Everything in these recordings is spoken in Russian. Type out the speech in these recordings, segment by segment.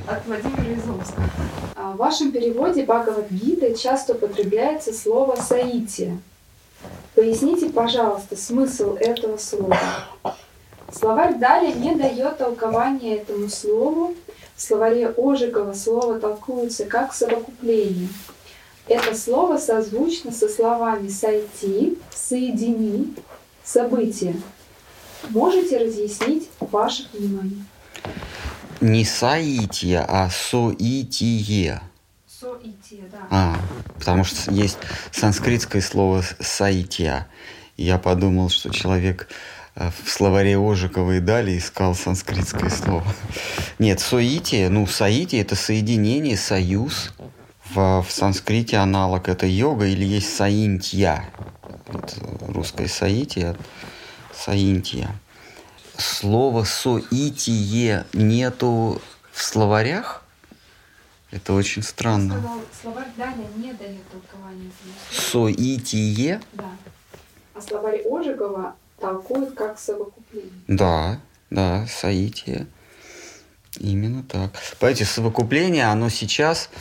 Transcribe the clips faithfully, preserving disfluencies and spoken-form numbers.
От Владимира из Омска. В вашем переводе Бхагавад-гиты часто употребляется слово «саития». Поясните, пожалуйста, смысл этого слова. Словарь Дали не дает толкования этому слову. В словаре Ожегова слово толкуется как совокупление. Это слово созвучно со словами «сойти», «соедини», «событие». Можете разъяснить ваше понимание? Не саития, а соитие. Соитие, да. А, потому что есть санскритское слово саития. Я подумал, что человек в словаре Ожегова и Дали искал санскритское слово. Нет, соитие, ну, соитие – это соединение, союз. В, в санскрите аналог – это йога или есть саинтья. Вот русское соитие, саинтья. Слово «соитие» нету в словарях? Это очень странно. Я сказал, словарь Дали не дает толкования. «Соитие»? Да. А словарь Ожегова толкует как совокупление. Да, да, «соитие». Именно так. Понимаете, совокупление, оно сейчас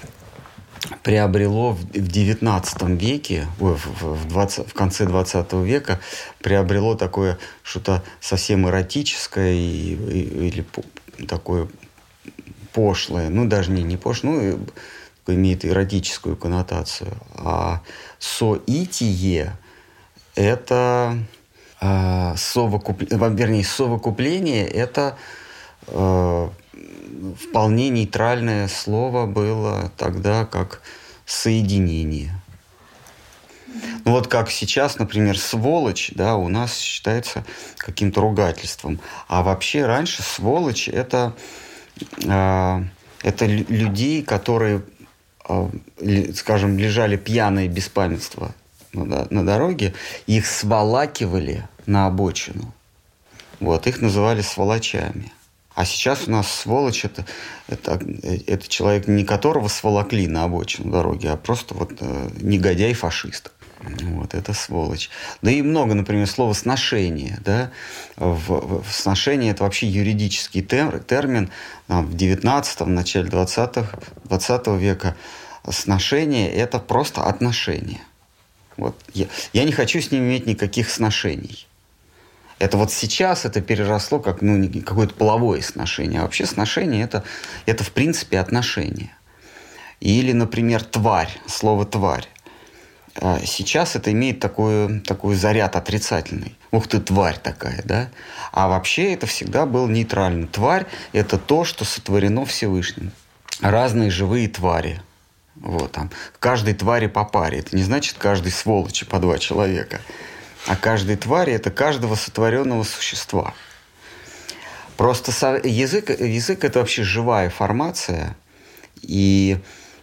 приобрело в девятнадцатом веке, ой, в, в, двадцатом, в конце двадцатого века, приобрело такое что-то совсем эротическое и, и, или по, такое пошлое, ну даже не, не пошлое, ну имеет эротическую коннотацию. А соитие – это э, совокупление, вернее, совокупление – это э, вполне нейтральное слово было тогда, как соединение. Ну вот как сейчас, например, сволочь, да, у нас считается каким-то ругательством. А вообще раньше сволочь это, э, это людей, которые, э, скажем, лежали пьяные без памятства на, на дороге, их сволакивали на обочину. Вот, их называли сволочами. А сейчас у нас сволочь это, это, это человек, не которого сволокли на обочину дороги, а просто вот э, негодяй-фашист. Вот, это сволочь. Да и много, например, слова «сношение». Да? В, в, сношение – это вообще юридический тер, термин. В девятнадцатом, в начале двадцатого, двадцатого века сношение – это просто отношения. Вот. Я, я не хочу с ним иметь никаких сношений. Это вот сейчас это переросло как ну, какое-то половое сношение. А вообще сношение это, – это в принципе отношения. Или, например, тварь, слово «тварь». Сейчас это имеет такой, такой заряд отрицательный. Ух ты, тварь такая, да? А вообще это всегда был нейтрально. Тварь – это то, что сотворено Всевышним. Разные живые твари. Вот, там, каждой твари по паре. Это не значит каждой сволочи по два человека. А каждой твари – это каждого сотворенного существа. Просто язык, язык – это вообще живая формация. И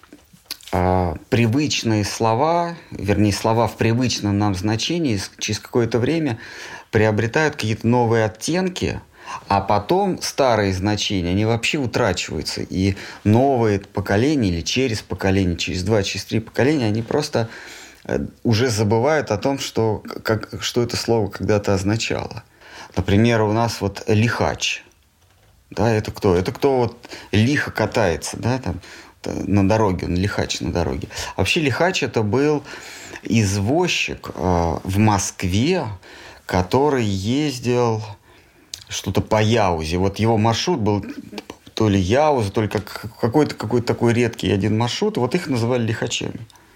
э, привычные слова, вернее, слова в привычном нам значении через какое-то время приобретают какие-то новые оттенки, а потом старые значения, они вообще утрачиваются. И новые поколения или через поколение, через два, через три поколения, они просто уже забывают о том, что, как, что это слово когда-то означало. Например, у нас вот лихач. Да, это кто? Это кто вот лихо катается, да, там, на дороге, он лихач на дороге. Вообще лихач это был извозчик э, в Москве, который ездил что-то по Яузе. Вот его маршрут был то ли Яуза, то ли как, какой-то, какой-то такой редкий один маршрут. Вот их называли лихачами.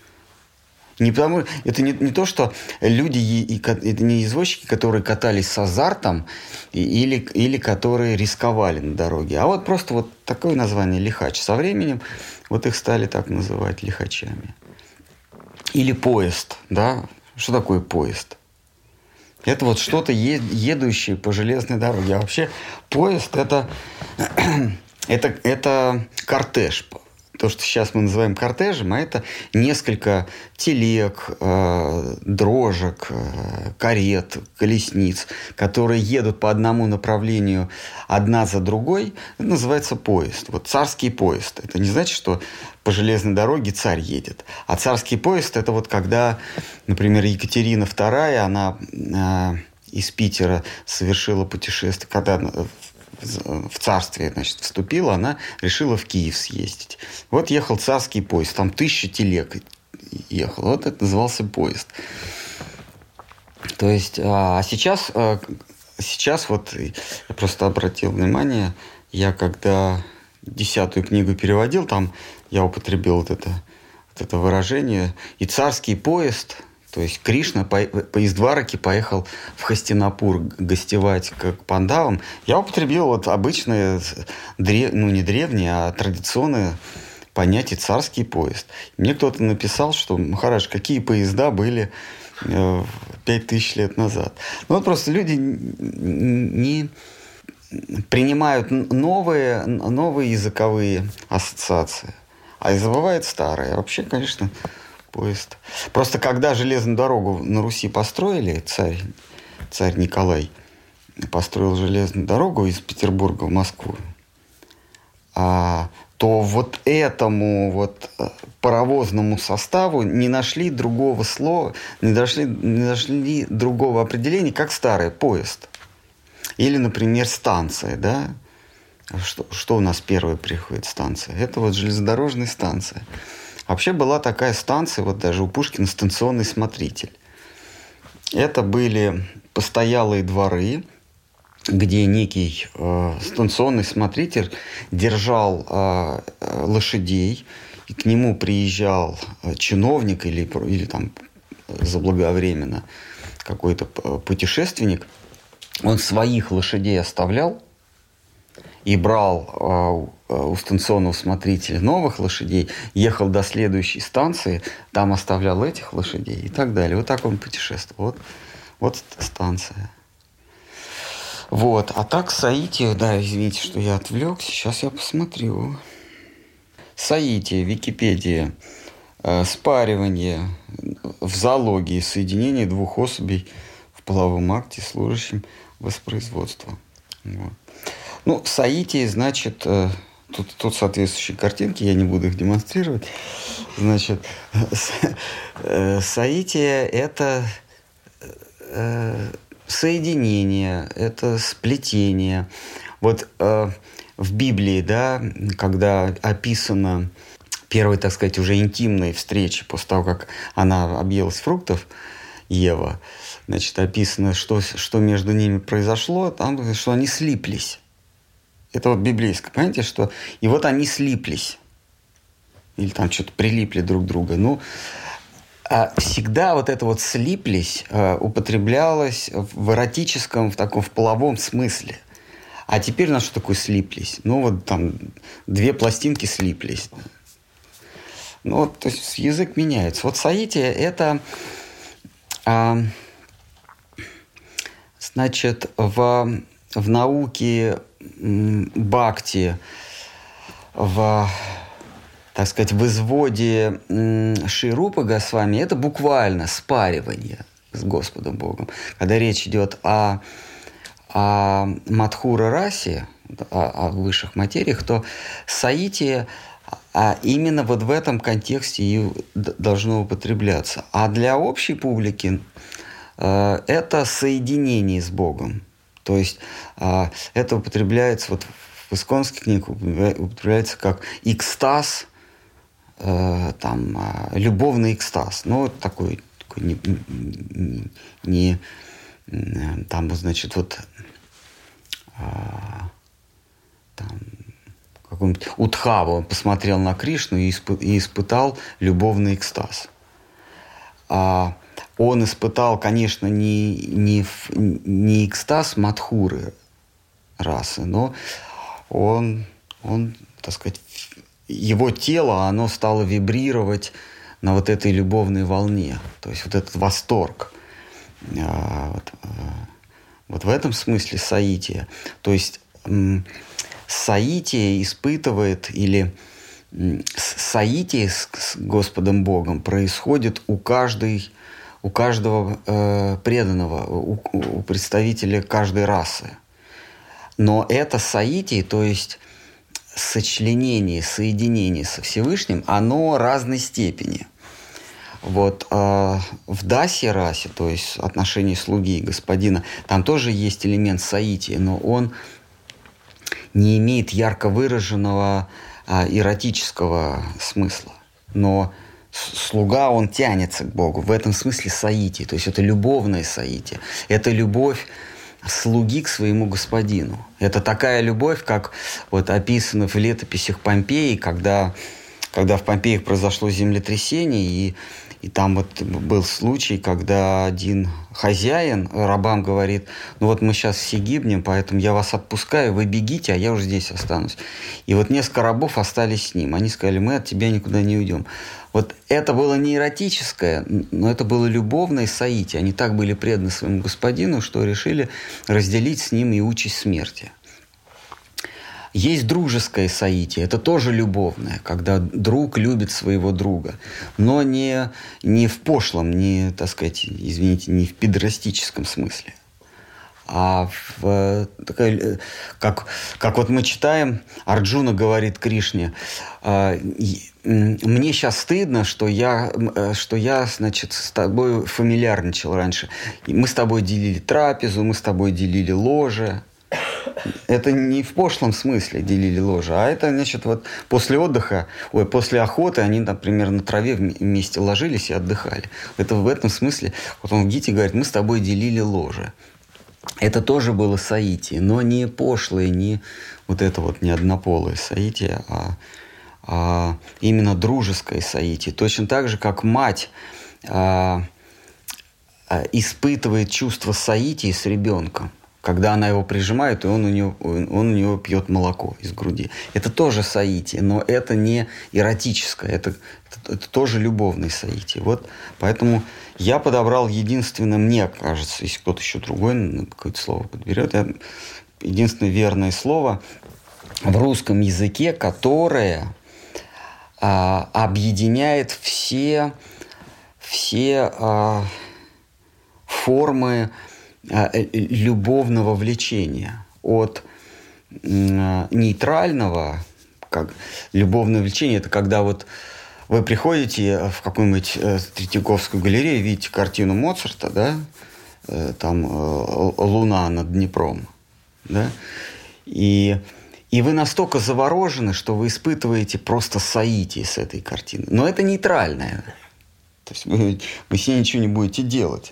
Не потому, это не, не то, что люди, это не извозчики, которые катались с азартом или, или которые рисковали на дороге, а вот просто вот такое название лихач. Со временем вот их стали так называть лихачами. Или поезд, да? Что такое поезд? Это вот что-то едущее по железной дороге. А вообще поезд это, это, это кортеж. То, что сейчас мы называем кортежем, а это несколько телег, э, дрожек, э, карет, колесниц, которые едут по одному направлению одна за другой. Это называется поезд. Вот царский поезд. Это не значит, что по железной дороге царь едет. А царский поезд – это вот когда, например, Екатерина вторая, она э, из Питера совершила путешествие, когда в царствие, значит, вступила, она решила в Киев съездить. Вот ехал царский поезд, там тысяча телег ехал. Вот это назывался поезд. То есть, а сейчас, сейчас вот я просто обратил внимание, я когда десятую книгу переводил, там я употребил вот это, вот это выражение, и царский поезд, то есть Кришна по, из Двараки поехал в Хастинапур гостевать к пандавам. Я употребил вот обычное, ну не древнее, а традиционное понятие царский поезд. Мне кто-то написал, что, Махарадж, какие поезда были пять тысяч лет назад. Ну вот просто люди не принимают новые, новые языковые ассоциации, а и забывают старые. А вообще, конечно, поезд. Просто когда железную дорогу на Руси построили, царь, царь Николай построил железную дорогу из Петербурга в Москву, а, то вот этому вот паровозному составу не нашли другого слова, не нашли, не нашли другого определения, как старый поезд. Или, например, станция, да? Что, что у нас первое приходит станция? Это вот железнодорожная станция. Вообще была такая станция, вот даже у Пушкина станционный смотритель. Это были постоялые дворы, где некий э, станционный смотритель держал э, лошадей, и к нему приезжал чиновник или, или там заблаговременно какой-то путешественник. Он своих лошадей оставлял и брал э, у станционного смотрителя новых лошадей, ехал до следующей станции, там оставлял этих лошадей и так далее. Вот так он путешествовал. Вот, вот станция. Вот. А так Саития, да, извините, что я отвлекся, сейчас я посмотрю. Саития, Википедия, э, спаривание в зоологии, соединение двух особей в половом акте, служащим воспроизводству. Вот. Ну, Саития, значит, э, тут, тут соответствующие картинки, я не буду их демонстрировать. Значит, э, Саития – это э, соединение, это сплетение. Вот э, в Библии, да, когда описана первая, так сказать, уже интимная встреча после того, как она объелась фруктов, Ева, значит, описано, что, что между ними произошло, там, что они слиплись. Это вот библейское, понимаете, что и вот они слиплись. Или там что-то прилипли друг к другу. Ну, а всегда вот это вот слиплись а, употреблялось в эротическом, в таком, в половом смысле. А теперь на что такое слиплись? Ну, вот там две пластинки слиплись. Ну, вот, то есть язык меняется. Вот Саития – это, а, значит, в, в науке бхакти, в, так сказать, в изводе Шри Рупы Госвами, это буквально спаривание с Господом Богом. Когда речь идет о, о Мадхура расе, о, о высших материях, то Саития а именно вот в этом контексте и должно употребляться. А для общей публики э, это соединение с Богом. То есть э, это употребляется, вот в исконских книгах употребляется как экстаз, э, там, э, любовный экстаз. Ну, такой, такой не, не, не э, там, значит, вот э, там, какой-нибудь Удхава, он посмотрел на Кришну и, испы- и испытал любовный экстаз. А он испытал, конечно, не, не, не экстаз Мадхуры расы, но он, он, так сказать, его тело, оно стало вибрировать на вот этой любовной волне. То есть вот этот восторг. А, вот, а, вот в этом смысле Саития. То есть м- Саития испытывает, или соитие с, с Господом Богом происходит у, каждой, у каждого э, преданного, у, у представителя каждой расы. Но это соитие, то есть сочленение, соединение со Всевышним, оно разной степени. Вот э, в дасе расе, то есть отношении слуги и господина, там тоже есть элемент соития, но он не имеет ярко выраженного а, эротического смысла. Но слуга, он тянется к Богу. В этом смысле соитие. То есть это любовное соитие. Это любовь слуги к своему господину. Это такая любовь, как вот описано в летописях Помпеи, когда, когда в Помпеях произошло землетрясение, и, и там вот был случай, когда один хозяин рабам говорит: ну вот мы сейчас все гибнем, поэтому я вас отпускаю, вы бегите, а я уже здесь останусь. И вот несколько рабов остались с ним. Они сказали: мы от тебя никуда не уйдем. Вот это было не эротическое, но это было любовное соитие. Они так были преданы своему господину, что решили разделить с ним и участь смерти. Есть дружеское соитие, это тоже любовное, когда друг любит своего друга, но не, не в пошлом, не, так сказать, извините, не в педерастическом смысле. А в, такая, как, как вот мы читаем, Арджуна говорит Кришне: мне сейчас стыдно, что я, что я, значит, с тобой фамильярничал раньше. Мы с тобой делили трапезу, мы с тобой делили ложе. Это не в пошлом смысле делили ложе, а это, значит, вот после отдыха, ой, после охоты они, например, на траве вместе ложились и отдыхали. Это в этом смысле, вот он в Гите говорит: мы с тобой делили ложе. Это тоже было соитие, но не пошлое, не вот это вот не однополое соитие, а, а именно дружеское соитие. Точно так же, как мать а, а, испытывает чувство соития с ребенком, когда она его прижимает, и он у нее, он у нее пьет молоко из груди. Это тоже соитие, но это не эротическое, это, это, это тоже любовное соитие. Вот поэтому я подобрал единственное, мне кажется, если кто-то еще другой какое-то слово подберет, я, единственное верное слово в русском языке, которое а, объединяет все, все а, формы любовного влечения. От нейтрального, как любовное влечение, это когда вот вы приходите в какую-нибудь Третьяковскую галерею, видите картину Моцарта, да, там «Луна над Днепром», да, и, и вы настолько заворожены, что вы испытываете просто соитие с этой картиной. Но это нейтральное. То есть вы, вы с ней ничего не будете делать.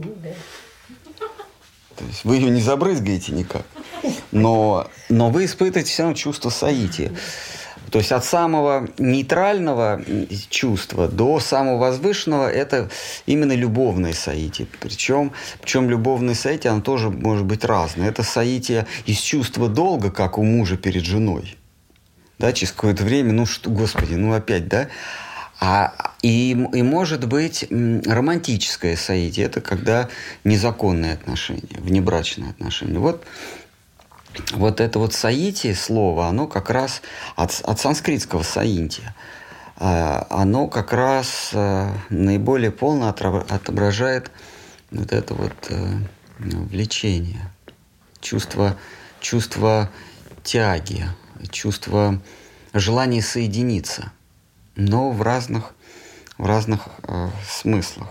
То есть вы ее не забрызгаете никак, но, но вы испытываете все равно чувство соития. То есть от самого нейтрального чувства до самого возвышенного это именно любовное соитие. Причем, причем любовное соитие, оно тоже может быть разное. Это соитие из чувства долга, как у мужа перед женой. Да, через какое-то время, ну что, Господи, ну опять, да? А, и, и может быть романтическое соитие. Это когда незаконные отношения, внебрачные отношения. Вот, вот это вот соитие слово, оно как раз от, от санскритского соития. Оно как раз наиболее полно отображает вот это вот влечение, чувство, чувство тяги, чувство желания соединиться, но в разных, в разных э, смыслах.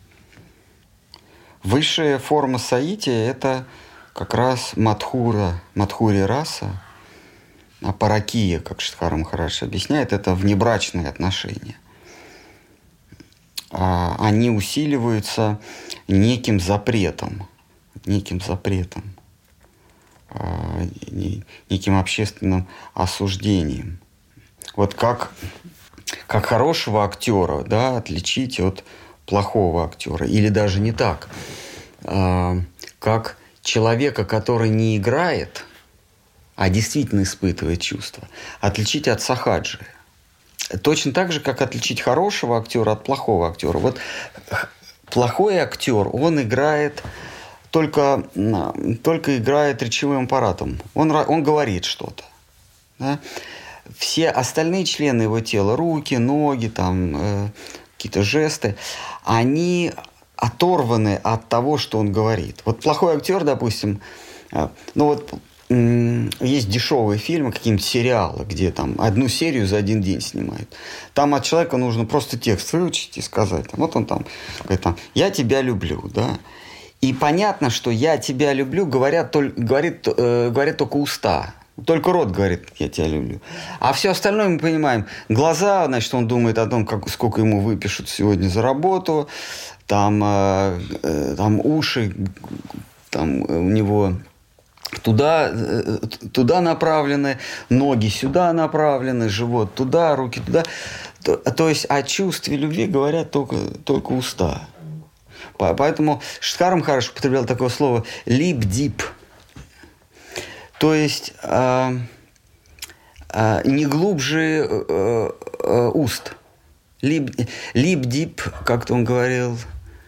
Высшая форма соития – это как раз мадхура, мадхури раса, а паракия, как Шидхара Махарадж объясняет, это внебрачные отношения. А, они усиливаются неким запретом, неким запретом, а, неким общественным осуждением. Вот как Как хорошего актера, да, отличить от плохого актера. Или даже не так. А, как человека, который не играет, а действительно испытывает чувства, отличить от сахаджи. Точно так же, как отличить хорошего актера от плохого актера. Вот плохой актер, он играет только, только играет речевым аппаратом. Он, он говорит что-то. Да? Все остальные члены его тела, руки, ноги, там, э, какие-то жесты, они оторваны от того, что он говорит. Вот плохой актер, допустим, э, ну вот э, есть дешевые фильмы, какие-нибудь сериалы, где там одну серию за один день снимают. Там от человека нужно просто текст выучить и сказать. Вот он там говорит, там, «Я тебя люблю», да. И понятно, что «я тебя люблю» говорят, говорит, э, говорят только уста. Только рот говорит, я тебя люблю. А все остальное мы понимаем. Глаза, значит, он думает о том, как, сколько ему выпишут сегодня за работу. Там, э, э, там уши, там у него туда, э, туда направлены, ноги сюда направлены, живот туда, руки туда. То, то есть о чувстве любви говорят только, только уста. Поэтому Штхар Махарадж употреблял такое слово «либ-дип». То есть э, э, не глубже э, э, уст. Лип-дип, как-то он говорил,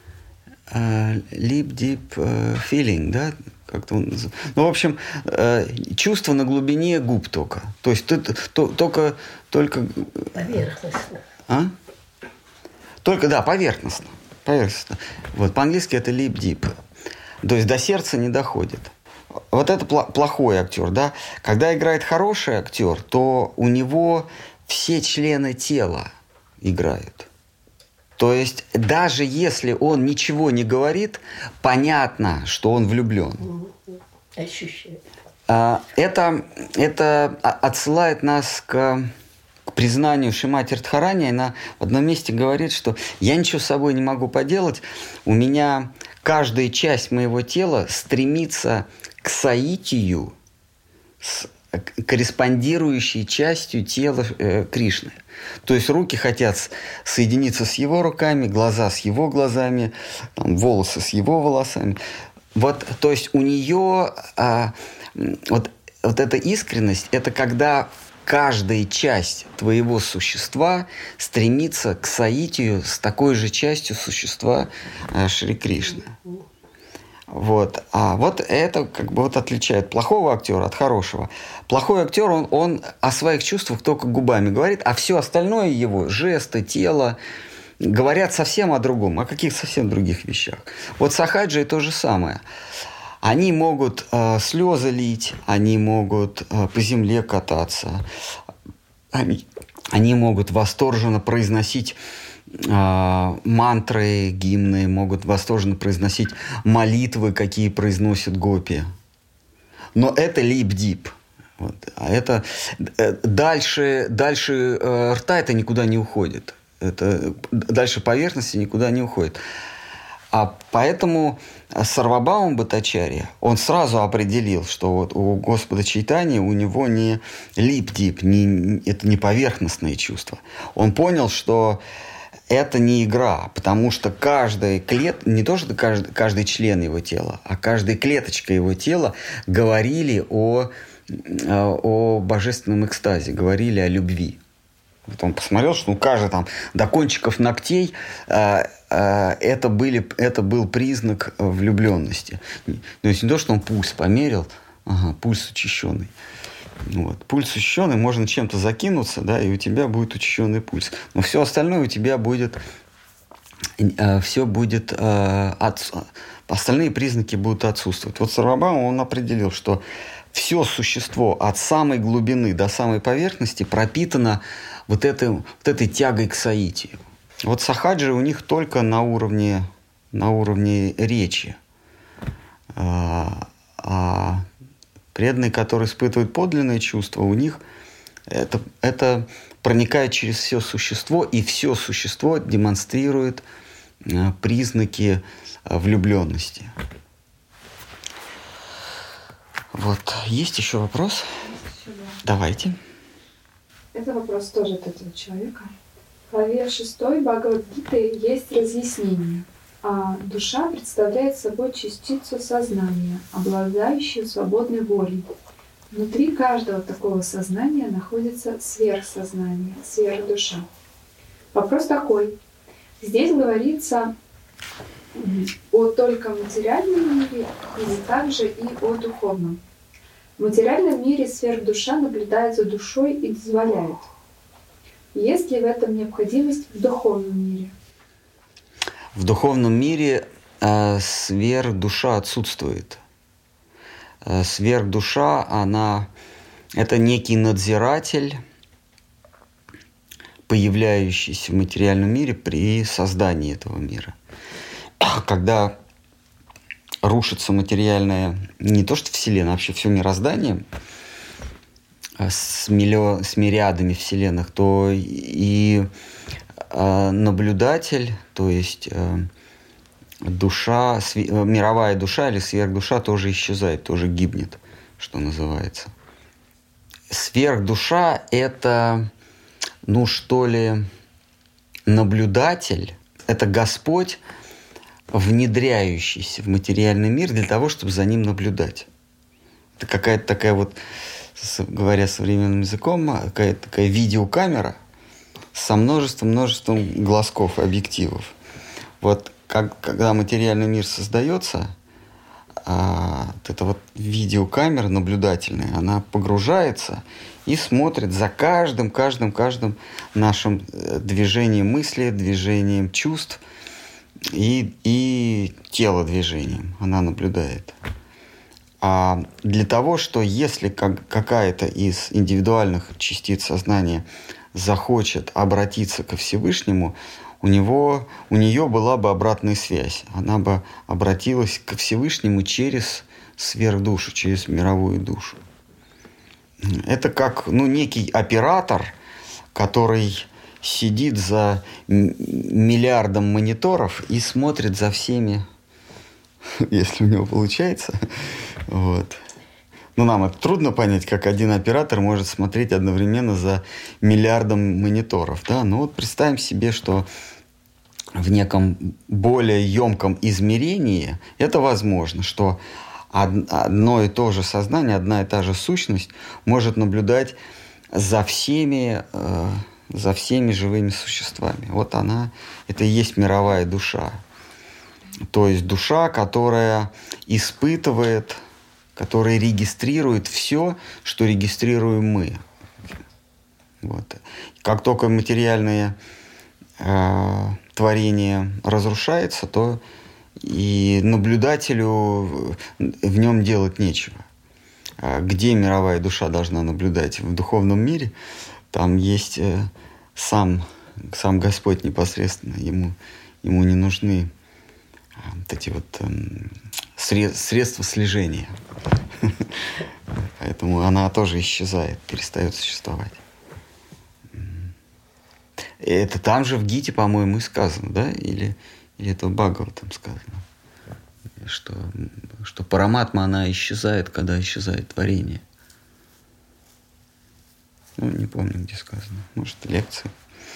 э, лип-дип э, feeling, да? Как-то он, ну, в общем, э, чувство на глубине губ только. То есть ты, то, только, только... Поверхностно. А? Только, да, поверхностно. поверхностно. Вот, по-английски это lip-deep. То есть до сердца не доходит. Вот это плохой актер, да. Когда играет хороший актер, то у него все члены тела играют. То есть даже если он ничего не говорит, понятно, что он влюблен. Ощущение. Это, это отсылает нас к, к признанию Шримати Радхарани. Она в одном месте говорит, что я ничего с собой не могу поделать. У меня каждая часть моего тела стремится к соитию с корреспондирующей частью тела э, Кришны. То есть руки хотят соединиться с его руками, глаза с его глазами, там, волосы с его волосами. Вот, то есть у нее а, вот, вот эта искренность, это когда каждая часть твоего существа стремится к соитию с такой же частью существа а, Шри Кришны. Вот. А вот это как бы вот отличает плохого актера от хорошего. Плохой актер, он, он о своих чувствах только губами говорит, а все остальное его, жесты, тело, говорят совсем о другом, о каких-то совсем других вещах. Вот сахаджи то же самое. Они могут э, слезы лить, они могут э, по земле кататься, они, они могут восторженно произносить мантры, гимны, могут восторженно произносить молитвы, какие произносят гопи. Но это лип-дип. Вот. А это дальше, дальше э, рта это никуда не уходит. Это, дальше поверхности никуда не уходит. А поэтому Сарвабхаума Бхаттачарья, он сразу определил, что вот у Господа Чайтаньи у него не лип-дип, не, это не поверхностные чувства. Он понял, что это не игра, потому что каждая клетка, не то что каждый, каждый член его тела, а каждая клеточка его тела говорили о, о божественном экстазе, говорили о любви. Вот он посмотрел, что ну, каждый там до кончиков ногтей э, э, это, были, это был признак влюбленности. То есть не то, что он пульс померил, ага, пульс учащенный. Вот. Пульс учащенный, можно чем-то закинуться, да, и у тебя будет учащенный пульс. Но все остальное у тебя будет, э, все будет, э, от, остальные признаки будут отсутствовать. Вот Сарвабхаума, он определил, что все существо от самой глубины до самой поверхности пропитано вот, этой, вот этой тягой к соитию. Вот сахаджи у них только на уровне, на уровне речи. А, а преданные, которые испытывают подлинные чувства, у них это, это проникает через все существо, и все существо демонстрирует э, признаки э, влюбленности. Вот. Есть еще вопрос? Есть еще, да. Давайте. Это вопрос тоже от этого человека. В главе шестой Бхагавад-гиты есть разъяснение. А душа представляет собой частицу сознания, обладающую свободной волей. Внутри каждого такого сознания находится сверхсознание, сверхдуша. Вопрос такой. Здесь говорится о только материальном мире или также и о духовном. В материальном мире сверхдуша наблюдает за душой и дозволяет. Есть ли в этом необходимость в духовном мире? В духовном мире э, сверхдуша отсутствует. Э, сверхдуша, она это некий надзиратель, появляющийся в материальном мире при создании этого мира. Когда рушится материальное, не то что Вселенная, а вообще все мироздание, с, миллион, с мириадами вселенных, то и э, наблюдатель, то есть э, душа, сви, мировая душа или сверхдуша тоже исчезает, тоже гибнет, что называется. Сверхдуша – это, ну что ли, наблюдатель, это Господь, внедряющийся в материальный мир для того, чтобы за ним наблюдать. Это какая-то такая вот, говоря современным языком, какая-то такая видеокамера со множеством-множеством глазков, объективов. Вот как, когда материальный мир создается, а, вот эта вот видеокамера наблюдательная, она погружается и смотрит за каждым, каждым, каждым нашим движением мысли, движением чувств и, и телодвижением. Она наблюдает. А для того, что если как, какая-то из индивидуальных частиц сознания захочет обратиться ко Всевышнему, у него, у нее была бы обратная связь. Она бы обратилась ко Всевышнему через сверхдушу, через мировую душу. Это как, ну, некий оператор, который сидит за миллиардом мониторов и смотрит за всеми, если у него получается. Вот. Ну, нам это трудно понять, как один оператор может смотреть одновременно за миллиардом мониторов. Да? Но вот представим себе, что в неком более емком измерении это возможно, что одно и то же сознание, одна и та же сущность может наблюдать за всеми, э, за всеми живыми существами. Вот она, это и есть мировая душа. То есть душа, которая испытывает, которая регистрирует все, что регистрируем мы. Вот. Как только материальное э, творение разрушается, то и наблюдателю в нем делать нечего. Где мировая душа должна наблюдать? В духовном мире там есть э, сам, сам Господь непосредственно. Ему, ему не нужны вот эти вот э, средства слежения. Поэтому она тоже исчезает, перестает существовать. Это там же в Гите, по-моему, и сказано, да? Или, или это в Бхагаватам сказано? Что, что параматма, она исчезает, когда исчезает творение. Ну, не помню, где сказано. Может, лекция.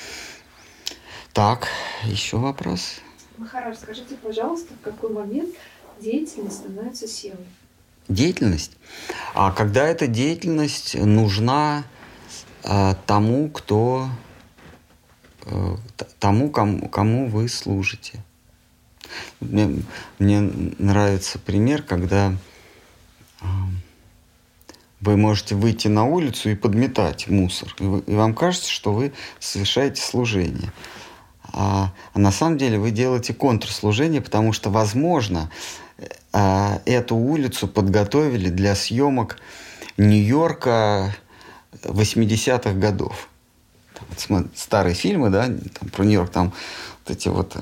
Так, еще вопрос? Махарадж, скажите, пожалуйста, в какой момент деятельность становится севой? Деятельность? А когда эта деятельность нужна а, тому, кто... А, тому, кому, кому вы служите. Мне, мне нравится пример, когда э, вы можете выйти на улицу и подметать мусор. И, вы, и вам кажется, что вы совершаете служение. А, а на самом деле вы делаете контрслужение, потому что, возможно, э, эту улицу подготовили для съемок Нью-Йорка восьмидесятых годов. Там, вот, старые фильмы, да, там, про Нью-Йорк, там вот эти вот...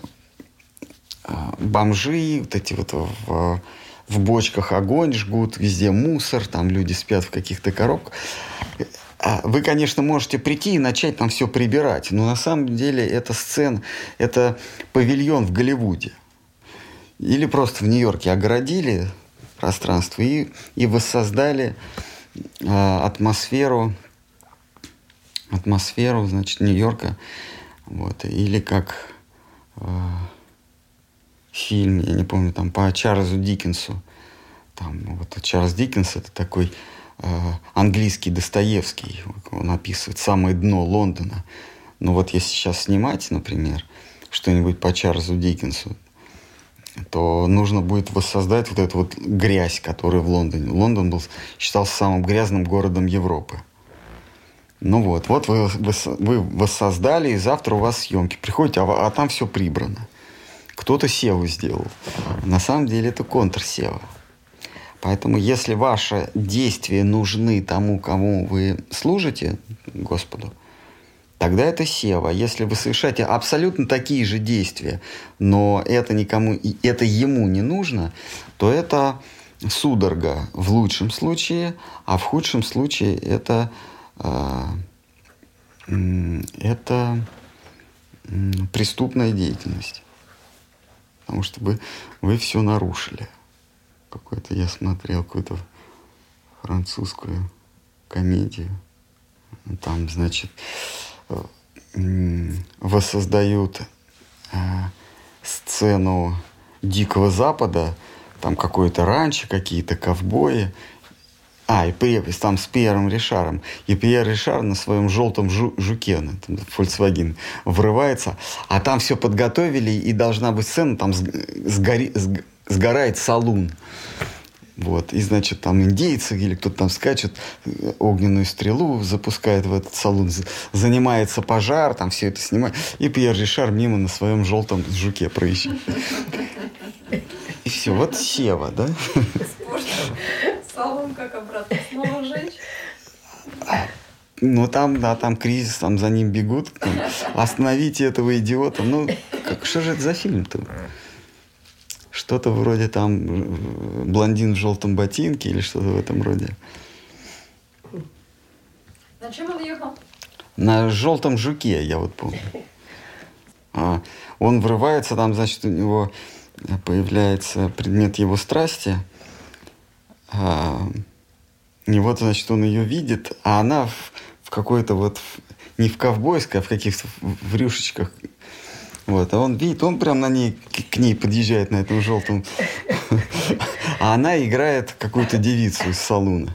бомжи, вот эти вот в, в бочках огонь жгут, везде мусор, там люди спят в каких-то коробках. Вы, конечно, можете прийти и начать там все прибирать, но на самом деле это сцена, это павильон в Голливуде. Или просто в Нью-Йорке огородили пространство и, и воссоздали э, атмосферу, атмосферу, значит, Нью-Йорка. Вот. Или как... Э, фильм, я не помню, там по Чарльзу Диккенсу. Там, вот Чарльз Диккенс — это такой э, английский Достоевский. Он описывает самое дно Лондона. Но вот если сейчас снимать, например, что-нибудь по Чарльзу Диккенсу, то нужно будет воссоздать вот эту вот грязь, которая в Лондоне. Лондон был, считался самым грязным городом Европы. Ну вот, вот вы, вы, вы воссоздали, и завтра у вас съемки. Приходите, а, а там все прибрано. Кто-то севу сделал. На самом деле это контрсева. Поэтому если ваши действия нужны тому, кому вы служите, Господу, тогда это сева. Если вы совершаете абсолютно такие же действия, но это никому, это ему не нужно, то это судорога в лучшем случае, а в худшем случае это, это преступная деятельность. Потому что вы, вы все нарушили. Какой-то я смотрел какую-то французскую комедию. Там, значит, воссоздают сцену Дикого Запада, там какое-то ранчо, какие-то ковбои. А, и препис там с Пьером Ришаром. И Пьер Ришар на своем желтом жу- жуке, на Volkswagen, врывается. А там все подготовили, и должна быть сцена, там сгори, сг, сгорает салун. Вот. И, значит, там индейцы или кто-то там скачет, огненную стрелу запускает в этот салун, занимается пожар, там все это снимает. И Пьер Ришар мимо на своем желтом жуке проезжает. И все, вот Сева, да? Салон как обратно снова жечь. Ну, там, да, там кризис, там за ним бегут. Там, остановите этого идиота. Ну, как, что же это за фильм-то? Что-то вроде там «Блондин в желтом ботинке» или что-то в этом роде. На чем он ехал? На желтом жуке, я вот помню. А, он врывается, там, значит, у него появляется предмет его страсти. А, и вот, значит, он ее видит, а она в, в какой-то вот, не в ковбойской, а в каких-то в рюшечках. Вот, а он видит, он прям на ней, к, к ней подъезжает на этом желтом. А она играет какую-то девицу из салуна.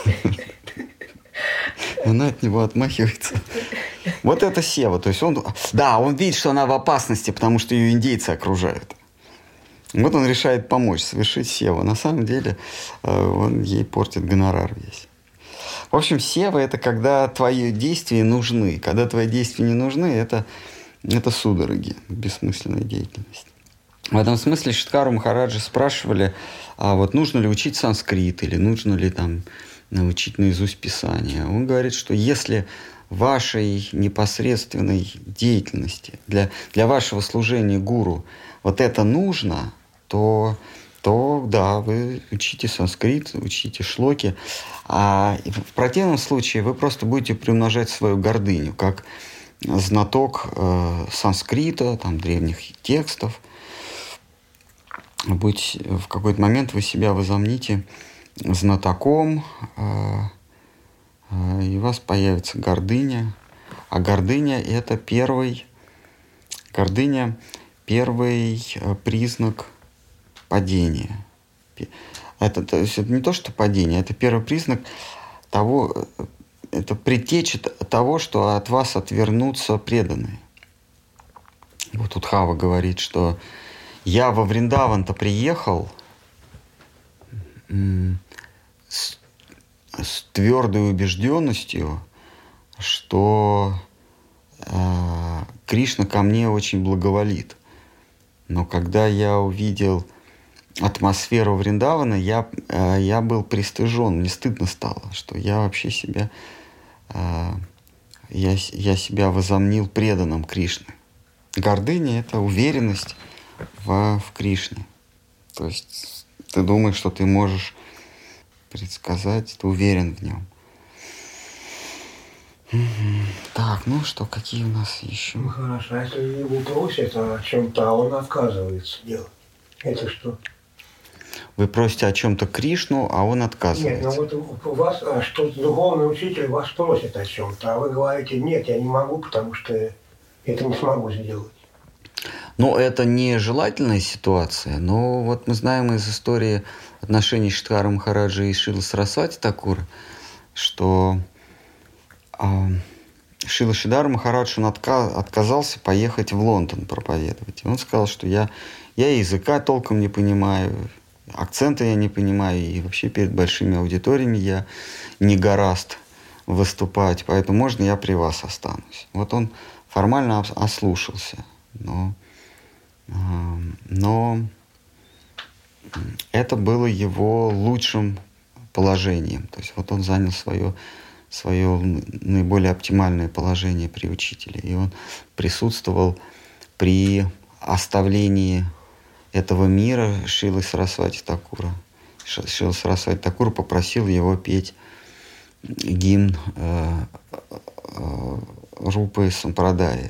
Она от него отмахивается. Вот это Сева. То есть он, да, он видит, что она в опасности, потому что ее индейцы окружают. Вот он решает помочь, совершить Севу. На самом деле он ей портит гонорар весь. В общем, Сева – это когда твои действия нужны. Когда твои действия не нужны, это, это судороги, бессмысленная деятельность. В этом смысле Шиткару Махараджи спрашивали, а вот нужно ли учить санскрит или нужно ли там научить наизусть Писание. Он говорит, что если вашей непосредственной деятельности, для, для вашего служения гуру вот это нужно, то, то да, вы учите санскрит, учите шлоки. А в противном случае вы просто будете приумножать свою гордыню, как знаток э, санскрита, там, древних текстов. Будь, в какой-то момент вы себя возомните знатоком, э, э, и у вас появится гордыня. А гордыня – это первый, гордыня – первый признак падения. Это, то есть, это не то, что падение, это первый признак того, это предтеча того, что от вас отвернутся преданные. Вот тут Хава говорит, что я во Вриндаван-то приехал с, с твердой убежденностью, что э, Кришна ко мне очень благоволит. Но когда я увидел атмосферу Вриндавана, я, э, я был пристыжен, мне стыдно стало, что я вообще себя, э, я, я себя возомнил преданным Кришны. Гордыня – это уверенность в, в Кришне. То есть ты думаешь, что ты можешь предсказать, ты уверен в нем. Так, ну что, какие у нас еще? Ну хорошо, а если его просят о чем-то, а он отказывается делать, это что? Вы просите о чем-то Кришну, а он отказывается. Нет, ну вот у вас, а что духовный учитель вас просит о чем-то, а вы говорите, нет, я не могу, потому что это не смогу сделать. Ну, это не желательная ситуация, но вот мы знаем из истории отношений Шиткара Махараджа и Шрилы Сарасвати Такура, что э, Шрила Шридхар Махарадж он отка- отказался поехать в Лондон проповедовать. И он сказал, что я, я языка толком не понимаю, акцента я не понимаю, и вообще перед большими аудиториями я не гораст выступать, поэтому можно я при вас останусь. Вот он формально ослушался, но, но это было его лучшим положением. То есть вот он занял свое, свое наиболее оптимальное положение при учителе, и он присутствовал при оставлении этого мира Шрилы Сарасвати Такура. Шрила Сарасвати Такур попросил его петь гимн э, э, Рупы Сампрадаи,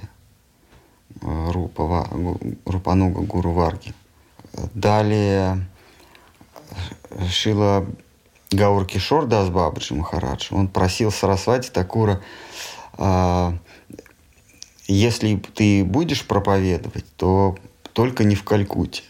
Рупа, Рупануга Гуру Варги. Далее Шрила Гаур Кишор Дас Бабаджи Махарадж, он просил Сарасвати Такура: э, если ты будешь проповедовать, то только не в Калькутте.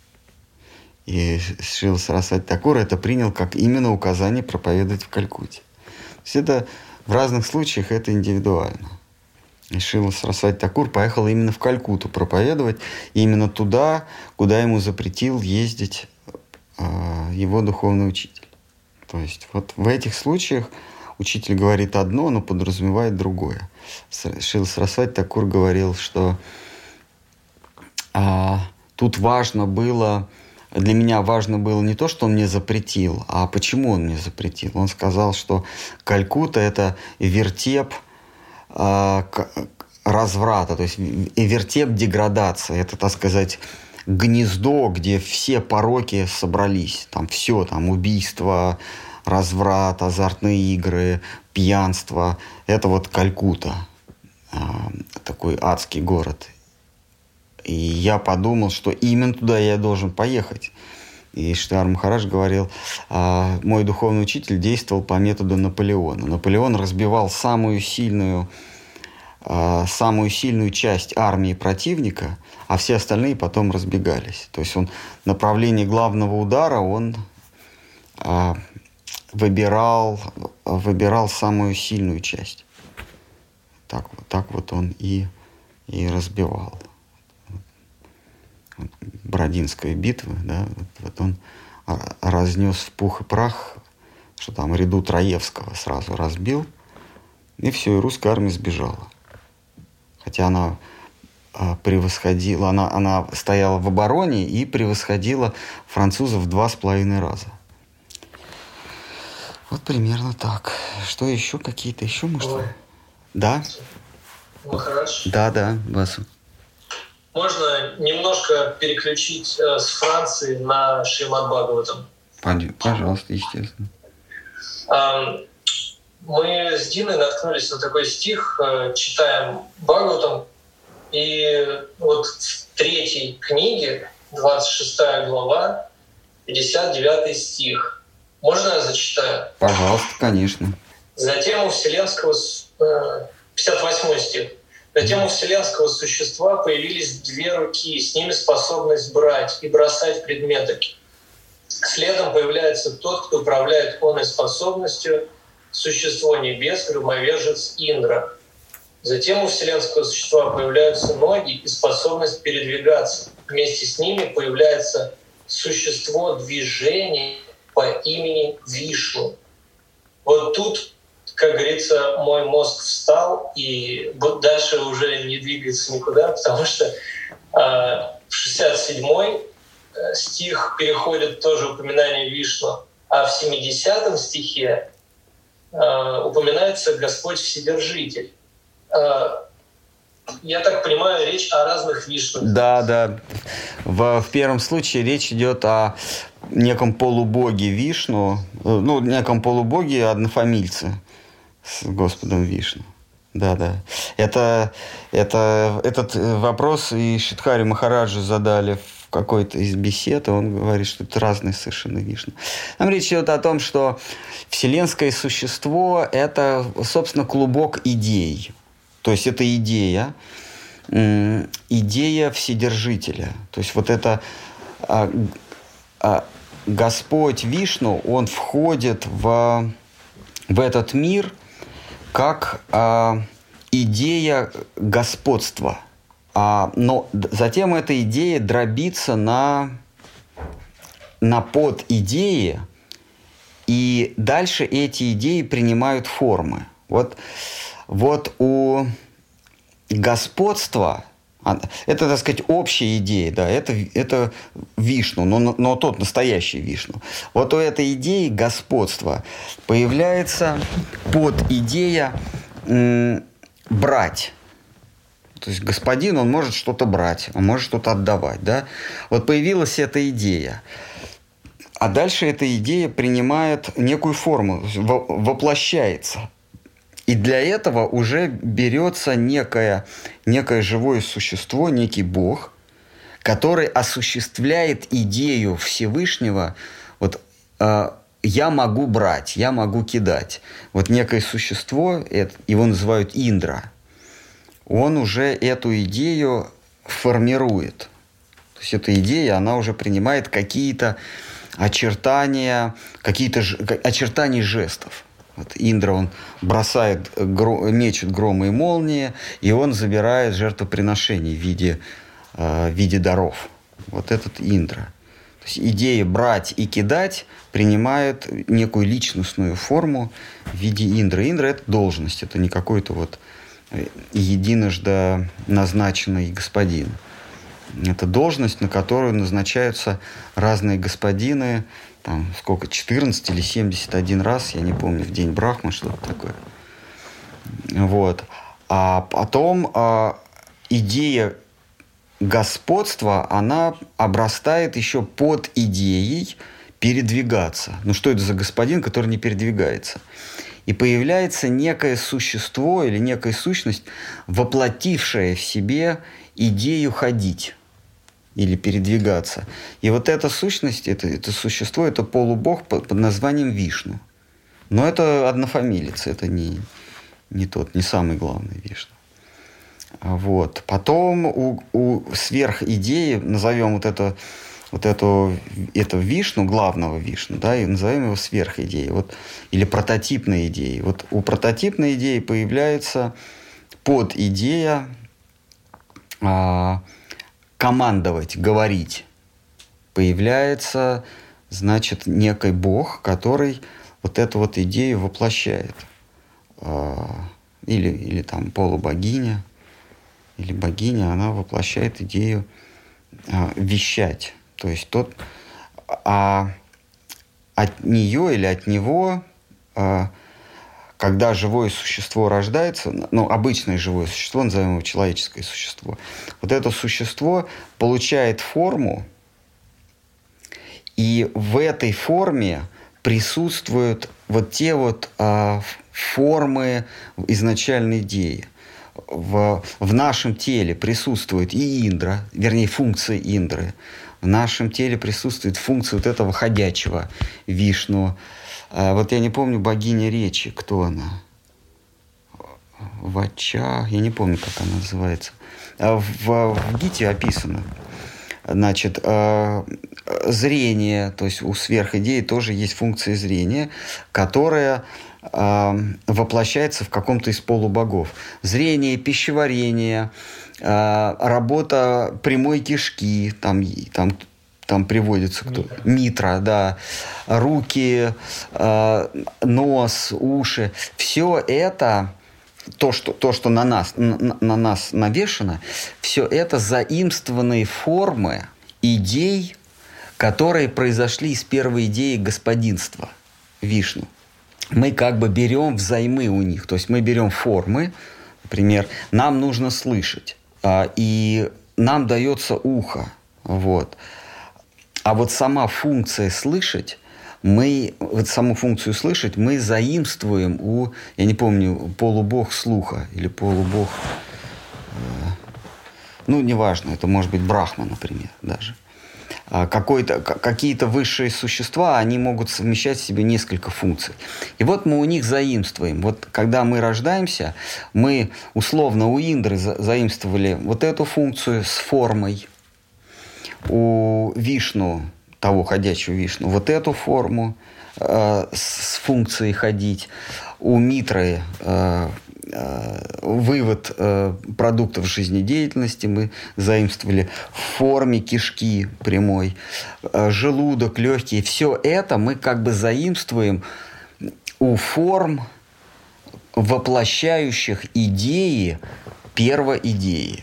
И Шрила Сарасвати Такур это принял как именно указание проповедовать в Калькутте. То есть это в разных случаях это индивидуально. И Шрила Сарасвати Такур поехал именно в Калькутту проповедовать, и именно туда, куда ему запретил ездить э, его духовный учитель. То есть вот в этих случаях учитель говорит одно, но подразумевает другое. Шрила Сарасвати Такур говорил, что э, тут важно было... Для меня важно было не то, что он мне запретил, а почему он мне запретил. Он сказал, что Калькутта – это вертеп э, разврата, то есть вертеп деградации. Это, так сказать, гнездо, где все пороки собрались. Там все, там убийство, разврат, азартные игры, пьянство. Это вот Калькутта, э, такой адский город. И я подумал, что именно туда я должен поехать. И Штар Махарадж говорил, а, мой духовный учитель действовал по методу Наполеона. Наполеон разбивал самую сильную, а, самую сильную часть армии противника, а все остальные потом разбегались. То есть он направление главного удара он а, выбирал, выбирал самую сильную часть. Так, так вот он и, и разбивал. Бородинской битвы, да, вот он разнес в пух и прах, что там ряду Троевского сразу разбил, и все, и русская армия сбежала. Хотя она превосходила, она, она стояла в обороне и превосходила французов в два с половиной раза. Вот примерно так. Что еще? Какие-то еще, может? Ой. Да? Махарадж. Да, да, Басу. Можно немножко переключить э, с Франции на Шримад Бхагаватам? Пожалуйста, естественно. Э, мы с Диной наткнулись на такой стих, э, читаем Бхагаватам, и вот в третьей книге, двадцать шестая глава, пятьдесят девятый стих. Можно я зачитаю? Пожалуйста, конечно. Затем у вселенского... Э, пятьдесят восьмой стих. Затем у вселенского существа появились две руки, с ними способность брать и бросать предметы. Следом появляется тот, кто управляет оной способностью, существо небес, громовержец Индра. Затем у вселенского существа появляются ноги и способность передвигаться. Вместе с ними появляется существо движения по имени Вишну. Вот тут, как говорится, мой мозг встал и дальше уже не двигается никуда, потому что э, в шестьдесят седьмой стих переходит тоже упоминание Вишну, а в семидесятом стихе э, упоминается Господь Вседержитель. Э, я так понимаю, речь о разных Вишнах. Да, да. В, в первом случае речь идет о неком полубоге Вишну, ну, неком полубоге однофамильце с Господом Вишну. Да, да. Это, это, этот вопрос и Шидхари Махараджу задали в какой-то из бесед, он говорит, что это разные совершенно Вишну. Там речь идет о том, что вселенское существо – это, собственно, клубок идей. То есть это идея, идея Вседержителя. То есть вот это а, а, Господь Вишну, он входит в, в этот мир как а, идея господства. А, но затем эта идея дробится на, на подидеи, и дальше эти идеи принимают формы. Вот, вот у господства, это, так сказать, общая идея, да, это, это Вишну, но, но тот настоящий Вишну. Вот у этой идеи господства появляется подидея м, брать. То есть господин, он может что-то брать, он может что-то отдавать, да. Вот появилась эта идея. А дальше эта идея принимает некую форму, воплощается. И для этого уже берется некое, некое живое существо, некий Бог, который осуществляет идею Всевышнего. Вот э, я могу брать, я могу кидать. Вот некое существо, это, его называют Индра, он уже эту идею формирует. То есть эта идея, она уже принимает какие-то очертания, какие-то ж, очертания жестов. Вот Индра, он бросает, гро, мечет громы и молнии, и он забирает жертвоприношений в виде, э, в виде даров. Вот этот Индра. То есть идея брать и кидать принимает некую личностную форму в виде Индры. Индра – это должность, это не какой-то вот единожды назначенный господин. Это должность, на которую назначаются разные господины, там, сколько, четырнадцать или семьдесят один раз, я не помню, в день Брахмы, что-то такое. Вот. А потом а, идея господства, она обрастает еще под идеей передвигаться. Ну, что это за господин, который не передвигается? И появляется некое существо или некая сущность, воплотившая в себе идею ходить или передвигаться. И вот эта сущность, это, это существо, это полубог под, под названием Вишну. Но это однофамилец, это не, не тот, не самый главный Вишну. Вот. Потом у, у сверхидеи, назовем вот это, вот эту, это Вишну, главного Вишну, да, и назовем его сверхидеей, вот, или прототипной идеей. Вот у прототипной идеи появляется подидея а, командовать, говорить. Появляется, значит, некий Бог, который вот эту вот идею воплощает. А, или, или там полубогиня, или богиня, она воплощает идею а, вещать. То есть тот, а от нее или от него, а, когда живое существо рождается, ну, обычное живое существо, назовем его человеческое существо, вот это существо получает форму, и в этой форме присутствуют вот те вот а, формы изначальной идеи. В, в нашем теле присутствует и Индра, вернее, функция Индры. В нашем теле присутствует функция вот этого ходячего Вишну. А вот я не помню богиня речи, кто она? Вача, я не помню, как она называется. В, в Гите описано. Значит, зрение, то есть у сверхидеи тоже есть функция зрения, которая воплощается в каком-то из полубогов. Зрение, пищеварение, работа прямой кишки, там, там, там приводится кто? Митра. Митра, да. Руки, нос, уши. Все это, то, что, то, что на нас, на, на нас навешено, все это заимствованные формы идей, которые произошли из первой идеи господинства Вишну. Мы как бы берем взаймы у них. То есть мы берем формы, например, нам нужно слышать, и нам дается ухо. Вот. А вот сама функция слышать, мы, вот саму функцию слышать мы заимствуем у, я не помню, полубог слуха или полубог, ну, неважно, это может быть Брахма, например, даже. Какой-то, какие-то высшие существа, они могут совмещать в себе несколько функций. И вот мы у них заимствуем. Вот когда мы рождаемся, мы условно у Индры заимствовали вот эту функцию с формой, у Вишну, того ходячего Вишну, вот эту форму э, с функцией ходить, у Митры э, вывод э, продуктов жизнедеятельности мы заимствовали в форме кишки прямой, э, желудок, легкие. Все это мы как бы заимствуем у форм, воплощающих идеи первоидеи.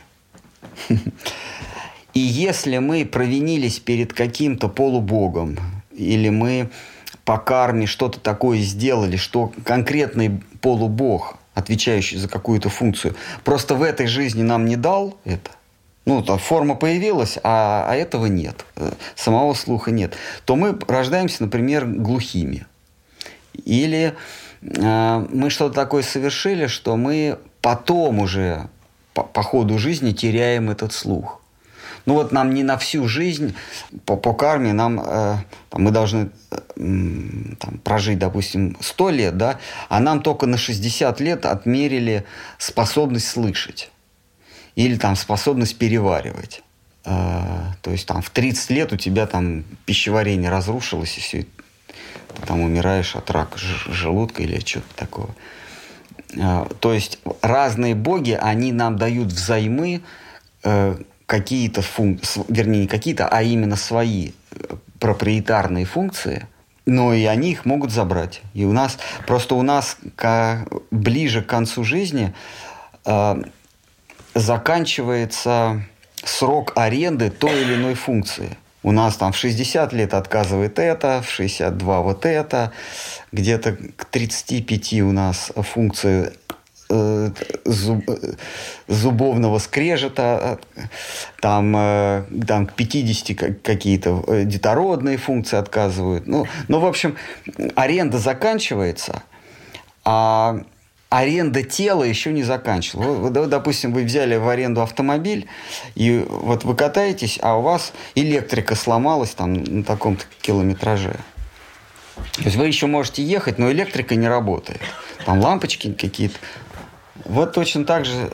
И если мы провинились перед каким-то полубогом, или мы по карме что-то такое сделали, что конкретный полубог, отвечающий за какую-то функцию, просто в этой жизни нам не дал это, ну, там форма появилась, а, а этого нет, самого слуха нет, то мы рождаемся, например, глухими. Или э, мы что-то такое совершили, что мы потом уже по, по ходу жизни теряем этот слух. Ну вот нам не на всю жизнь, по, по карме нам, э, там, мы должны э, там, прожить, допустим, сто лет, да, а нам только на шестьдесят лет отмерили способность слышать. Или там способность переваривать. Э, то есть там в тридцать лет у тебя там пищеварение разрушилось, и все, ты там умираешь от рака желудка или чего-то такого. Э, то есть разные боги, они нам дают взаймы э, какие-то функции, вернее, не какие-то, а именно свои проприетарные функции, но и они их могут забрать. И у нас, просто у нас к, ближе к концу жизни э, заканчивается срок аренды той или иной функции. У нас там в шестьдесят лет отказывает это, в шестьдесят два вот это, где-то к тридцати пяти у нас функции Зуб, зубовного скрежета, там, там к пятидесяти какие-то детородные функции отказывают. Ну, ну, в общем, аренда заканчивается, а аренда тела еще не заканчивалась. Вот, допустим, вы взяли в аренду автомобиль, и вот вы катаетесь, а у вас электрика сломалась там на таком-то километраже. То есть вы еще можете ехать, но электрика не работает. Там лампочки какие-то. Вот точно так же,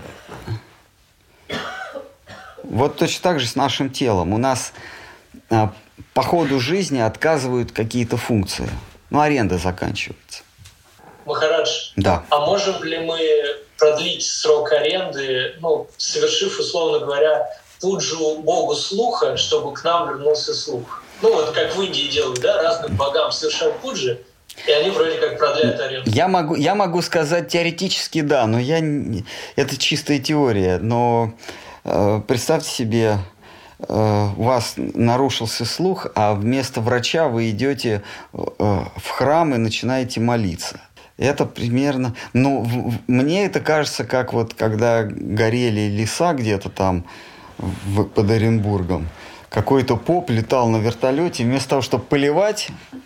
вот точно так же с нашим телом. У нас а, по ходу жизни отказывают какие-то функции. Ну, аренда заканчивается. Махарадж, да. А можем ли мы продлить срок аренды, ну, совершив, условно говоря, пуджу богу слуха, чтобы к нам вернулся слух? Ну, вот как в Индии делают, да, разным богам совершают пуджи, и они вроде как продляют аренду. Я могу, я могу сказать теоретически да, но я не, это чистая теория. Но э, представьте себе, э, у вас нарушился слух, а вместо врача вы идете э, в храм и начинаете молиться. Это примерно... Ну, в, мне это кажется, как вот когда горели леса где-то там в, под Оренбургом. Какой-то поп летал на вертолете, вместо того, чтобы поливать...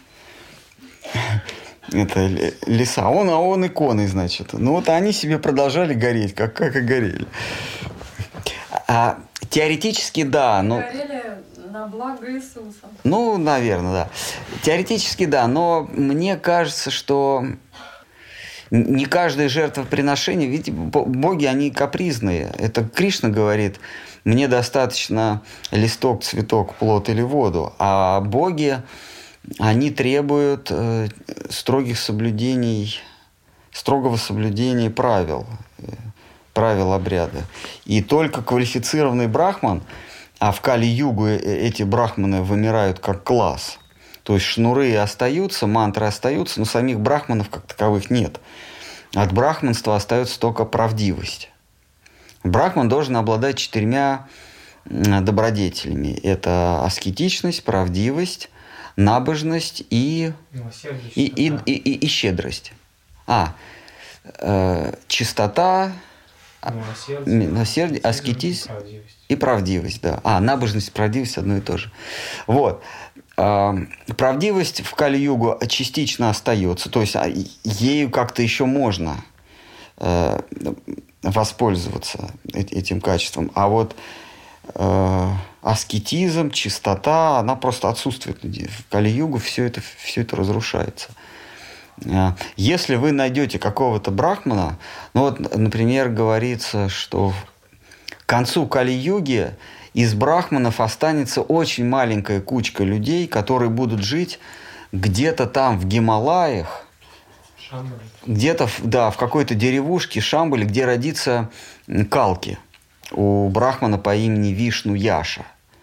Это леса. Он, а он иконы, значит. Ну, вот они себе продолжали гореть, как, как и горели. А, теоретически, да. Но... Горели на благо Иисуса. Ну, наверное, да. Теоретически, да. Но мне кажется, что не каждое жертвоприношение... Ведь боги, они капризные. Это Кришна говорит, мне достаточно листок, цветок, плод или воду. А боги... Они требуют э, строгих соблюдений, строгого соблюдения правил, э, правил обряда. И только квалифицированный брахман, а в Кали-югу эти брахманы вымирают как класс. То есть шнуры остаются, мантры остаются, но самих брахманов как таковых нет. От брахманства остается только правдивость. Брахман должен обладать четырьмя добродетелями. Это аскетичность, правдивость, набожность и, и, и, и, и, и щедрость. А, э, чистота, милосердие, милосердие аскетизм и правдивость. Да. А, набожность и правдивость одно и то же. Вот. Э, правдивость в Кали-югу частично остается, то есть ею как-то еще можно э, воспользоваться этим качеством. А вот э, аскетизм, чистота, она просто отсутствует. В Кали-югу все это, все это разрушается. Если вы найдете какого-то брахмана, ну вот, например, говорится, что к концу Кали-юги из брахманов останется очень маленькая кучка людей, которые будут жить где-то там в Гималаях, Шамбале. Где-то да, в какой-то деревушке Шамбале, где родится Калки у брахмана по имени Вишну Яша.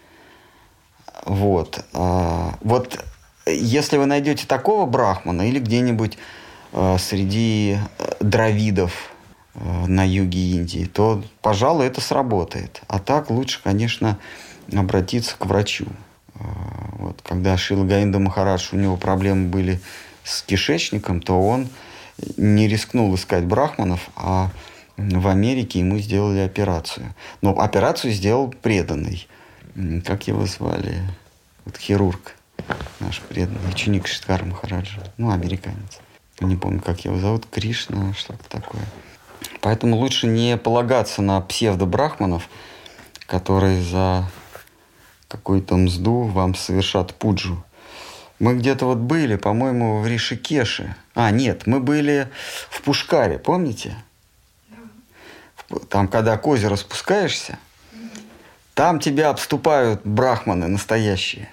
Вот. Вот если вы найдете такого брахмана или где-нибудь среди дравидов на юге Индии, то, пожалуй, это сработает. А так лучше, конечно, обратиться к врачу. Вот. Когда Шрила Говинда Махарадж, у него проблемы были с кишечником, то он не рискнул искать брахманов, а в Америке ему сделали операцию. Но операцию сделал преданный. Как его звали? Вот хирург наш преданный, ученик Шриткара Махараджа. Ну, американец. Не помню, как его зовут. Кришна, что-то такое. Поэтому лучше не полагаться на псевдо-брахманов, которые за какую-то мзду вам совершат пуджу. Мы где-то вот были, по-моему, в Ришикеше. А, нет, мы были в Пушкаре, помните? Там, когда к озеру спускаешься, там тебя обступают брахманы настоящие.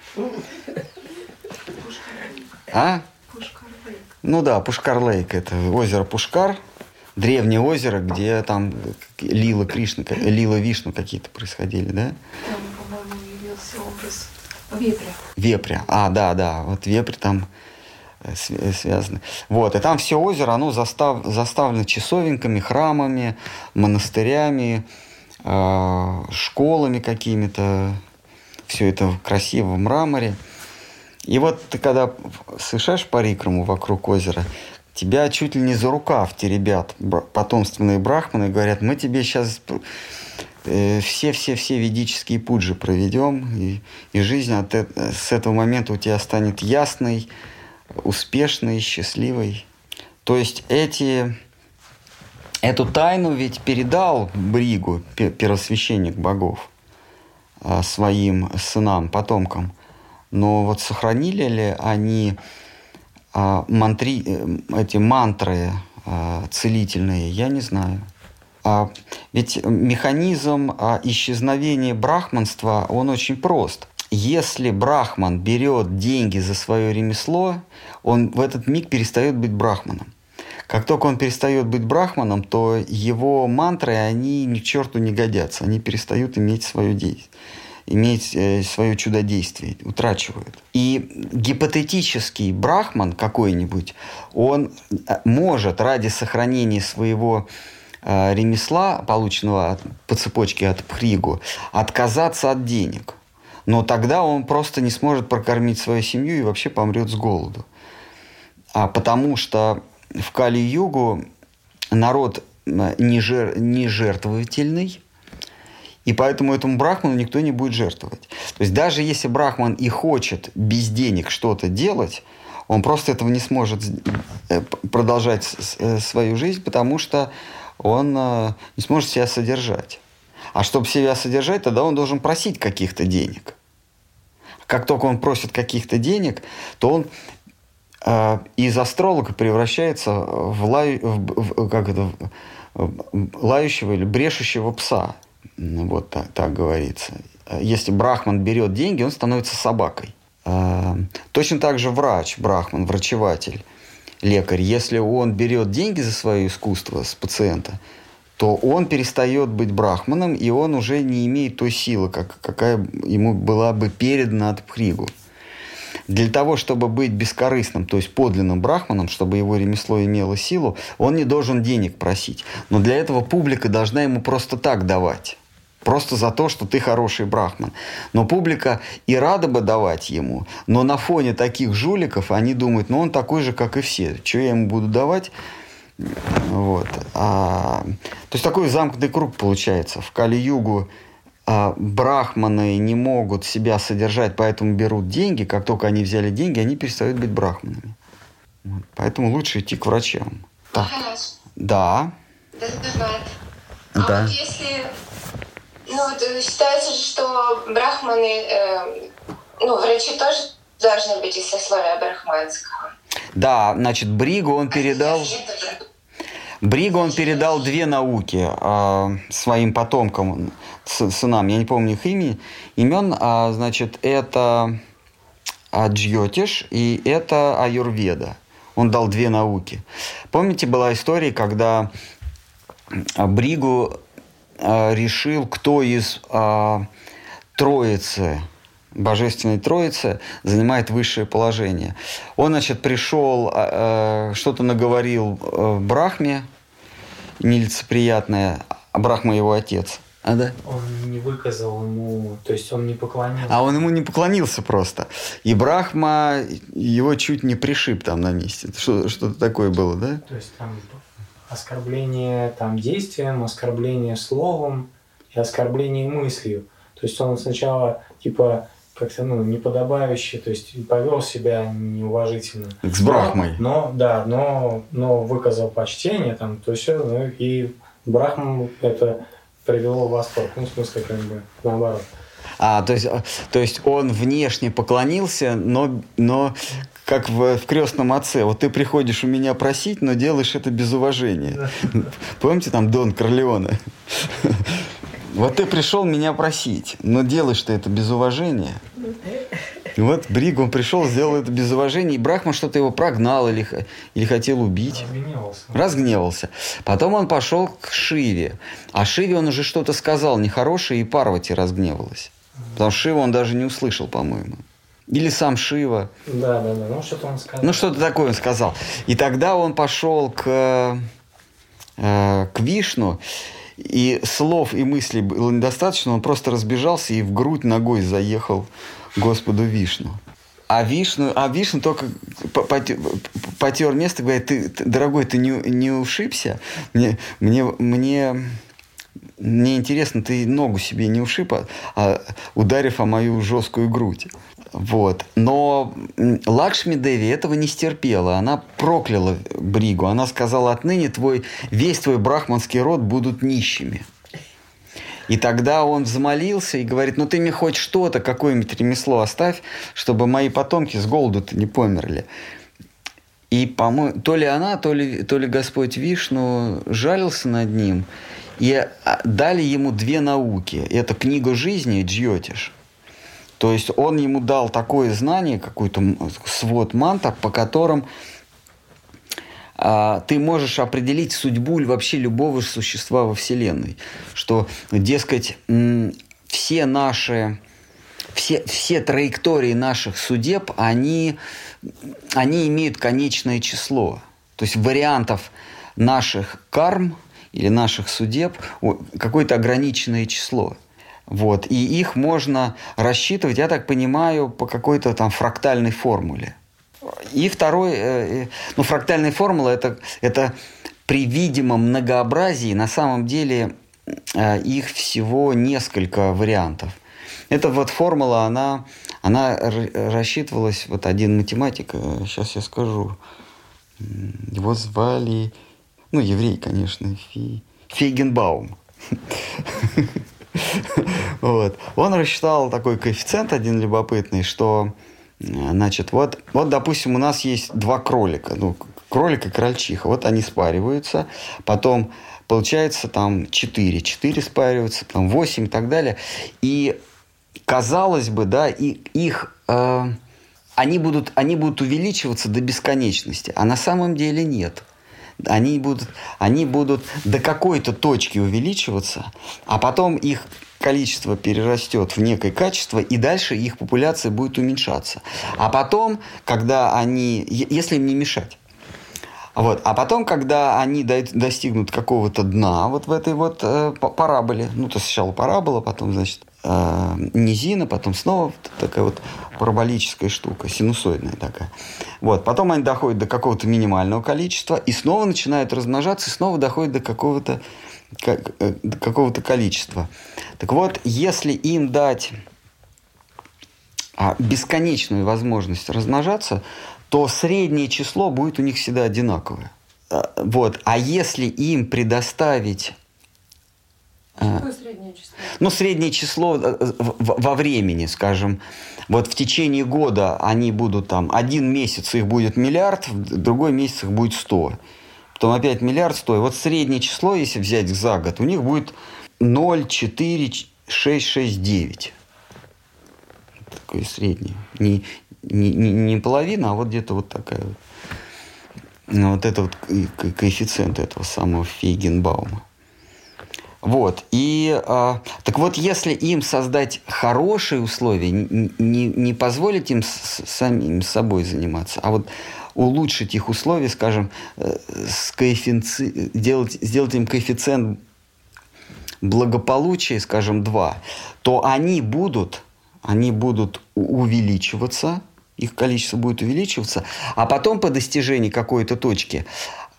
А? Ну да, Пушкар-лейк. Это озеро Пушкар. Древнее озеро, где там Лила Кришна, Лила Вишну какие-то происходили, да? Там, по-моему, явился образ вепря. Вепря. А, да, да. Вот вепрь там связаны. Вот. И там все озеро, оно застав, заставлено часовенками, храмами, монастырями, э, школами какими-то. Все это красиво в мраморе. И вот ты когда совершаешь парикраму вокруг озера, тебя чуть ли не за рукав те ребят, потомственные брахманы, говорят, мы тебе сейчас все-все-все ведические пуджи проведем, и, и жизнь от, с этого момента у тебя станет ясной, успешной, счастливой. То есть эти, эту тайну ведь передал Бригу, первосвященник богов, своим сынам, потомкам. Но вот сохранили ли они а, мантри, эти мантры а, целительные, я не знаю. А, ведь механизм а, исчезновения брахманства, он очень прост. Если брахман берет деньги за свое ремесло, он в этот миг перестает быть брахманом. Как только он перестает быть брахманом, то его мантры, они ни к черту не годятся. Они перестают иметь свое действие. иметь э, свое чудодействие, утрачивают. И гипотетический брахман какой-нибудь, он может ради сохранения своего э, ремесла, полученного от, по цепочке от Пхригу, отказаться от денег. Но тогда он просто не сможет прокормить свою семью и вообще помрет с голоду. А потому что в Кали-югу народ не, жер, не жертвовательный, и поэтому этому брахману никто не будет жертвовать. То есть даже если брахман и хочет без денег что-то делать, он просто этого не сможет продолжать свою жизнь, потому что он не сможет себя содержать. А чтобы себя содержать, тогда он должен просить каких-то денег. Как только он просит каких-то денег, то он э, из астролога превращается в, лаю, в, в, как это, в лающего или брешущего пса. Вот так, так говорится. Если брахман берет деньги, он становится собакой. Э, точно так же врач, брахман, врачеватель, лекарь. Если он берет деньги за свое искусство с пациента, то он перестает быть брахманом, и он уже не имеет той силы, как, какая ему была бы передана от Пхригу. Для того, чтобы быть бескорыстным, то есть подлинным брахманом, чтобы его ремесло имело силу, он не должен денег просить. Но для этого публика должна ему просто так давать. Просто за то, что ты хороший брахман. Но публика и рада бы давать ему, но на фоне таких жуликов они думают, ну он такой же, как и все. Что я ему буду давать? Вот. А, то есть такой замкнутый круг получается. В Кали-югу а, брахманы не могут себя содержать, поэтому берут деньги. Как только они взяли деньги, они перестают быть брахманами. Вот. Поэтому лучше идти к врачам. Так. Да. А да. вот если... Ну, вот считается же, что брахманы... Э, ну, врачи тоже должны быть из сословия брахманского. Да, значит, Бригу он передал... Бригу он передал две науки э, своим потомкам, сынам, я не помню их имя, имен, а, значит, это Джьотиш и это Аюрведа. Он дал две науки. Помните, была история, когда Бригу э, решил, кто из э, троицы, Божественной Троицы занимает высшее положение. Он, значит, пришел, э, что-то наговорил э, Брахме нелицеприятное, а Брахма его отец. А, да? Он не выказал ему, то есть он не поклонился. А он ему не поклонился просто. И Брахма его чуть не пришиб там на месте. Что, что-то такое было, да? То есть там оскорбление там действием, оскорбление словом и оскорбление мыслью. То есть он сначала типа как-то ну, неподобающе, то есть повел себя неуважительно. С Брахмой. Но, но да, но, но выказал почтение, там, то есть ну, и Брахму это привело в восторг. Ну, в смысле, как бы наоборот. А, то есть, то есть он внешне поклонился, но, но как в, в «Крестном отце». Вот ты приходишь у меня просить, но делаешь это без уважения. Да. Помните там Дон Корлеоне? Вот ты пришел меня просить, но делаешь ты это без уважения. Вот Бригу он пришел, сделал это без уважения, и Брахма что-то его прогнал или, или хотел убить. Разгневался. Разгневался. Потом он пошел к Шиве. А Шиве он уже что-то сказал нехорошее, и Парвати разгневалась. Потому что Шива он даже не услышал, по-моему. Или сам Шива. Да, да, да. Ну, что-то он сказал. Ну, что-то такое он сказал. И тогда он пошел к, э, к Вишну, и слов и мыслей было недостаточно, он просто разбежался и в грудь ногой заехал Господу Вишну. А Вишну, а Вишну только потер место, говорит: ты, ты, дорогой, ты не, не ушибся? Мне, мне, мне, мне интересно, ты ногу себе не ушиб, а ударив о мою жесткую грудь. Вот. Но Лакшми Деви этого не стерпела. Она прокляла Бригу. Она сказала: отныне твой, весь твой брахманский род будут нищими. И тогда он взмолился и говорит: ну ты мне хоть что-то, какое-нибудь ремесло оставь, чтобы мои потомки с голоду-то не померли. И, по-моему, то ли она, то ли, то ли Господь Вишну жалился над ним. И дали ему две науки. Это книга жизни Джьотиш. То есть он ему дал такое знание, какой-то свод мантр, по которым а, ты можешь определить судьбу вообще любого существа во Вселенной. Что, дескать, м- все наши, все, все траектории наших судеб, они, они имеют конечное число. То есть вариантов наших карм или наших судеб какое-то ограниченное число. Вот. И их можно рассчитывать, я так понимаю, по какой-то там фрактальной формуле. И второй, э, ну, фрактальная формула это, это при видимом многообразии, на самом деле э, их всего несколько вариантов. Эта вот формула, она, она рассчитывалась, вот один математик, сейчас я скажу, его звали, ну, еврей, конечно, Фи, Фейгенбаум. Вот. Он рассчитал такой коэффициент один любопытный, что, значит, вот, вот, допустим, у нас есть два кролика, ну, кролик и крольчиха, вот они спариваются, потом получается там четыре, четыре спариваются, там восемь и так далее, и казалось бы, да, и, их, э, они, будут, они будут увеличиваться до бесконечности, а на самом деле нет. Они будут, они будут до какой-то точки увеличиваться, а потом их количество перерастет в некое качество, и дальше их популяция будет уменьшаться. А потом, когда они, если им не мешать, вот, а потом, когда они достигнут какого-то дна вот в этой вот э, параболе, ну, то сначала парабола, потом, значит, э, низина, потом снова такая вот параболическая штука, синусоидная такая. Вот, потом они доходят до какого-то минимального количества и снова начинают размножаться, и снова доходят до какого-то, как, э, до какого-то количества. Так вот, если им дать а, бесконечную возможность размножаться, то среднее число будет у них всегда одинаковое. Вот. А если им предоставить... Какое среднее число? Ну, среднее число во времени, скажем. Вот в течение года они будут там... Один месяц их будет миллиард, в другой месяц их будет сто. Потом опять миллиард, сто. И вот среднее число, если взять за год, у них будет ноль, четыре, шесть, шесть, девять. Такое среднее. Не... Не, не, не половина, а вот где-то вот такая вот. Ну, вот это вот ко- коэффициент этого самого Фейгенбаума. Вот. И, а, так вот, если им создать хорошие условия, не, не, не позволить им с, самим собой заниматься, а вот улучшить их условия, скажем, с коэффици... делать, сделать им коэффициент благополучия, скажем, два, то они будут, они будут увеличиваться, их количество будет увеличиваться, а потом по достижении какой-то точки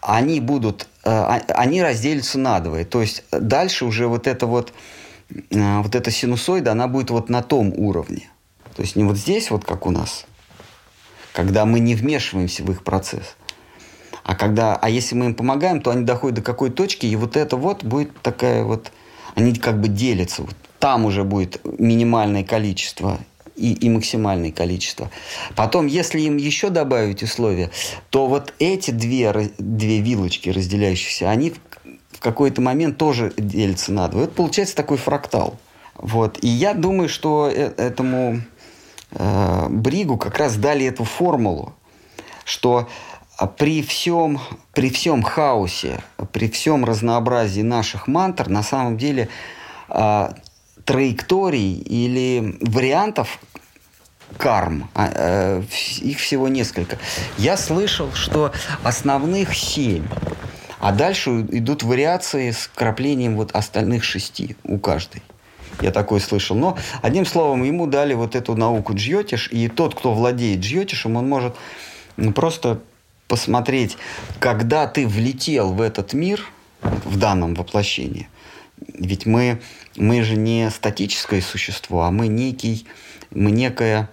они будут, они разделятся надвое. То есть дальше уже вот эта вот, вот эта синусоида, она будет вот на том уровне. То есть не вот здесь, вот как у нас, когда мы не вмешиваемся в их процесс. А, когда, а если мы им помогаем, то они доходят до какой точки, и вот это вот будет такая вот... Они как бы делятся. Вот там уже будет минимальное количество и, и максимальное количество. Потом, если им еще добавить условия, то вот эти две, две вилочки разделяющиеся, они в, в какой-то момент тоже делятся на два. Вот получается такой фрактал. Вот. И я думаю, что этому э, Бригу как раз дали эту формулу, что при всем, при всем хаосе, при всем разнообразии наших мантр, на самом деле э, траекторий или вариантов карм, э, их всего несколько. Я слышал, что основных семь, а дальше идут вариации с краплением вот остальных шести у каждой. Я такое слышал. Но, одним словом, ему дали вот эту науку джьотиш, и тот, кто владеет джьотишем, он может просто посмотреть, когда ты влетел в этот мир, в данном воплощении. Ведь мы, мы же не статическое существо, а мы некий, мы некое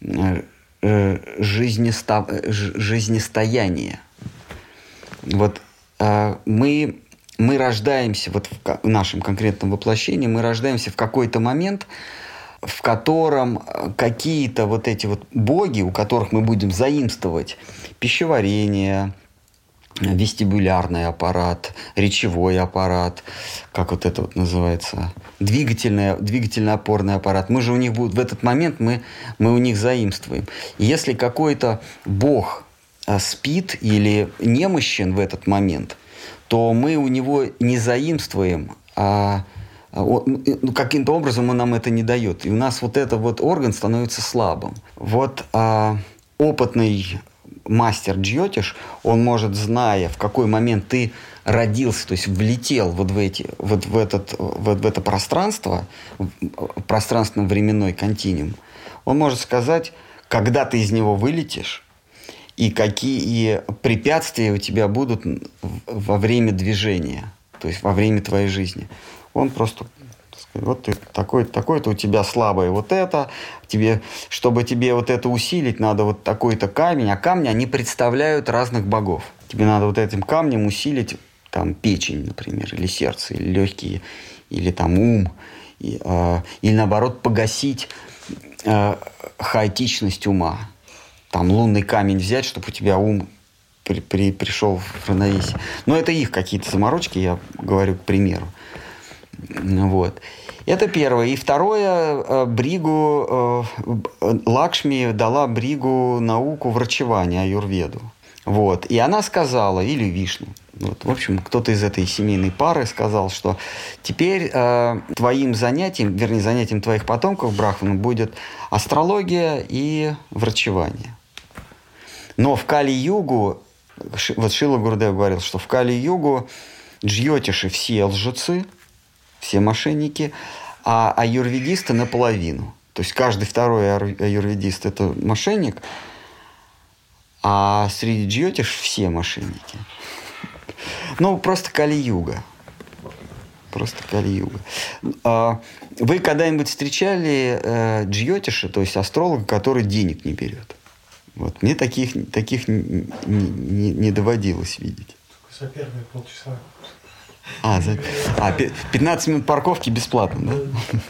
э, жизнесто, жизнестояние. Вот э, мы, мы рождаемся, вот в нашем конкретном воплощении, мы рождаемся в какой-то момент, в котором какие-то вот эти вот боги, у которых мы будем заимствовать пищеварение, вестибулярный аппарат, речевой аппарат, как вот это вот называется, двигательный, двигательно-опорный аппарат. Мы же у них будем, в этот момент мы, мы у них заимствуем. И если какой-то бог спит или немощен в этот момент, то мы у него не заимствуем, а каким-то образом он нам это не дает. И у нас вот этот вот орган становится слабым. Вот а, опытный мастер джьотиш, он может, зная, в какой момент ты родился, то есть влетел вот в, эти, вот в, этот, вот в это пространство, пространственно-временной континуум, он может сказать, когда ты из него вылетишь, и какие препятствия у тебя будут во время движения, то есть во время твоей жизни. Он просто, вот ты такой, такой-то у тебя слабое вот это, тебе, чтобы тебе вот это усилить, надо вот такой-то камень, а камни, они представляют разных богов. Тебе надо вот этим камнем усилить там печень, например, или сердце, или легкие, или там ум, и, э, или наоборот погасить э, хаотичность ума. Там лунный камень взять, чтобы у тебя ум при, при, пришел в равновесие. Но это их какие-то заморочки, я говорю к примеру. Вот. Это первое. И второе, Бригу, Лакшми дала Бригу науку врачевания, аюрведу. Вот. И она сказала, или Вишну, вот, в общем, кто-то из этой семейной пары сказал, что теперь э, твоим занятием, вернее, занятием твоих потомков, брахман, будет астрология и врачевание. Но в Кали-югу, вот Шрила Гурудев говорил, что в Кали-югу джьотиши все лжецы, все мошенники, а аюрведисты наполовину. То есть каждый второй аюрведист – это мошенник, а среди джьотиш все мошенники. Ну, просто Кали-юга. Просто Кали-юга. Вы когда-нибудь встречали джьотиша, то есть астролога, который денег не берет? Вот. Мне таких, таких не, не, не доводилось видеть. За первые полчаса. А, за... а, пятнадцать минут парковки бесплатно, да?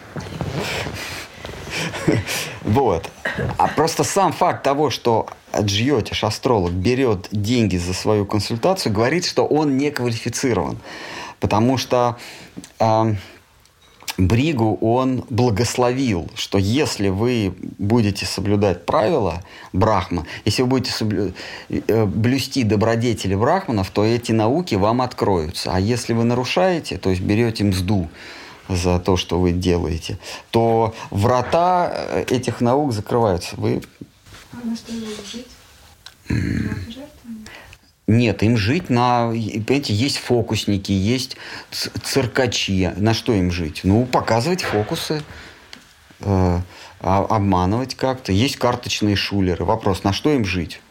Вот. А просто сам факт того, что джьотиш, астролог, берет деньги за свою консультацию, говорит, что он не квалифицирован. Потому что э, Бригу он благословил, что если вы будете соблюдать правила брахма, если вы будете соблю... блюсти добродетели брахманов, то эти науки вам откроются. А если вы нарушаете, то есть берете мзду за то, что вы делаете, то врата этих наук закрываются. Вы... А на что же жить? На жертвование? Нет, им жить на... Понимаете, есть фокусники, есть циркачи. На что им жить? Ну, показывать фокусы, э, обманывать как-то. Есть карточные шулеры. Вопрос, на что им жить?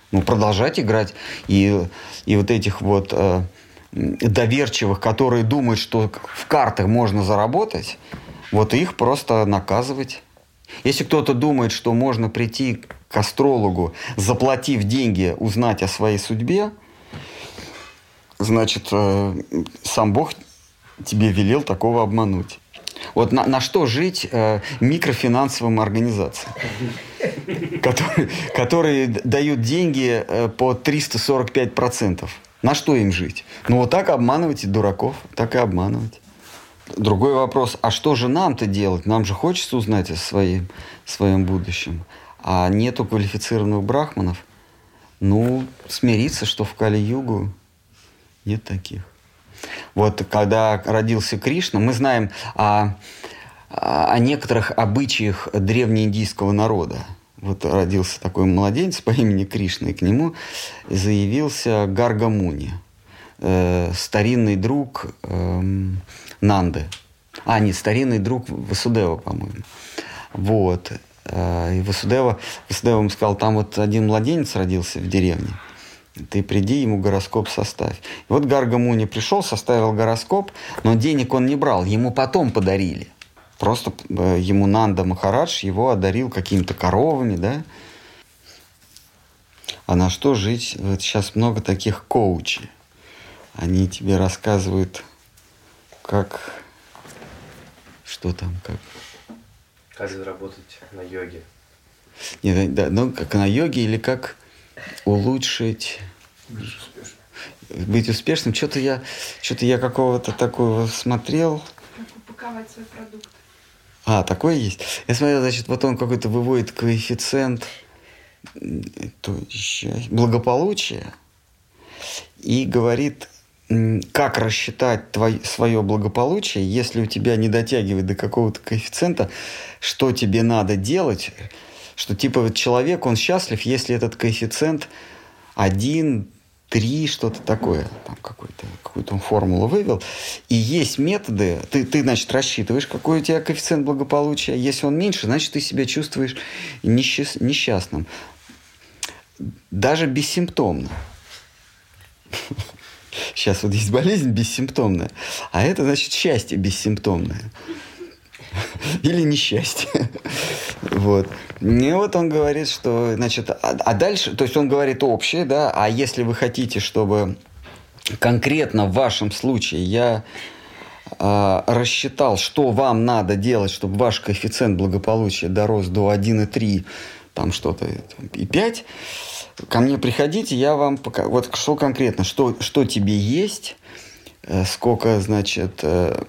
Ну, продолжать играть. И, и вот этих вот э, доверчивых, которые думают, что в картах можно заработать, вот их просто наказывать. Если кто-то думает, что можно прийти к астрологу, заплатив деньги, узнать о своей судьбе, значит, э, сам Бог тебе велел такого обмануть. Вот на, на что жить э, микрофинансовым организациям, которые, которые дают деньги э, по триста сорок пять процентов. На что им жить? Ну, вот так обманывайте дураков, так и обманывать. Другой вопрос, а что же нам-то делать? Нам же хочется узнать о своем, своем будущем. А нету квалифицированных брахманов. Ну, смириться, что в Кали-югу нет таких. Вот когда родился Кришна, мы знаем о, о некоторых обычаях древнеиндийского народа. Вот родился такой младенец по имени Кришна, и к нему заявился Гарга Муни, э, старинный друг э, Нанды. А, нет, старинный друг Васудева, по-моему. Вот. И Васудева, Васудева ему сказал, там вот один младенец родился в деревне. Ты приди, ему гороскоп составь. И вот Гарга Муни пришел, составил гороскоп, но денег он не брал, ему потом подарили. Просто ему Нанда Махарадж его одарил какими-то коровами, да. А на что жить? Вот сейчас много таких коучей. Они тебе рассказывают, как... Что там, как... Как заработать на йоге. Нет, да, ну, как на йоге или как улучшить... Быть успешным. Быть успешным. Что-то я, что-то я какого-то такого смотрел. Как упаковать свой продукт. А, такое есть. Я смотрел, значит, вот он какой-то выводит коэффициент то, благополучия и говорит, как рассчитать твое, свое благополучие, если у тебя не дотягивает до какого-то коэффициента, что тебе надо делать, что типа вот человек, он счастлив, если этот коэффициент один, три, что-то такое, там какой-то, какую-то он формулу вывел. И есть методы, ты, ты, значит, рассчитываешь, какой у тебя коэффициент благополучия. Если он меньше, значит, ты себя чувствуешь несчаст, несчастным. Даже бессимптомно. Сейчас вот есть болезнь бессимптомная, а это, значит, счастье бессимптомное. Или несчастье. Вот. И вот он говорит, что, значит, а, а дальше, то есть он говорит общее, да, а если вы хотите, чтобы конкретно в вашем случае я а, рассчитал, что вам надо делать, чтобы ваш коэффициент благополучия дорос до один и три, там что-то, и пять, ко мне приходите, я вам покажу, вот что конкретно, что, что тебе есть, сколько, значит,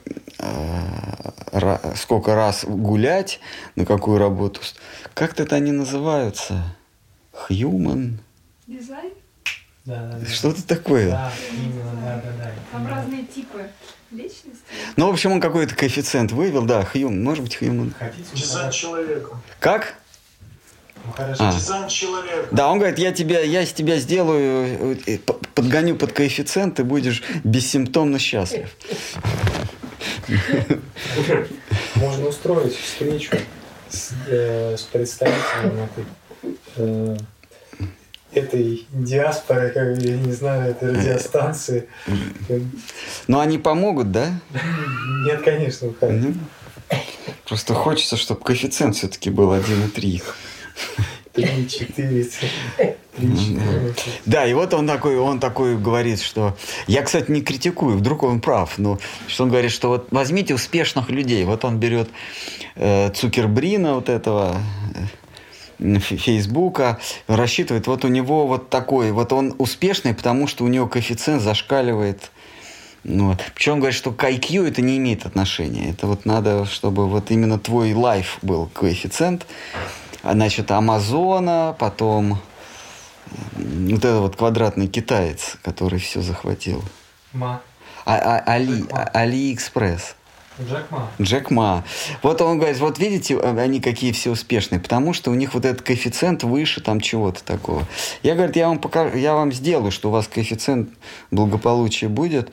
сколько раз гулять, на какую работу. Как-то это они называются? Human? Дизайн? Да, да, да. Что-то такое. Да, именно, да, да, да. Там разные типы личности. Ну, в общем, он какой-то коэффициент вывел, да, Human, может быть, Human. Хотите? Дизайн человека. Как? Ну, хорошо. А. Дизайн человека. Да, он говорит, я, тебя, я из тебя сделаю, подгоню под коэффициент, ты будешь бессимптомно счастлив. Можно устроить встречу с, э, с представителем этой, э, этой диаспоры, как я не знаю, этой радиостанции. Но они помогут, да? Нет, конечно. Ну, просто хочется, чтобы коэффициент все-таки был один и три. Три, четыре, три, четыре. Да, и вот он такой, он такой говорит, что... Я, кстати, не критикую, вдруг он прав, но что он говорит, что вот возьмите успешных людей. Вот он берет э, Цукербрина, вот этого э, Фейсбука, рассчитывает, вот у него вот такой, вот он успешный, потому что у него коэффициент зашкаливает. Ну, вот. Причем он говорит, что к ай кью это не имеет отношения. Это вот надо, чтобы вот именно твой лайф был коэффициент. Значит, Амазона, потом вот этот вот квадратный китаец, который все захватил. Ма. А, а, Али, Джек Ма. Алиэкспресс. Джек Ма. Джек Ма. Вот он говорит, вот видите, они какие все успешные, потому что у них вот этот коэффициент выше там чего-то такого. Я, говорит, я вам покажу, я вам сделаю, что у вас коэффициент благополучия будет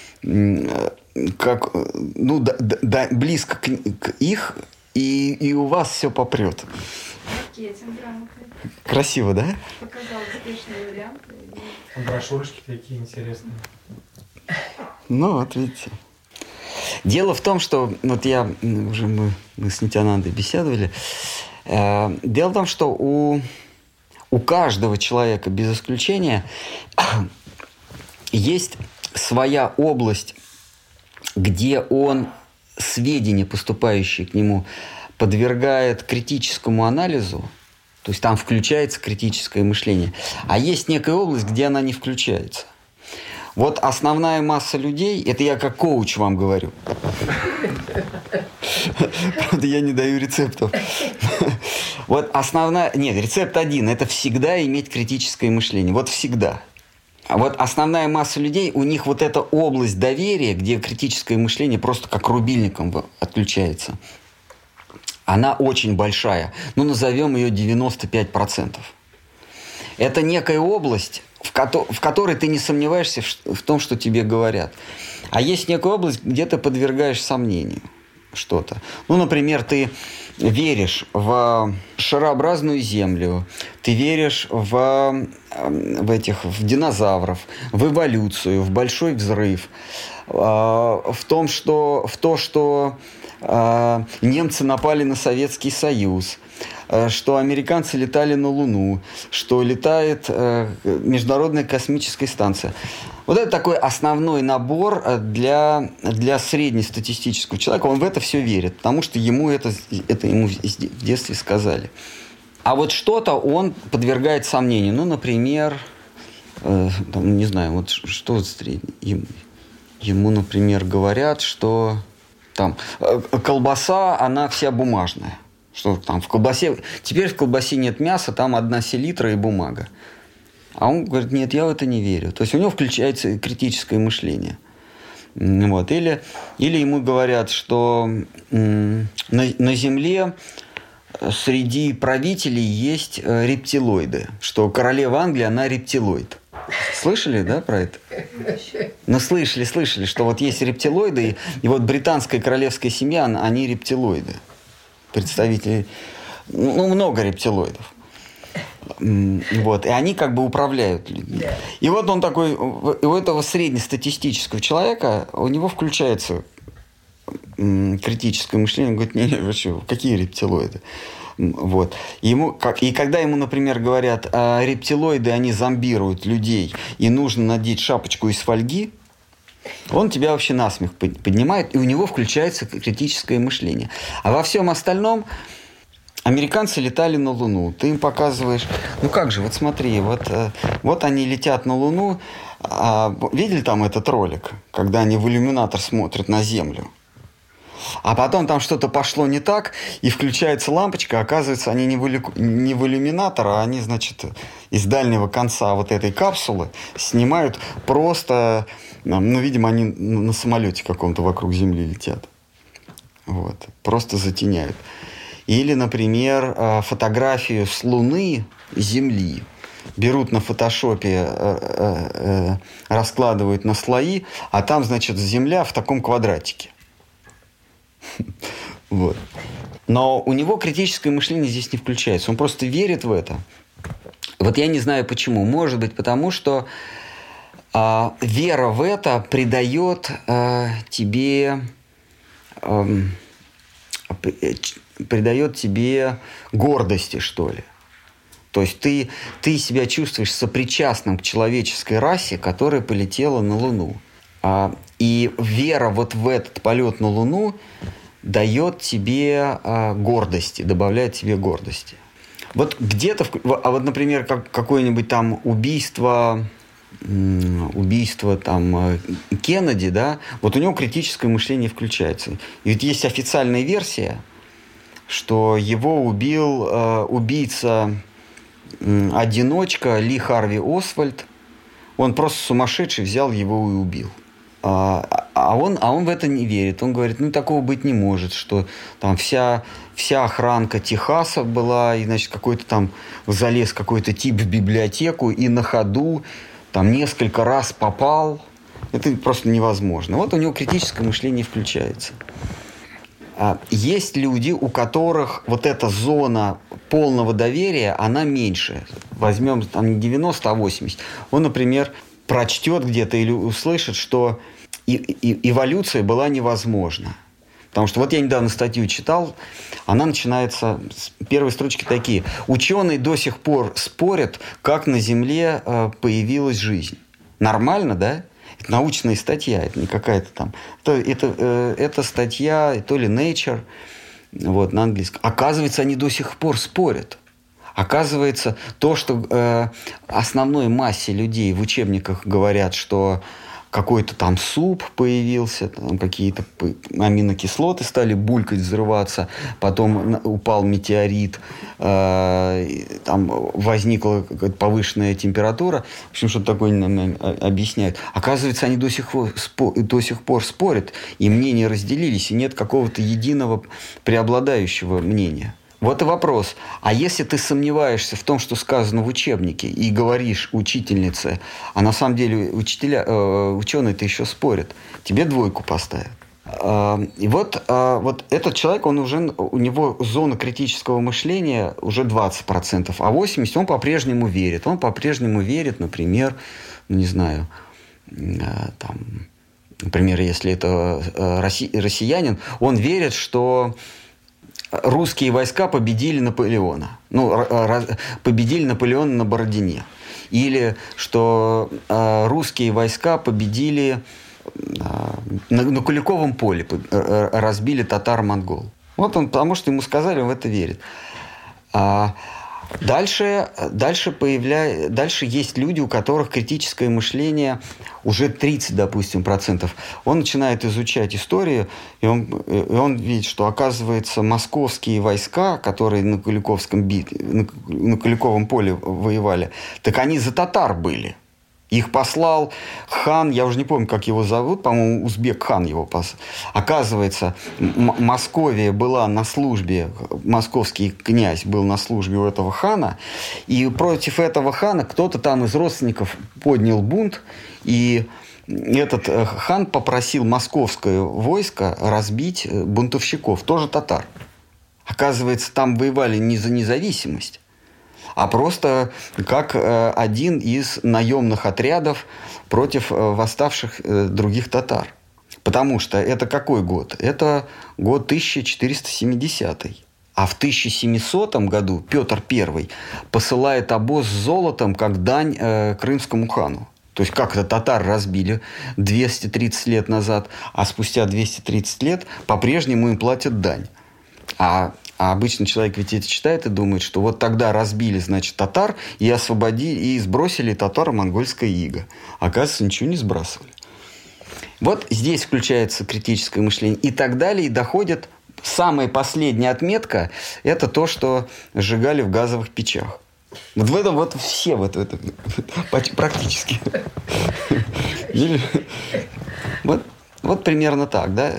как, ну, да, да, близко к, к их, и, и у вас все попрет. Все-таки этим грамотный. Красиво, да? Показал успешные варианты. Брошюрочки такие интересные. Ну, вот видите. Дело в том, что вот я уже мы, мы с Нитянандой беседовали. Э, дело в том, что у, у каждого человека без исключения есть своя область, где он сведения, поступающие к нему, подвергает критическому анализу. То есть там включается критическое мышление. А есть некая область, где она не включается. Вот основная масса людей, это я как коуч вам говорю. Правда, я не даю рецептов. Вот основная... Нет, рецепт один. Это всегда иметь критическое мышление. Вот всегда. А вот основная масса людей, у них вот эта область доверия, где критическое мышление просто как рубильником отключается, она очень большая. Ну, назовем ее девяносто пять процентов. Это некая область, в, ко- в которой ты не сомневаешься в, в том, что тебе говорят. А есть некая область, где ты подвергаешь сомнению что-то. Ну, например, ты веришь в шарообразную землю, ты веришь в, в этих в динозавров, в эволюцию, в большой взрыв, в том, что, в то, что немцы напали на Советский Союз, что американцы летали на Луну, что летает Международная космическая станция. Вот это такой основной набор для, для среднестатистического человека. Он в это все верит, потому что ему это, это ему в детстве сказали. А вот что-то он подвергает сомнению. Ну, например, э, там, не знаю, вот что ему, ему, например, говорят, что там колбаса, она вся бумажная. Что там в колбасе... Теперь в колбасе нет мяса, там одна селитра и бумага. А он говорит, нет, я в это не верю. То есть у него включается критическое мышление. Вот. Или, или ему говорят, что м, на, на Земле среди правителей есть рептилоиды. Что королева Англии, она рептилоид. Слышали, да, про это? Ну, слышали, слышали, что вот есть рептилоиды, и, и вот британская королевская семья, они рептилоиды. Представители, ну, много рептилоидов. Вот, и они как бы управляют людьми. И вот он такой, и у этого среднестатистического человека, у него включается критическое мышление, он говорит, не, не, вы что, какие рептилоиды? Вот. И, ему, как, и когда ему, например, говорят, а рептилоиды, они зомбируют людей, и нужно надеть шапочку из фольги, он тебя вообще насмех поднимает, и у него включается критическое мышление. А во всем остальном американцы летали на Луну. Ты им показываешь, ну как же, вот смотри, вот, вот они летят на Луну. А, видели там этот ролик, когда они в иллюминатор смотрят на Землю? А потом там что-то пошло не так, и включается лампочка, оказывается, они не в, иллю... не в иллюминатор, а они, значит, из дальнего конца вот этой капсулы снимают просто, ну, видимо, они на самолете каком-то вокруг Земли летят. Вот. Просто затеняют. Или, например, фотографию с Луны, Земли берут на фотошопе, раскладывают на слои, а там, значит, Земля в таком квадратике. Вот. Но у него критическое мышление здесь не включается. Он просто верит в это. Вот я не знаю почему. Может быть, потому что э, вера в это придает э, тебе... Э, придает тебе гордости, что ли. То есть ты, ты себя чувствуешь сопричастным к человеческой расе, которая полетела на Луну. А, и вера вот в этот полет на Луну дает тебе а, гордости, добавляет тебе гордости. Вот где-то, а вот, например, как, какое-нибудь там убийство, убийство там Кеннеди, да, вот у него критическое мышление включается. И ведь есть официальная версия, что его убил э, убийца-одиночка Ли Харви Освальд. Он просто сумасшедший взял его и убил. А, а, он, а он в это не верит. Он говорит, ну, такого быть не может, что там вся, вся охранка Техаса была, и, значит, какой-то там залез какой-то тип в библиотеку и на ходу там несколько раз попал. Это просто невозможно. Вот у него критическое мышление включается. Есть люди, у которых вот эта зона полного доверия, она меньше. Возьмем там не девяносто, а восемьдесят. Он, например, прочтет где-то или услышит, что и, и, эволюция была невозможна. Потому что вот я недавно статью читал, она начинается, с первой строчки такие. Ученые до сих пор спорят, как на Земле появилась жизнь. Нормально, да? Это научная статья, это не какая-то там... Это, это, это статья то ли Nature, вот, на английском. Оказывается, они до сих пор спорят. Оказывается, то, что э, основной массе людей в учебниках говорят, что какой-то там суп появился, там какие-то аминокислоты стали булькать, взрываться, потом упал метеорит, э, там возникла какая-то повышенная температура. В общем, что-то такое нам объясняют. Оказывается, они до сих пор, до сих пор спорят, и мнения разделились, и нет какого-то единого преобладающего мнения. Вот и вопрос. А если ты сомневаешься в том, что сказано в учебнике, и говоришь учительнице, а на самом деле учителя, э, ученые-то еще спорят, тебе двойку поставят. Э, и вот, э, вот этот человек, он уже, у него зона критического мышления уже двадцать процентов, а восемьдесят процентов он по-прежнему верит. Он по-прежнему верит, например, ну, не знаю, э, там, например, если это э, росси, россиянин, он верит, что русские войска победили Наполеона. Ну, победили Наполеона на Бородине. Или что э, русские войска победили э, на, на Куликовом поле, э, разбили татар-монгол. Вот он, потому что ему сказали, он в это верит. А дальше, дальше, появля... дальше есть люди, у которых критическое мышление уже тридцать, допустим, процентов. Он начинает изучать историю, и он, и он видит, что, оказывается, московские войска, которые на Куликовском бит... на, на Куликовом поле воевали, так они за татар были. Их послал хан, я уже не помню, как его зовут, по-моему, Узбек-хан его послал. Оказывается, М- Московия была на службе, московский князь был на службе у этого хана, и против этого хана кто-то там из родственников поднял бунт, и этот хан попросил московское войско разбить бунтовщиков, тоже татар. Оказывается, там воевали не за независимость, а просто как э, один из наемных отрядов против э, восставших э, других татар. Потому что это какой год? Это год тысяча четыреста семидесятый. А в тысяча семисотом году Петр Первый посылает обоз с золотом как дань э, крымскому хану. То есть как это татар разбили двести тридцать лет назад, а спустя двести тридцать лет по-прежнему им платят дань. А А обычно человек ведь это читает и думает, что вот тогда разбили, значит, татар и освободили, и сбросили татаро-монгольское иго. Оказывается, ничего не сбрасывали. Вот здесь включается критическое мышление. И так далее, и доходит самая последняя отметка – это то, что сжигали в газовых печах. Вот в этом вот все вот это практически. Вот, вот примерно так, да?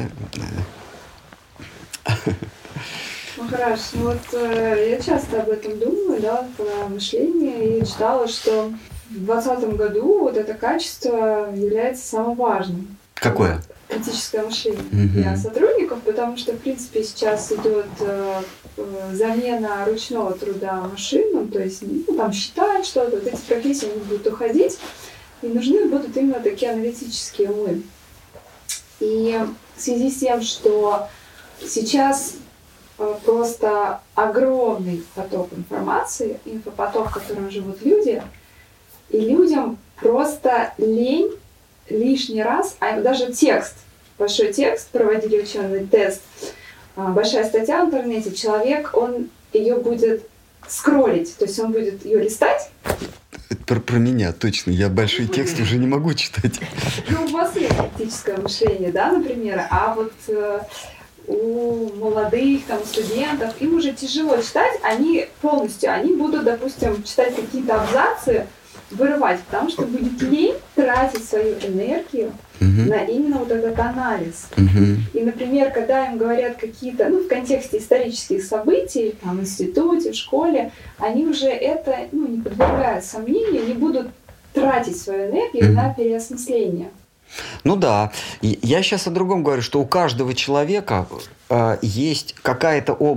Махарадж, ну вот э, я часто об этом думаю, да, про мышление, и читала, что в двадцатом году вот это качество является самым важным. Какое? Критическое мышление Mm-hmm. для сотрудников, потому что, в принципе, сейчас идет э, замена ручного труда машинам, то есть, ну, там считать что-то, вот эти профессии они будут уходить, и нужны будут именно такие аналитические умы. И в связи с тем, что сейчас просто огромный поток информации, инфопоток, в котором живут люди, и людям просто лень лишний раз, а даже текст, большой текст, проводили ученый тест, большая статья в интернете, человек, он ее будет скроллить, то есть он будет ее листать. Про, про меня, точно. Я большие тексты уже не могу читать. Ну, у вас есть критическое мышление, да, например, а вот у молодых там студентов, им уже тяжело читать, они полностью, они будут, допустим, читать какие-то абзацы, вырывать, потому что будет лень тратить свою энергию uh-huh. на именно вот этот анализ. Uh-huh. И, например, когда им говорят какие-то, ну, в контексте исторических событий, там, в институте, в школе, они уже это, ну, не подвергают сомнению, не будут тратить свою энергию uh-huh. на переосмысление. Ну да, я сейчас о другом говорю, что у каждого человека э, есть какая-то область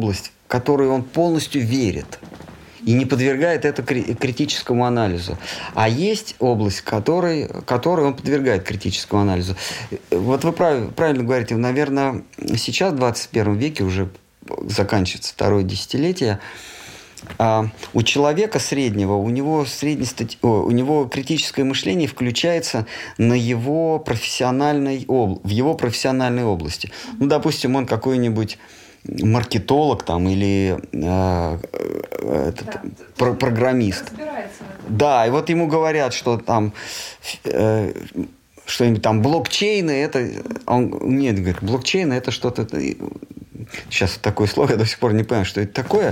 которой он полностью верит и не подвергает это критическому анализу. А есть область, которой, которой он подвергает критическому анализу. Вот вы прав, правильно говорите, наверное, сейчас, в двадцать первом веке, уже заканчивается второе десятилетие, а у человека среднего, у него, среднестати... у него критическое мышление включается на его профессиональной об... в его профессиональной области. Ну, допустим, он какой-нибудь маркетолог там, или э, этот, Да, про- программист. Да, и вот ему говорят, что там э, что-нибудь там блокчейны, это... Он, нет, говорит, блокчейны это что-то... Сейчас такое слово, я до сих пор не понимаю, что это такое.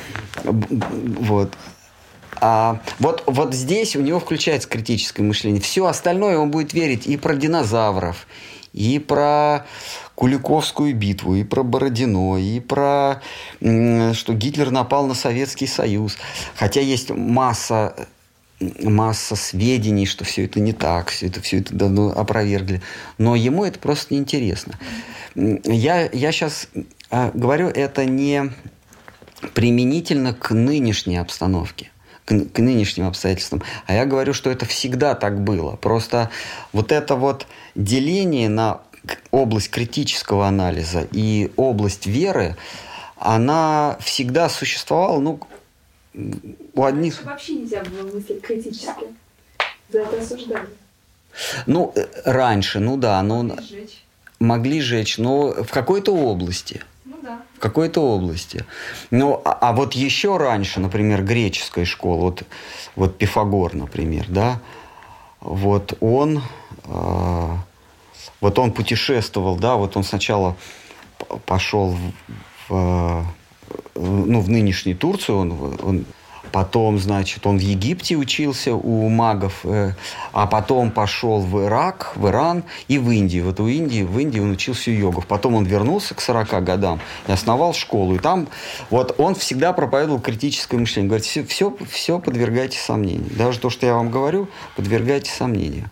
Вот. А вот, вот здесь у него включается критическое мышление. Все остальное он будет верить и про динозавров, и про Куликовскую битву, и про Бородино, и про, что Гитлер напал на Советский Союз. Хотя есть масса, масса сведений, что все это не так, все это, все это давно опровергли. Но ему это просто неинтересно. Я, я сейчас говорю это не применительно к нынешней обстановке, к, к нынешним обстоятельствам. А я говорю, что это всегда так было. Просто вот это вот деление на область критического анализа и область веры, она всегда существовала, ну, у одних... Вообще нельзя было мыслить критически. За это осуждали. Ну, раньше, ну да, но... Могли сжечь. Могли сжечь, но в какой-то области. Ну да. В какой-то области. Ну, а, а вот еще раньше, например, греческая школа, вот, вот Пифагор, например, да, вот он, э, вот он путешествовал, да, вот он сначала пошел в, в, ну, в нынешнюю Турцию, он, он потом, значит, он в Египте учился у магов, э, а потом пошел в Ирак, в Иран и в Индию. Вот у Индии, в Индии он учился у йогов. Потом он вернулся к сорока годам и основал школу. И там вот он всегда проповедовал критическое мышление. Говорит, все, все, все подвергайте сомнению. Даже то, что я вам говорю, подвергайте сомнению.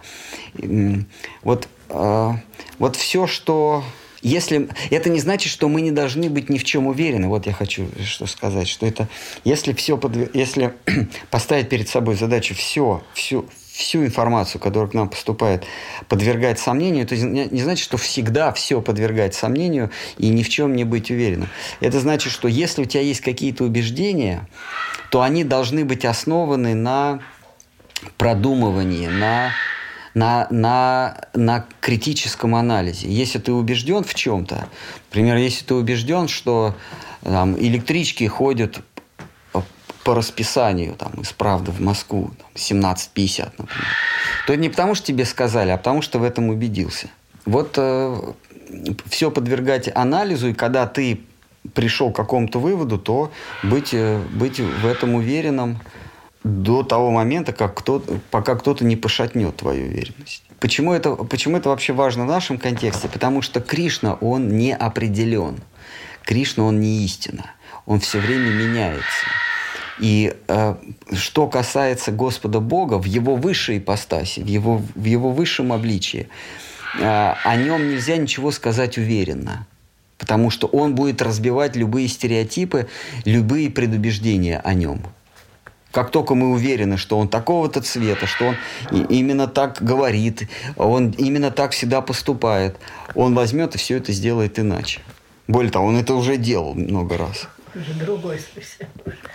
Вот, э, вот все, что... Если, это не значит, что мы не должны быть ни в чем уверены. Вот я хочу что сказать, что это, если, все подв... если поставить перед собой задачу все, всю, всю информацию, которая к нам поступает, подвергать сомнению, это не значит, что всегда все подвергать сомнению и ни в чем не быть уверенным. Это значит, что если у тебя есть какие-то убеждения, то они должны быть основаны на продумывании, на... На, на, на критическом анализе. Если ты убежден в чем-то, например, если ты убежден, что там, электрички ходят по расписанию там, из «Правды» в Москву семнадцать пятьдесят, например, то это не потому, что тебе сказали, а потому, что в этом убедился. Вот э, все подвергать анализу, и когда ты пришел к какому-то выводу, то быть, быть в этом уверенным до того момента, как кто-то, пока кто-то не пошатнет твою уверенность. Почему это, почему это вообще важно в нашем контексте? Потому что Кришна, он не определен. Кришна, он не истина. Он все время меняется. И э, что касается Господа Бога, в его высшей ипостаси, в его, в его высшем обличии, э, о нем нельзя ничего сказать уверенно. Потому что он будет разбивать любые стереотипы, любые предубеждения о нем. Как только мы уверены, что он такого-то цвета, что он именно так говорит, он именно так всегда поступает, он возьмет и все это сделает иначе. Более того, он это уже делал много раз. Уже другой совсем.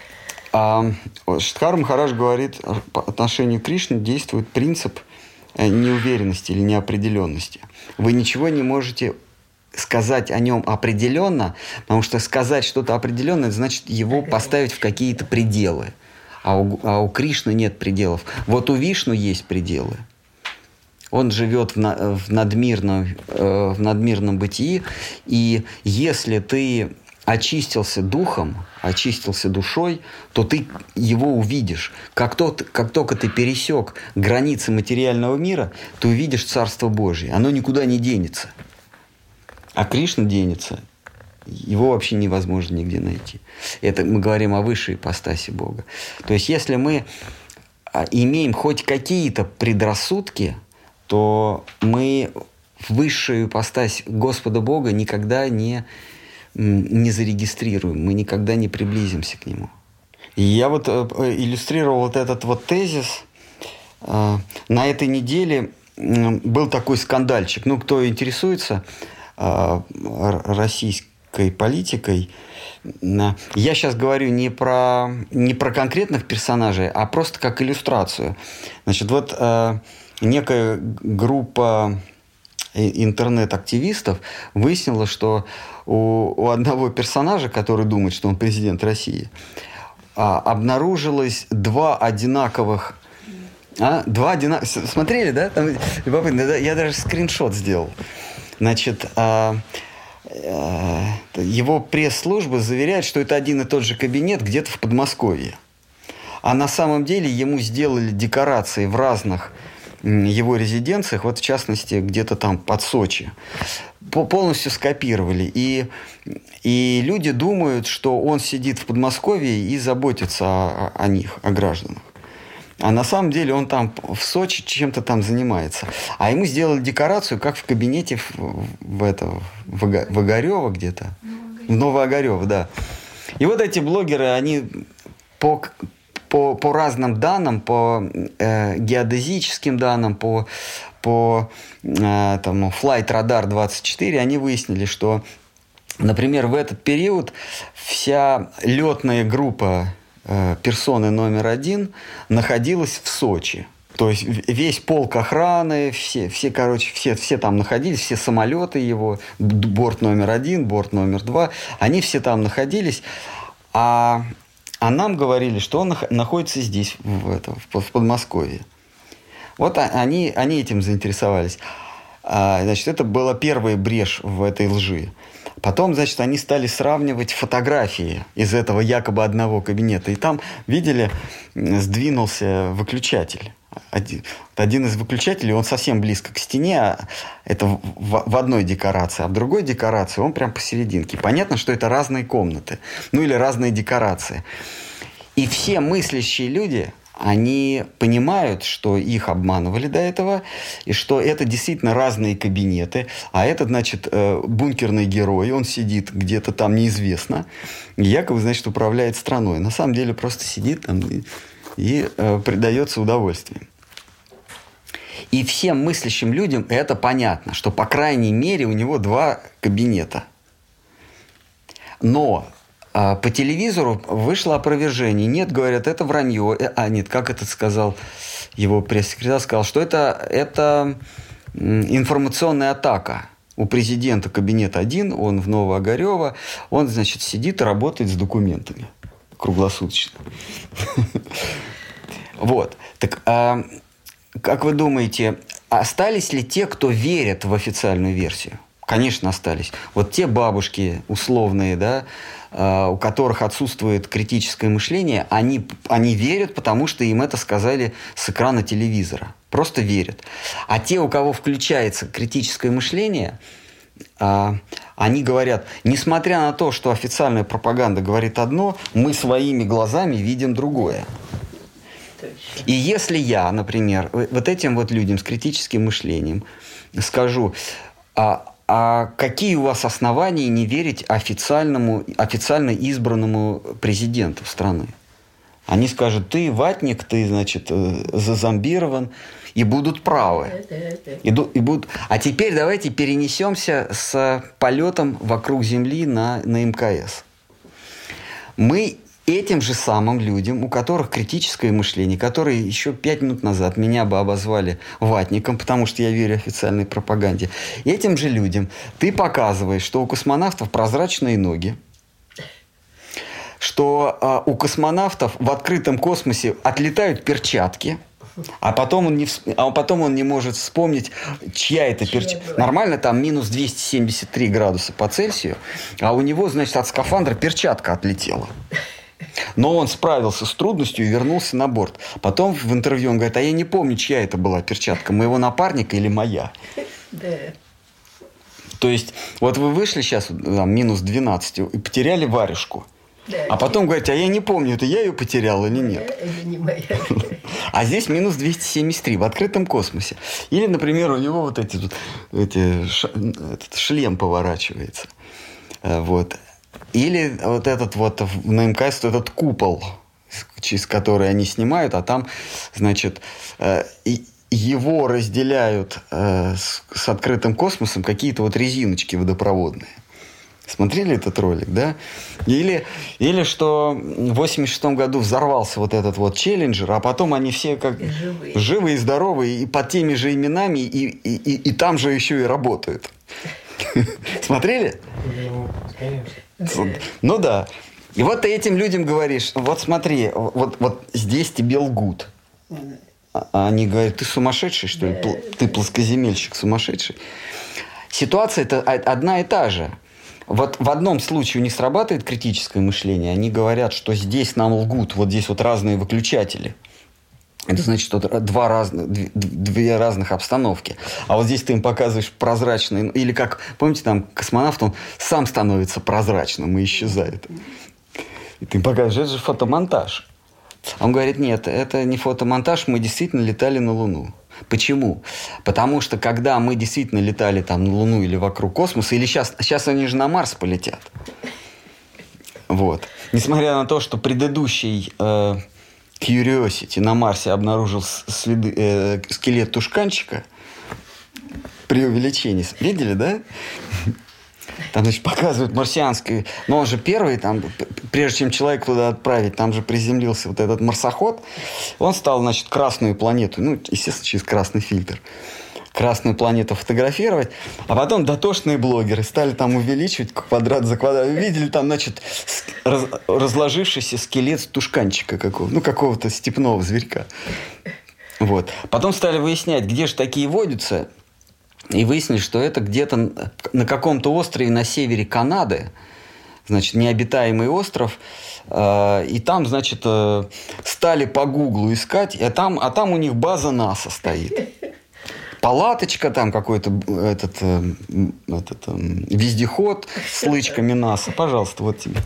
А Штхар Махарадж говорит, по отношению к Кришне действует принцип неуверенности или неопределенности. Вы ничего не можете сказать о нем определенно, потому что сказать что-то определенное, значит его поставить в какие-то пределы. А у, а у Кришны нет пределов. Вот у Вишну есть пределы. Он живет в, на, в, надмирном, э, в надмирном бытии. И если ты очистился духом, очистился душой, то ты его увидишь. Как, тот, как только ты пересек границы материального мира, ты увидишь Царство Божие. Оно никуда не денется. А Кришна денется. Его вообще невозможно нигде найти. Это мы говорим о высшей ипостаси Бога. То есть, если мы имеем хоть какие-то предрассудки, то мы в высшую ипостась Господа Бога никогда не, не зарегистрируем, мы никогда не приблизимся к нему. И я вот иллюстрировал вот этот вот тезис. На этой неделе был такой скандальчик. Ну, кто интересуется российской политикой, я сейчас говорю не про, не про конкретных персонажей, а просто как иллюстрацию. Значит, вот э, некая группа интернет-активистов выяснила, что у, у одного персонажа, который думает, что он президент России, э, обнаружилось два одинаковых... А, два одинаковых... Смотрели, да? Там, любопытно, да? Я даже скриншот сделал. Значит... Э, его пресс-служба заверяет, что это один и тот же кабинет где-то в Подмосковье. А на самом деле ему сделали декорации в разных его резиденциях, вот в частности где-то там под Сочи. Полностью скопировали. И, и люди думают, что он сидит в Подмосковье и заботится о, о них, о гражданах. А на самом деле он там в Сочи чем-то там занимается. А ему сделали декорацию, как в кабинете в, в, это, в, в Огарево где-то. В Новоогарево, да. И вот эти блогеры, они по, по, по разным данным, по э, геодезическим данным, по, по э, там, Flight Radar двадцать четыре, они выяснили, что, например, в этот период вся летная группа персоны номер один находилась в Сочи. То есть весь полк охраны, все, все, короче, все, все там находились, все самолеты его, борт номер один, борт номер два, они все там находились. А, а нам говорили, что он находится здесь, в, это, в Подмосковье. Вот они, они этим заинтересовались. Значит, это была первая брешь в этой лжи. Потом, значит, они стали сравнивать фотографии из этого якобы одного кабинета. И там, видели, сдвинулся выключатель. Один, один из выключателей, он совсем близко к стене. Это в, в одной декорации. А в другой декорации он прям посерединке. Понятно, что это разные комнаты. Ну, или разные декорации. И все мыслящие люди... они понимают, что их обманывали до этого, и что это действительно разные кабинеты, а этот, значит, бункерный герой, он сидит где-то там неизвестно, и якобы, значит, управляет страной. На самом деле просто сидит там и, и э, предается удовольствию. И всем мыслящим людям это понятно, что, по крайней мере, у него два кабинета. Но... по телевизору вышло опровержение. Нет, говорят, это вранье. А, нет, как этот сказал его пресс-секретарь, сказал, что это, это информационная атака. У президента кабинет один, он в Новоогарево, он, значит, сидит и работает с документами круглосуточно. Вот. Так, как вы думаете, остались ли те, кто верит в официальную версию? Конечно, остались. Вот те бабушки условные, да, у которых отсутствует критическое мышление, они, они верят, потому что им это сказали с экрана телевизора. Просто верят. А те, у кого включается критическое мышление, они говорят, несмотря на то, что официальная пропаганда говорит одно, мы своими глазами видим другое. И если я, например, вот этим вот людям с критическим мышлением скажу... А какие у вас основания не верить официальному, официально избранному президенту страны? Они скажут, ты ватник, ты, значит, зазомбирован, и будут правы. И, и будут... А теперь давайте перенесемся с полетом вокруг Земли на, на эм ка эс. Мы этим же самым людям, у которых критическое мышление, которые еще пять минут назад меня бы обозвали ватником, потому что я верю официальной пропаганде, этим же людям ты показываешь, что у космонавтов прозрачные ноги, что а, у космонавтов в открытом космосе отлетают перчатки, а потом он не, всп... а потом он не может вспомнить, чья это перчатка. Нормально там минус двести семьдесят три градуса по Цельсию, а у него, значит, от скафандра перчатка отлетела. Но он справился с трудностью и вернулся на борт. Потом в интервью он говорит, а я не помню, чья это была перчатка, моего напарника или моя. Да. То есть, вот вы вышли сейчас там, минус двенадцать и потеряли варежку. Да. А потом говорите, а я не помню, это я ее потерял или нет. Это не моя. А здесь минус двести семьдесят три в открытом космосе. Или, например, у него вот эти, тут, эти ш... этот шлем поворачивается. Вот. Или вот этот вот на эм ка эс этот купол, через который они снимают, а там, значит, его разделяют с открытым космосом какие-то вот резиночки водопроводные. Смотрели этот ролик, да? Или, или что в восемьдесят шестом году взорвался вот этот вот Челленджер, а потом они все как живые, живые и здоровые, и под теми же именами, и, и, и, и там же еще и работают. Смотрели? Ну, конечно. Ну да. И вот ты этим людям говоришь, вот смотри, вот, вот здесь тебе лгут. А они говорят, ты сумасшедший, что ли? Ты плоскоземельщик сумасшедший. Ситуация-то одна и та же. Вот в одном случае у них срабатывает критическое мышление. Они говорят, что здесь нам лгут, вот здесь вот разные выключатели. Это значит, что два разных, две разных обстановки. А вот здесь ты им показываешь прозрачный... Или как, помните, там космонавт, он сам становится прозрачным и исчезает. И ты им показываешь, это же фотомонтаж. Он говорит, нет, это не фотомонтаж, мы действительно летали на Луну. Почему? Потому что когда мы действительно летали там на Луну или вокруг космоса, или сейчас, сейчас они же на Марс полетят. Вот. Несмотря на то, что предыдущий э, Curiosity на Марсе обнаружил следы, э, скелет тушканчика при увеличении. Видели, да? Там, значит, показывают марсианский... Но он же первый, там, прежде чем человека туда отправить, там же приземлился вот этот марсоход. Он стал, значит, красную планету, ну, естественно, через красный фильтр, красную планету фотографировать. А потом дотошные блогеры стали там увеличивать квадрат за квадрат. Видели там, значит, раз, разложившийся скелет тушканчика какого-то, ну, какого-то степного зверька. Вот. Потом стали выяснять, где же такие водятся. И выяснили, что это где-то на каком-то острове на севере Канады, значит, необитаемый остров, э, и там, значит, э, стали по Гуглу искать, а там, а там у них база НАСА стоит. Палаточка, там какой-то этот, э, этот, э, вездеход с лычками НАСА. Пожалуйста, вот тебе.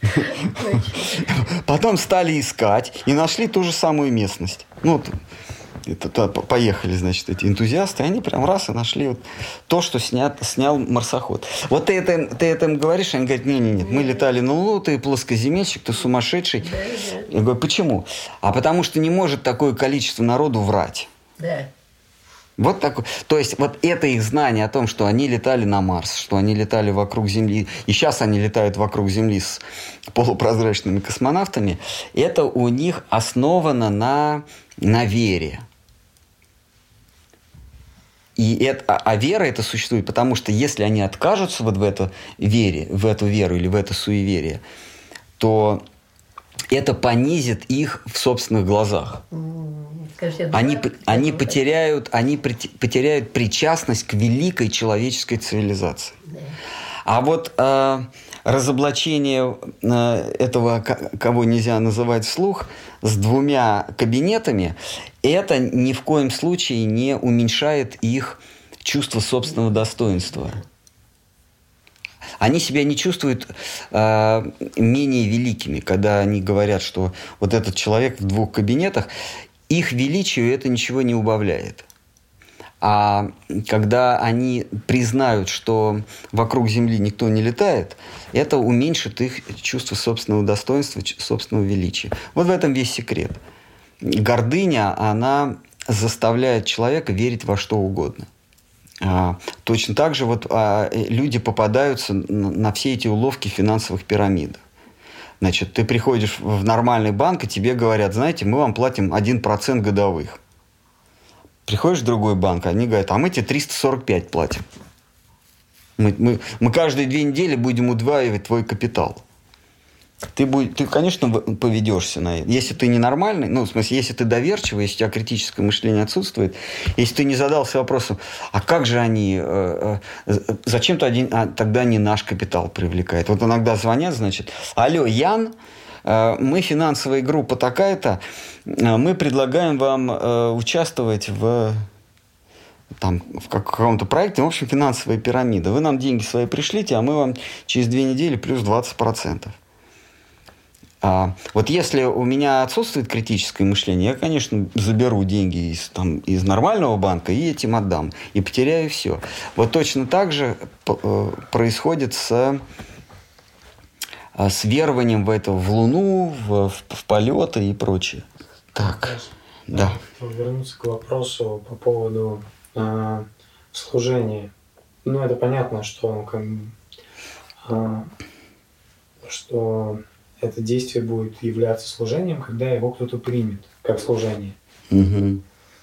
Потом стали искать и нашли ту же самую местность. Ну, вот. Это, поехали, значит, эти энтузиасты, они прям раз и нашли вот то, что снят, снял марсоход. Вот ты это, ты это им говоришь, они говорят, нет-нет-нет, мы летали на Луну, ты плоскоземельщик, ты сумасшедший. Да, да. Я говорю, почему? А потому что не может такое количество народу врать. Да. Вот такое. То есть, вот это их знание о том, что они летали на Марс, что они летали вокруг Земли, и сейчас они летают вокруг Земли с полупрозрачными космонавтами, это у них основано на, на вере. И это, а вера это существует, потому что если они откажутся вот в эту вере, в эту веру или в это суеверие, то это понизит их в собственных глазах. Скажите, они, да, они, потеряют, они потеряют причастность к великой человеческой цивилизации. Да. А вот э, разоблачение э, этого, кого нельзя называть вслух, с двумя кабинетами, это ни в коем случае не уменьшает их чувство собственного достоинства. Они себя не чувствуют э, менее великими, когда они говорят, что вот этот человек в двух кабинетах, их величию это ничего не убавляет. А когда они признают, что вокруг Земли никто не летает, это уменьшит их чувство собственного достоинства, собственного величия. Вот в этом весь секрет. Гордыня, она заставляет человека верить во что угодно. А, точно так же вот, а, люди попадаются на, на все эти уловки финансовых пирамид. Значит, ты приходишь в нормальный банк, и тебе говорят, знаете, мы вам платим один процент годовых. Приходишь в другой банк, они говорят, а мы тебе триста сорок пять платим. Мы, мы, мы каждые две недели будем удваивать твой капитал. Ты, будь, ты, конечно, поведешься на это. Если ты ненормальный, ну, в смысле, если ты доверчивый, если у тебя критическое мышление отсутствует, если ты не задался вопросом, а как же они, э, э, зачем-то один, а, тогда не наш капитал привлекает. Вот иногда звонят, значит, алло, Ян, э, мы финансовая группа такая-то, э, мы предлагаем вам э, участвовать в... там, в каком-то проекте, в общем, финансовая пирамида. Вы нам деньги свои пришлите, а мы вам через две недели плюс двадцать процентов. А, вот если у меня отсутствует критическое мышление, я, конечно, заберу деньги из, там, из нормального банка и этим отдам. И потеряю все. Вот точно так же происходит с а, с верованием в это, в Луну, в, в, в полеты и прочее. Так, да. Вернуться к вопросу по поводу э, служения. Ну, это понятно, что, как, э, что это действие будет являться служением, когда его кто-то примет как служение. Угу.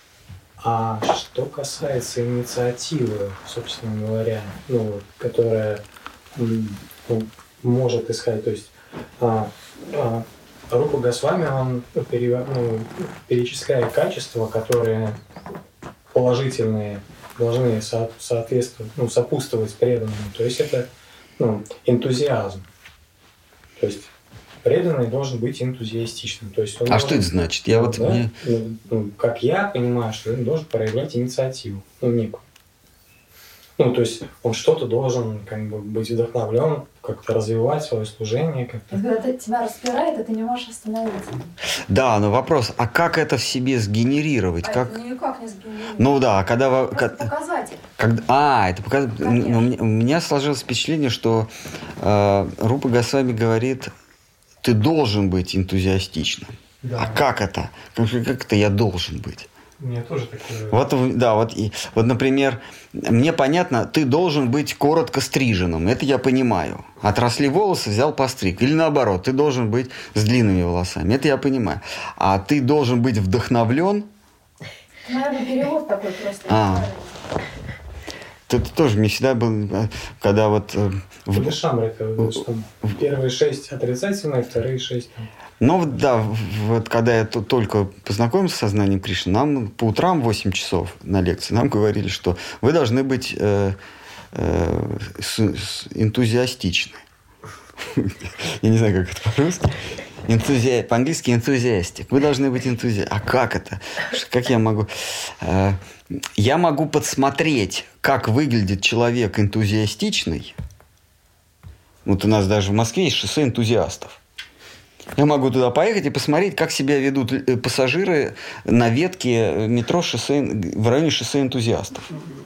А что касается инициативы, собственно говоря, ну, которая ну, может исходить, то есть а, а, Рупа Госвами, он пере, ну, перечисляет качества, которые положительные, должны со, соответствовать, ну, сопутствовать преданному. То есть это ну, энтузиазм. То есть преданный должен быть энтузиастичным. То есть он а должен, что это значит? Я ну, вот да, мне... ну, как я понимаю, что он должен проявлять инициативу, ну, некую. Ну, то есть он что-то должен как бы быть вдохновлен, как-то развивать свое служение. Как-то. Когда это тебя распирает, и ты не можешь остановиться. Да, но вопрос, а как это в себе сгенерировать? А как... это никак не сгенерировать. Ну да, а когда... Это показатель. Когда... А, это показатель. У меня, у меня сложилось впечатление, что э, Рупа Госвами говорит, ты должен быть энтузиастичным. Да. А как это? Как, как это я должен быть? У меня тоже такое... Вот, да, вот, и, вот, например, мне понятно, ты должен быть коротко стриженным. Это я понимаю. Отросли волосы, взял постриг. Или наоборот, ты должен быть с длинными волосами. Это я понимаю. А ты должен быть вдохновлен. Наверное, перевод такой просто. А. Это тоже мне всегда был, когда вот... В Шамре, это что? Первые шесть отрицательные, вторые шесть... Ну, да, вот когда я только познакомился с сознанием Кришны, нам по утрам в восемь часов на лекции нам говорили, что вы должны быть э, э, с, с, энтузиастичны. Я не знаю, как это по-русски. Энтузи... По-английски энтузиастик. Вы должны быть энтузиастиком. А как это? Как я могу... Э, я могу подсмотреть, как выглядит человек энтузиастичный. Вот у нас даже в Москве есть шоссе энтузиастов. Я могу туда поехать и посмотреть, как себя ведут пассажиры на ветке метро шоссе, в районе шоссе энтузиастов.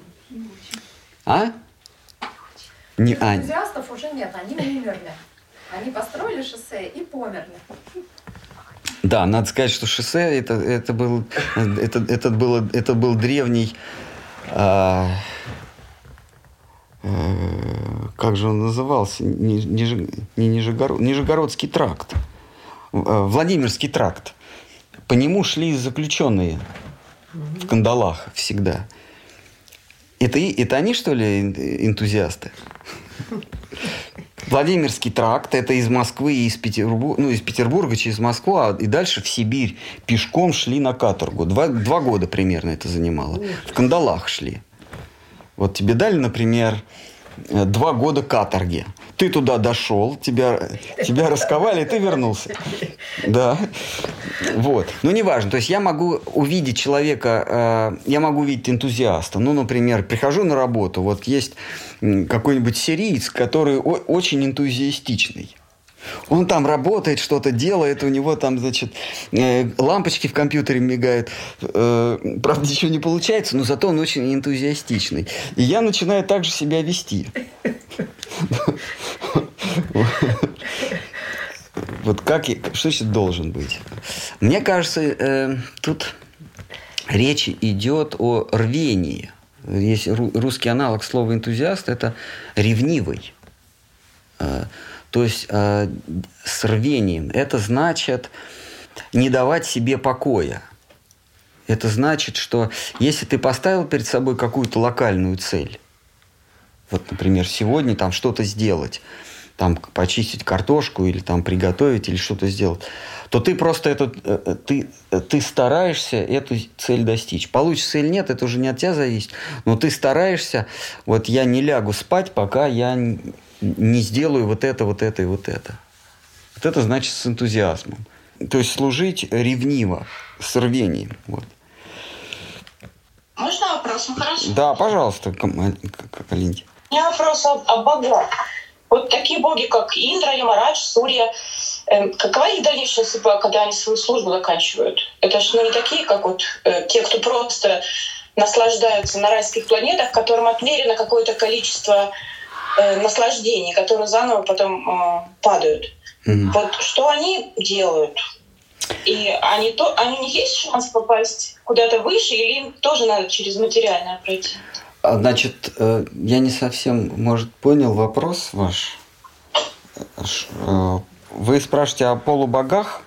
А? Не, а. Энтузиастов уже нет, они умерли. Они построили шоссе и померли. Да, надо сказать, что шоссе это, это, был, это, это, было, это был древний... А, а, как же он назывался? Нижи, не Нижегород, Нижегородский тракт. Владимирский тракт. По нему шли заключенные в кандалах всегда. Это, это они, что ли, энтузиасты? Владимирский тракт, это из Москвы и из Петербурга, ну, из Петербурга через Москву, а и дальше в Сибирь пешком шли на каторгу. Два, два года примерно это занимало. В кандалах шли. Вот тебе дали, например, два года каторги. Ты туда дошел, тебя, тебя расковали, и ты вернулся. Да. Вот. Ну, неважно. То есть я могу увидеть человека, э, я могу увидеть энтузиаста. Ну, например, прихожу на работу, вот есть какой-нибудь сириец, который о- очень энтузиастичный. Он там работает, что-то делает, у него там, значит, э, лампочки в компьютере мигают. Э, правда, ничего не получается, но зато он очень энтузиастичный. И я начинаю так же себя вести. Вот как я, что значит должен быть? Мне кажется, э, тут речь идет о рвении. Есть русский аналог слова энтузиаст, это ревнивый. Э, то есть э, с рвением. Это значит не давать себе покоя. Это значит, что если ты поставил перед собой какую-то локальную цель, вот, например, сегодня там что-то сделать, там почистить картошку или там приготовить или что-то сделать, то ты просто эту, ты, ты стараешься эту цель достичь. Получится или нет, это уже не от тебя зависит, но ты стараешься, вот я не лягу спать, пока я не сделаю вот это, вот это и вот это. Вот это значит с энтузиазмом. То есть служить ревниво, с рвением. Вот. Можно вопрос? Ну, хорошо. Да, пожалуйста, Калинди. У меня вопрос о, о богах. Вот такие боги, как Индра, Ямарадж, Сурья, э, какова их дальнейшая судьба, когда они свою службу заканчивают? Это же ну, не такие, как вот э, те, кто просто наслаждаются на райских планетах, которым отмерено какое-то количество э, наслаждений, которые заново потом э, падают. Mm-hmm. Вот что они делают? И они то, они у них есть шанс попасть куда-то выше, или им тоже надо через материальное пройти? Значит, я не совсем, может, понял вопрос ваш. Вы спрашиваете о полубогах?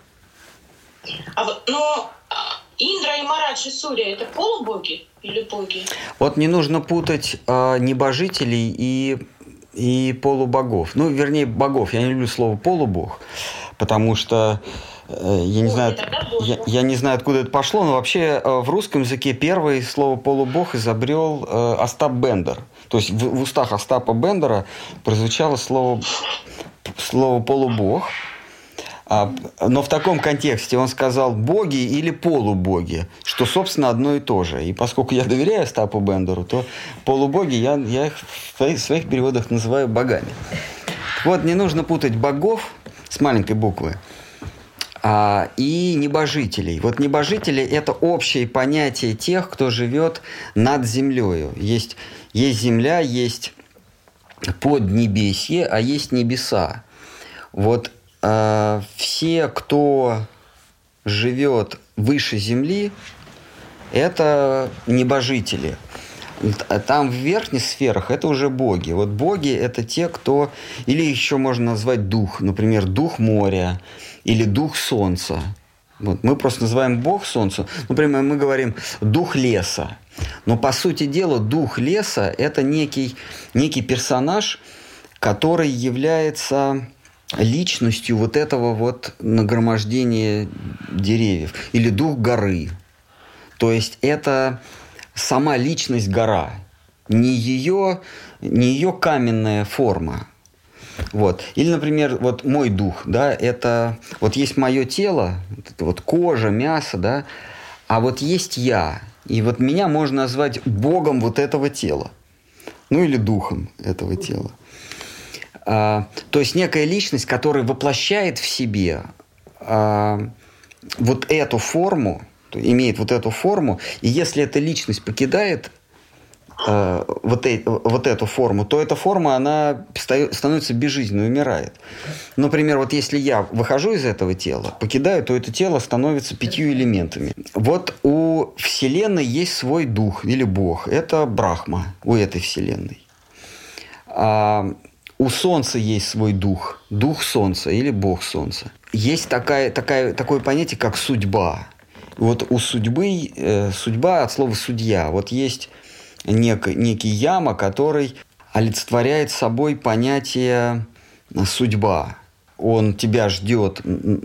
А вот, ну, Индра и Марадж и Сурья – это полубоги или боги? Вот не нужно путать э, небожителей и, и полубогов. Ну, вернее, богов. Я не люблю слово «полубог», потому что э, я, не Ой, знаю, я, я не знаю, откуда это пошло, но вообще э, в русском языке первое слово «полубог» изобрел э, Остап Бендер. То есть в, в устах Остапа Бендера прозвучало слово, слово «полубог». Но в таком контексте он сказал боги или полубоги, что, собственно, одно и то же. И поскольку я доверяю Остапу Бендеру, то полубоги я, я их в своих, в своих переводах называю богами. Вот, не нужно путать богов с маленькой буквы а, и небожителей. Вот небожители – это общее понятие тех, кто живет над землей. Есть, есть земля, есть поднебесье, а есть небеса. Вот все, кто живет выше земли, это небожители. Там в верхних сферах это уже боги. Вот боги – это те, кто… Или еще можно назвать дух. Например, дух моря или дух солнца. Вот. Мы просто называем Бог солнца. Например, мы говорим дух леса. Но, по сути дела, дух леса – это некий, некий персонаж, который является… личностью вот этого вот нагромождения деревьев. Или дух горы. То есть это сама личность гора. Не ее, не ее каменная форма. Вот. Или, например, вот мой дух. Да, это вот есть мое тело, это вот кожа, мясо, да, а вот есть я. И вот меня можно назвать богом вот этого тела. Ну или духом этого тела. А, то есть некая личность, которая воплощает в себе а, вот эту форму, имеет вот эту форму, и если эта личность покидает а, вот, э, вот эту форму, то эта форма, она становится безжизненной, умирает. Например, вот если я выхожу из этого тела, покидаю, то это тело становится пятью элементами. Вот у Вселенной есть свой дух или Бог. Это Брахма у этой Вселенной. А, У Солнца есть свой дух, дух Солнца или Бог Солнца. Есть такая, такая, такое понятие, как судьба. Вот у судьбы, э, судьба от слова судья. Вот есть нек, некий яма, который олицетворяет собой понятие судьба. Он тебя ждет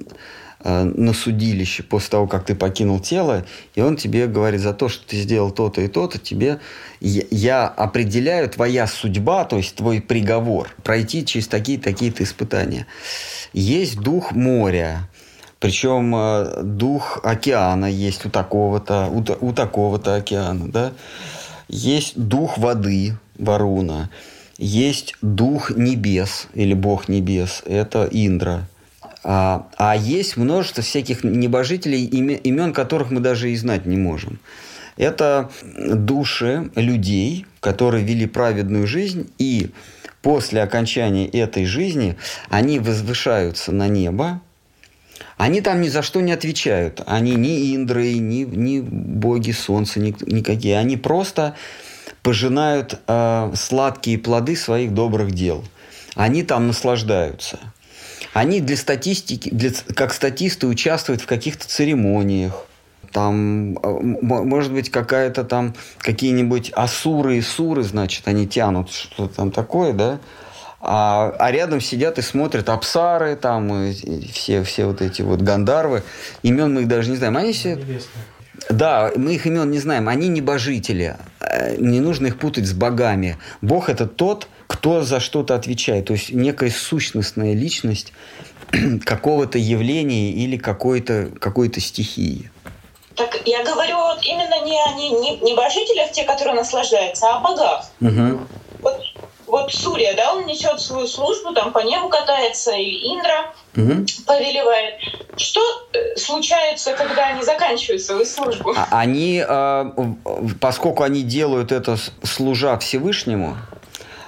на судилище после того, как ты покинул тело, и он тебе говорит: за то, что ты сделал то-то и то-то, тебе я определяю твоя судьба, то есть твой приговор, пройти через такие-такие-то испытания. Есть дух моря, причем дух океана есть у такого-то, у, у такого-то океана, да? Есть дух воды, Варуна, есть дух небес или бог небес, это Индра. А, а есть множество всяких небожителей, имен которых мы даже и знать не можем. Это души людей, которые вели праведную жизнь, и после окончания этой жизни они возвышаются на небо. Они там ни за что не отвечают. Они ни Индры, ни, ни боги солнца, ни, никакие. Они просто пожинают э, сладкие плоды своих добрых дел. Они там наслаждаются. Они для статистики, для, как статисты участвуют в каких-то церемониях. Там, может быть, какая-то там, какие-нибудь асуры и суры, значит, они тянут что-то там такое, да? А, а рядом сидят и смотрят апсары, там, и, и все, все вот эти вот гандарвы. Имен мы их даже не знаем. Они все... Да, мы их имен не знаем. Они небожители. Не нужно их путать с богами. Бог – это тот, кто за что-то отвечает. То есть некая сущностная личность какого-то явления или какой-то, какой-то стихии. Так я говорю вот именно не о не, не, небожителях, те, которые наслаждаются, а о богах. Угу. Вот, вот Сурья, да, он несет свою службу, там по небу катается, или Индра угу. повелевает. Что случается, когда они заканчивают свою службу? Они, поскольку они делают это, служа Всевышнему,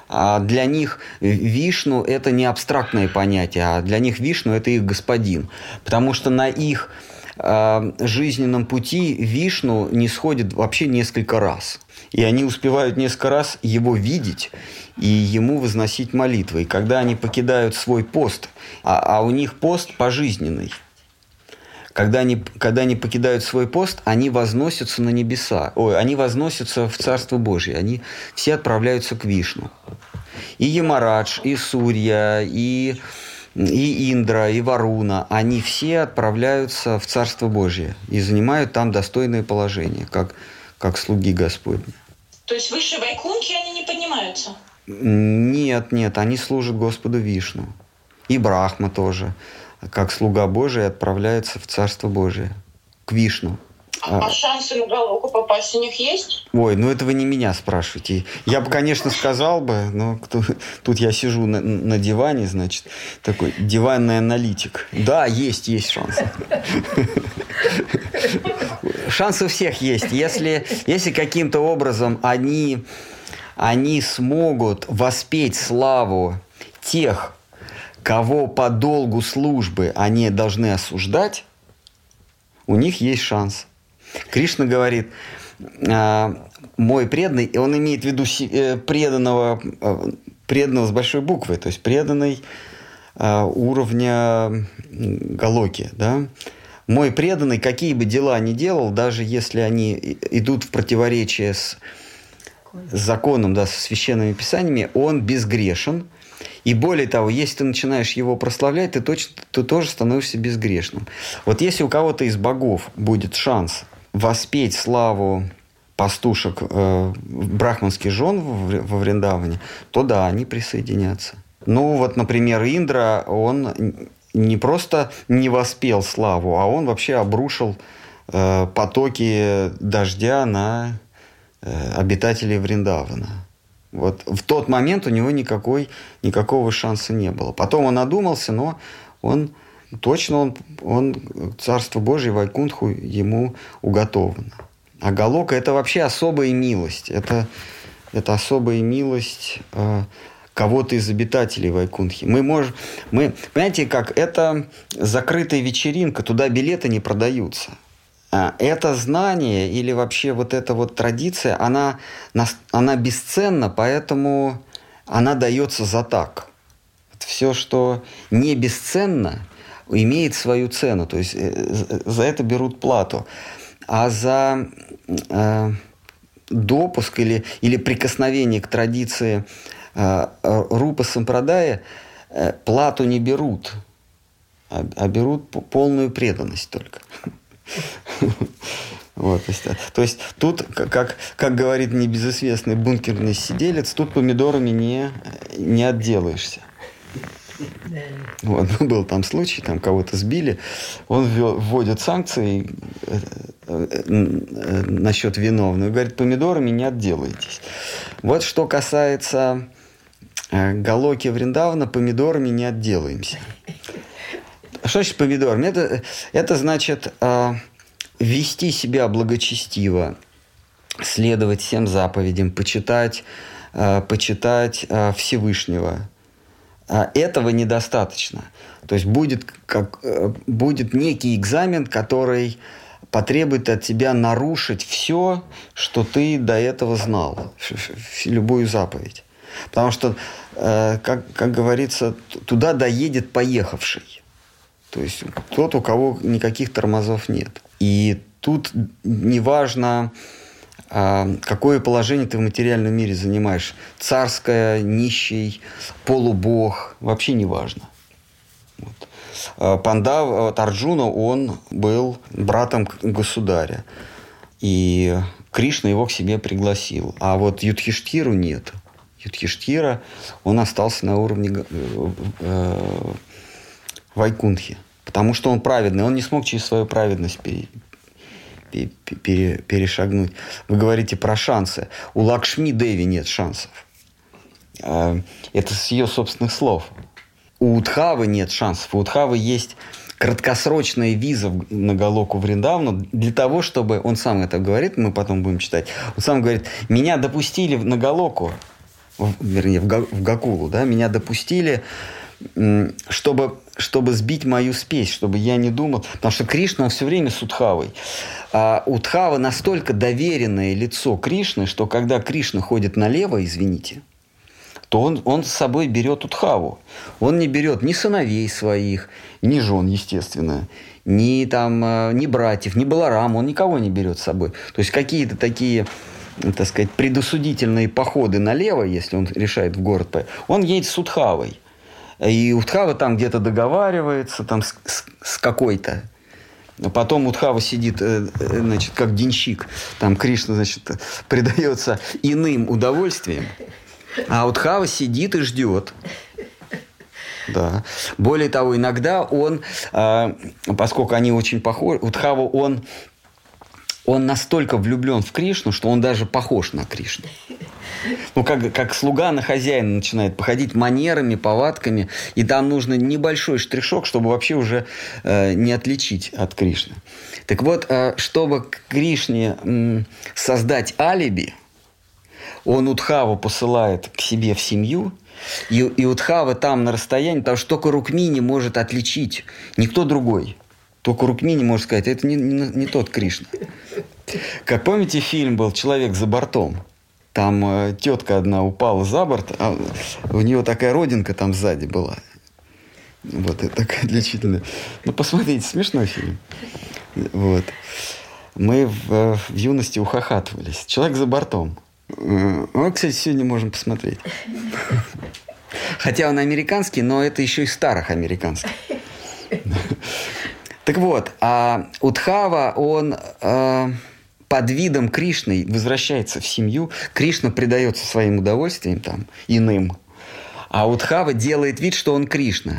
А для них Вишну – это не абстрактное понятие, а для них Вишну – это их господин. Потому что на их э, жизненном пути Вишну не сходит вообще несколько раз. И они успевают несколько раз его видеть и ему возносить молитвы. И когда они покидают свой пост, а, а у них пост пожизненный, когда они, когда они покидают свой пост, они возносятся на небеса. Ой, они возносятся в Царство Божие. Они все отправляются к Вишну. И Ямарадж, и Сурья, и, и Индра, и Варуна. Они все отправляются в Царство Божие и занимают там достойное положение, как, как слуги Господни. То есть выше Вайкунхи они не поднимаются? Нет, нет, они служат Господу Вишну. И Брахма тоже, как слуга Божий, отправляется в Царство Божие, к Вишну. А, а шансы на Галоку попасть у них есть? Ой, ну это вы не меня спрашиваете. Я бы, конечно, сказал бы, но кто, тут я сижу на, на диване, значит, такой диванный аналитик. Да, есть, есть шансы. Шансы у всех есть. Если, если каким-то образом они, они смогут воспеть славу тех, кого по долгу службы они должны осуждать, у них есть шанс. Кришна говорит, мой преданный, и он имеет в виду преданного, преданного с большой буквы, то есть преданный уровня Галоки, да? Мой преданный, какие бы дела ни делал, даже если они идут в противоречие с, с законом, да, со священными писаниями, он безгрешен. И более того, если ты начинаешь его прославлять, ты, точно, ты тоже становишься безгрешным. Вот если у кого-то из богов будет шанс воспеть славу пастушек э, брахманских жен во Вриндаване, то да, они присоединятся. Ну вот, например, Индра, он не просто не воспел славу, а он вообще обрушил э, потоки дождя на э, обитателей Вриндавана. Вот в тот момент у него никакой, никакого шанса не было. Потом он одумался, но он точно он, он, Царство Божие, Вайкунтху ему уготовано. А Галока – это вообще особая милость. Это, это особая милость э, кого-то из обитателей Вайкунтхи. Мы можем, мы, понимаете, как это закрытая вечеринка, туда билеты не продаются. Это знание или вообще вот эта вот традиция, она, она бесценна, поэтому она дается за так. Все, что не бесценно, имеет свою цену. То есть за это берут плату. А за э, допуск или, или прикосновение к традиции э, Рупа Сампрадая э, плату не берут, а, а берут полную преданность только. Вот, то, есть, то есть тут, как, как говорит небезызвестный бункерный сиделец, тут помидорами не, не отделаешься. Вот, был там случай, там кого-то сбили, он вводит санкции насчет виновного и говорит, помидорами не отделаетесь. Вот что касается Галоки Вриндавана, помидорами не отделаемся. Что значит помидорами? Это, это значит э, вести себя благочестиво, следовать всем заповедям, почитать, э, почитать э, Всевышнего. Э, этого недостаточно. То есть будет, как, э, будет некий экзамен, который потребует от тебя нарушить все, что ты до этого знал, любую заповедь. Потому что, э, как, как говорится, туда доедет поехавший. То есть тот, у кого никаких тормозов нет. И тут неважно, какое положение ты в материальном мире занимаешь. Царское, нищий, полубог. Вообще не важно. Вот. Пандав, Арджуна, он был братом государя. И Кришна его к себе пригласил. А вот Юдхиштхиру нет. Юдхиштхира, он остался на уровне Вайкунтхи, потому что он праведный, он не смог через свою праведность пере, пере, пере, перешагнуть. Вы говорите про шансы. У Лакшми Деви нет шансов. Это с ее собственных слов. У Удхавы нет шансов. У Удхавы есть краткосрочная виза на Галоку Вриндавану для того, чтобы, он сам это говорит, мы потом будем читать, он сам говорит, меня допустили на Галоку в, вернее, в, Га, в Гакулу, да, меня допустили, чтобы, чтобы сбить мою спесь, чтобы я не думал. Потому что Кришна, он все время с Удхавой. А Удхава настолько доверенное лицо Кришны, что когда Кришна ходит налево, извините, то он, он с собой берет Удхаву. Он не берет ни сыновей своих, ни жен, естественно, ни, там, ни братьев, ни Баларама, он никого не берет с собой. То есть какие-то такие, так сказать, предосудительные походы налево, если он решает в город, он едет с Удхавой. И Удхава там где-то договаривается там, с, с, с какой-то. Потом Удхава сидит, значит, как денщик. Там Кришна, значит, предается иным удовольствиям. А Удхава сидит и ждет. Да. Более того, иногда он, э, поскольку они очень похожи, Удхава, он, он настолько влюблен в Кришну, что он даже похож на Кришну. Ну, как, как слуга на хозяина начинает походить манерами, повадками. И там нужно небольшой штришок, чтобы вообще уже э, не отличить от Кришны. Так вот, э, чтобы к Кришне э, создать алиби, он Удхаву посылает к себе в семью, и, и Удхава там на расстоянии, потому что только Рукмини может отличить, никто другой. Только Рукмини может сказать, это не, не, не тот Кришна. Как помните, фильм был «Человек за бортом»? Там э, тетка одна упала за борт, а у нее такая родинка там сзади была. Вот, это такая отличительная. Ну, посмотрите, смешной фильм. Вот. Мы в, в юности ухахатывались. «Человек за бортом». Ну, кстати, сегодня можем посмотреть. Хотя он американский, но это еще и старых американских. Так вот, а Удхава, он э, под видом Кришны возвращается в семью. Кришна предается своим удовольствиям там, иным. А Удхава делает вид, что он Кришна.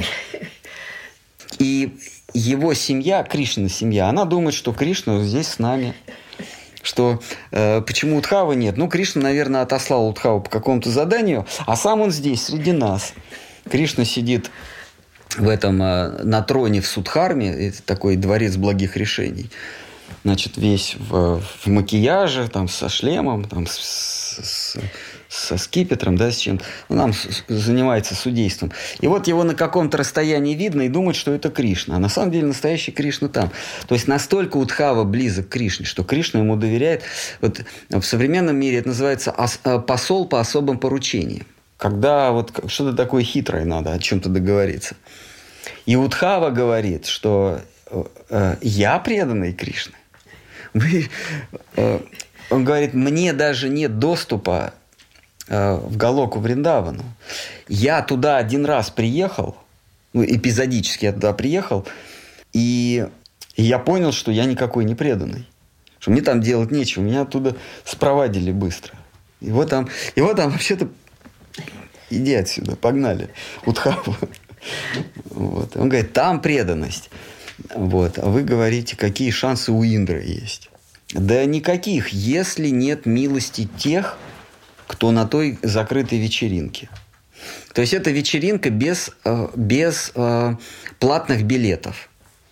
И его семья, Кришна семья, она думает, что Кришна здесь с нами. Что э, почему Удхавы нет? Ну, Кришна, наверное, отослал Удхаву по какому-то заданию, а сам он здесь, среди нас. Кришна сидит в этом, э, на троне в Судхарме, это такой дворец благих решений. Значит, весь в, в макияже, там, со шлемом, там, с, с, со скипетром, да, с чем-то. Он там с, занимается судейством. И вот его на каком-то расстоянии видно и думают, что это Кришна. А на самом деле настоящий Кришна там. То есть настолько Удхава близок к Кришне, что Кришна ему доверяет. Вот в современном мире это называется посол по особым поручениям. Когда вот что-то такое хитрое надо, о чем-то договориться. И Удхава говорит, что э, я преданный Кришне. Мы, э, он говорит, мне даже нет доступа э, в Галоку Вриндавану. Я туда один раз приехал, ну, эпизодически я туда приехал, и, и я понял, что я никакой не преданный. Что мне там делать нечего. Меня оттуда спровадили быстро. И вот там, и вот там вообще-то иди отсюда, погнали. Удхаву. Вот. Он говорит, там преданность. Вот. А вы говорите, какие шансы у Индры есть. Да никаких, если нет милости тех, кто на той закрытой вечеринке. То есть это вечеринка без, без э, платных билетов.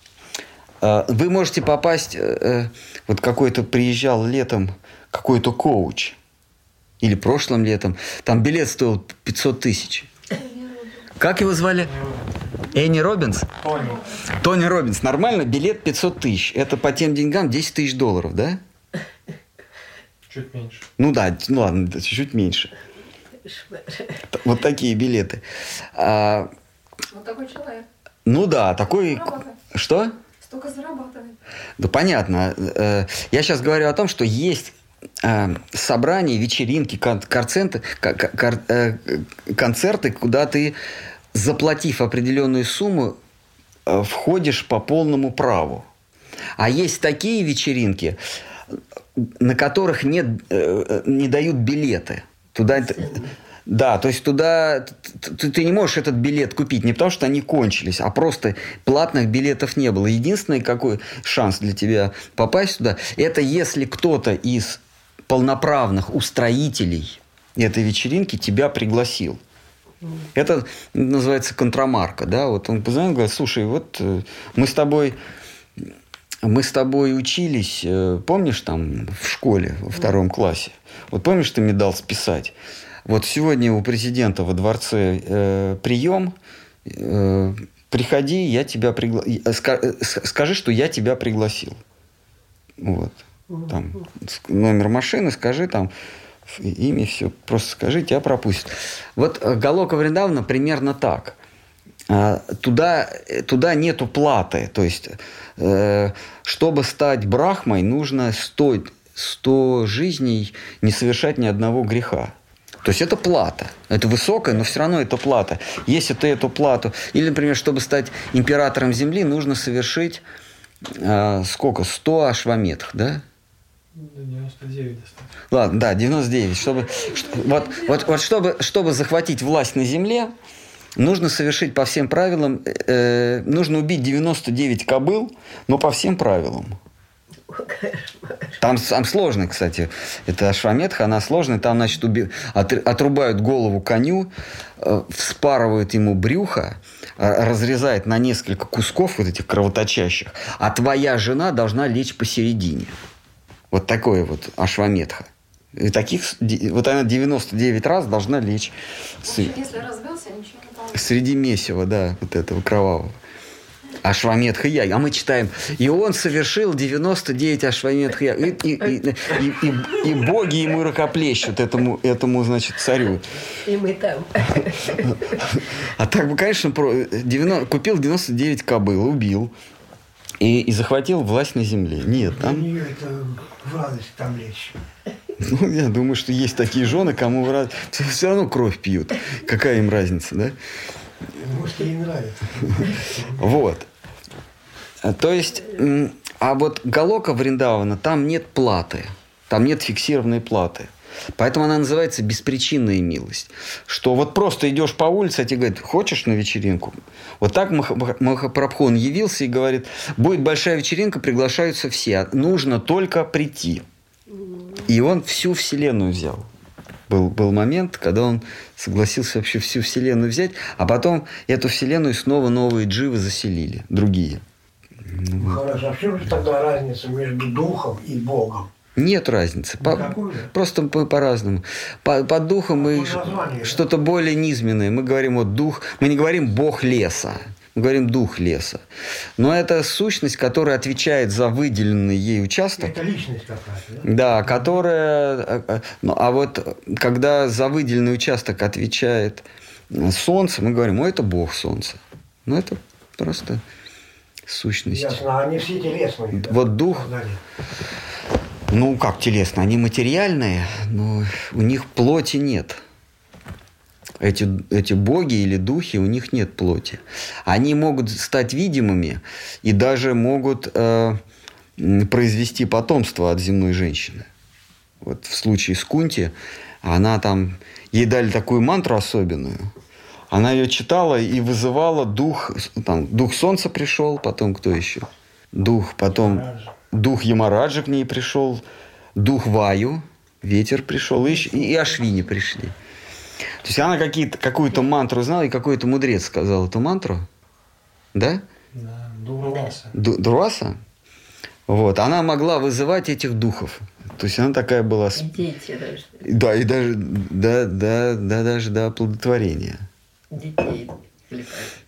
Вы можете попасть, э, вот какой-то приезжал летом какой-то коуч, или прошлым летом, там билет стоил пятьсот тысяч. Как его звали? Энни Робинс? Тони. Тони Робинс. Нормально, билет пятьсот тысяч. Это по тем деньгам десять тысяч долларов, да? Чуть меньше. Ну да, ну ладно, чуть-чуть меньше. Вот такие билеты. А, Вот такой человек. ну да, такой... Зарабатывает. Что? Столько зарабатывает. Да понятно. Я сейчас говорю о том, что есть собрания, вечеринки, концерты, концерты, куда ты, заплатив определенную сумму, входишь по полному праву. А есть такие вечеринки, на которых нет, не дают билеты. Туда, да, то есть туда ты, ты не можешь этот билет купить не потому, что они кончились, а просто платных билетов не было. Единственный какой шанс для тебя попасть туда, это если кто-то из полноправных устроителей этой вечеринки тебя пригласил. Это называется контрамарка, да, вот он позвонил, говорит, слушай, вот мы с тобой, мы с тобой учились, помнишь, там, в школе, во втором классе, вот помнишь, ты мне дал списать, вот сегодня у президента во дворце э, прием, э, приходи, я тебя пригла... скажи, что я тебя пригласил. Вот. Там, номер машины, скажи там имя, все. Просто скажи, тебя пропустят. Вот Галока Вриндавана примерно так. Туда, туда нету платы. То есть, э, чтобы стать брахмой, нужно сто, сто жизней не совершать ни одного греха. То есть это плата. Это высокая, но все равно это плата. Если ты эту плату... Или, например, чтобы стать императором земли, нужно совершить э, сколько? сто ашваметх, да? девяносто девять достаточно. Ладно, да, девяносто девять. Чтобы, вот, вот, вот чтобы, чтобы захватить власть на земле, нужно совершить по всем правилам... Э, нужно убить девяносто девять кобыл, но по всем правилам. Там, там сложно, кстати. Это ашваметха, она сложная. Там, значит, уби... от, отрубают голову коню, э, вспарывают ему брюхо, э, разрезают на несколько кусков вот этих кровоточащих, а твоя жена должна лечь посередине. Вот такое вот ашваметха. И таких... Вот она девяносто девять раз должна лечь. В общем, если разбился, ничего не получится. Среди месива, да, вот этого кровавого. Ашваметха я. А мы читаем, и он совершил девяносто девять ашваметха я. И, и, и, и, и, и боги ему рукоплещут этому, этому, значит, царю. И мы там. А так бы, конечно, девяносто, купил девяносто девять кобыл, убил и, и захватил власть на земле. Нет, Для там... нее это в радость там лечь. Ну, я думаю, что есть такие жены, кому в раз... все равно кровь пьют. Какая им разница, да? Может, ей нравится. Вот. То есть, а вот Галока Вриндавана, там нет платы. Там нет фиксированной платы. Поэтому она называется беспричинная милость. Что вот просто идешь по улице, а тебе говорят, хочешь на вечеринку? Вот так Махапрабху явился и говорит, будет большая вечеринка, приглашаются все. Нужно только прийти. И он всю вселенную взял. Был, был момент, когда он согласился вообще всю вселенную взять, а потом эту вселенную снова новые дживы заселили, другие. Хорошо, а в чем же тогда разница между духом и Богом? Нет разницы. По, просто по, по-разному. По, под духом мы что-то более низменное. Мы говорим вот дух, мы не говорим Бог леса. Мы говорим дух леса. Но это сущность, которая отвечает за выделенный ей участок. Это личность какая-то, да? Да, которая... Ну, а вот когда за выделенный участок отвечает Солнце, мы говорим, о, это Бог Солнца. Ну, это просто сущность. Ясно, они все телесные. Да? Вот дух... Ну, как телесно? Они материальные, но у них плоти нет. Эти, эти боги или духи, у них нет плоти. Они могут стать видимыми и даже могут э, произвести потомство от земной женщины. Вот в случае с Кунти, она там, ей дали такую мантру особенную. Она ее читала и вызывала дух, там, дух солнца пришел, потом кто еще? Дух, потом дух Ямараджа к ней пришел, дух Ваю, ветер пришел, и, и Ашвини пришли. То есть она какие-то, какую-то мантру знала, и какой-то мудрец сказал эту мантру. Да? Да, Дурваса. Дурваса? Вот. Она могла вызывать этих духов. То есть она такая была... И дети даже. Да, и даже, да, да, да, даже до оплодотворения. Детей летают.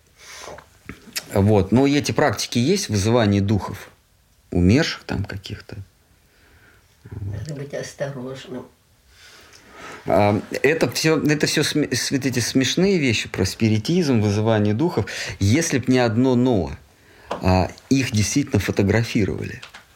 Вот. Но эти практики есть, вызывание духов. Умерших там каких-то. Надо быть осторожным. Это все, это все эти смешные вещи про спиритизм, вызывание духов. Если бы не одно «но», их действительно фотографировали.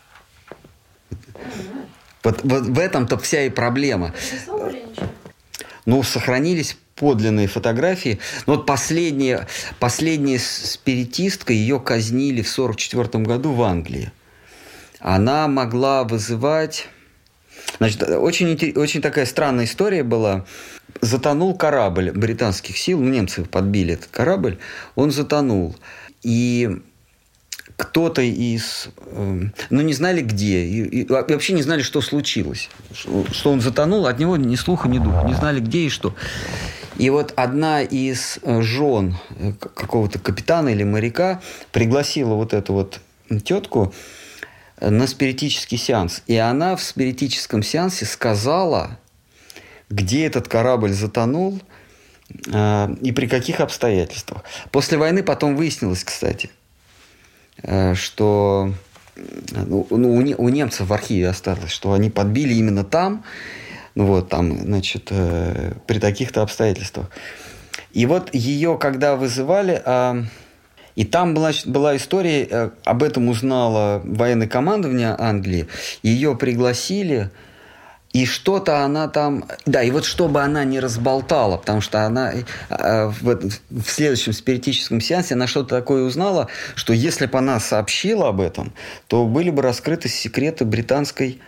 Вот, вот в этом-то вся и проблема. Ну, сохранились подлинные фотографии. Но вот последняя, последняя спиритистка, ее казнили в сорок четвёртом году в Англии. Она могла вызывать... Значит, очень, очень такая странная история была. Затонул корабль британских сил, немцы подбили этот корабль, он затонул. И кто-то из... Ну, не знали где, и, и вообще не знали, что случилось. Что он затонул, от него ни слуха, ни духа, не знали где и что. И вот одна из жен какого-то капитана или моряка пригласила вот эту вот тетку на спиритический сеанс. И она в спиритическом сеансе сказала где этот корабль затонул э, и при каких обстоятельствах. После войны потом выяснилось, кстати, э, что ну, у, у немцев в архиве осталось, что они подбили именно там, ну, вот, там, значит, э, при таких-то обстоятельствах. И вот ее, когда вызывали... Э, И там была, была история, об этом узнало военное командование Англии, ее пригласили, и что-то она там... Да, и вот чтобы она не разболтала, потому что она в, в следующем спиритическом сеансе она что-то такое узнала, что если бы она сообщила об этом, то были бы раскрыты секреты британской...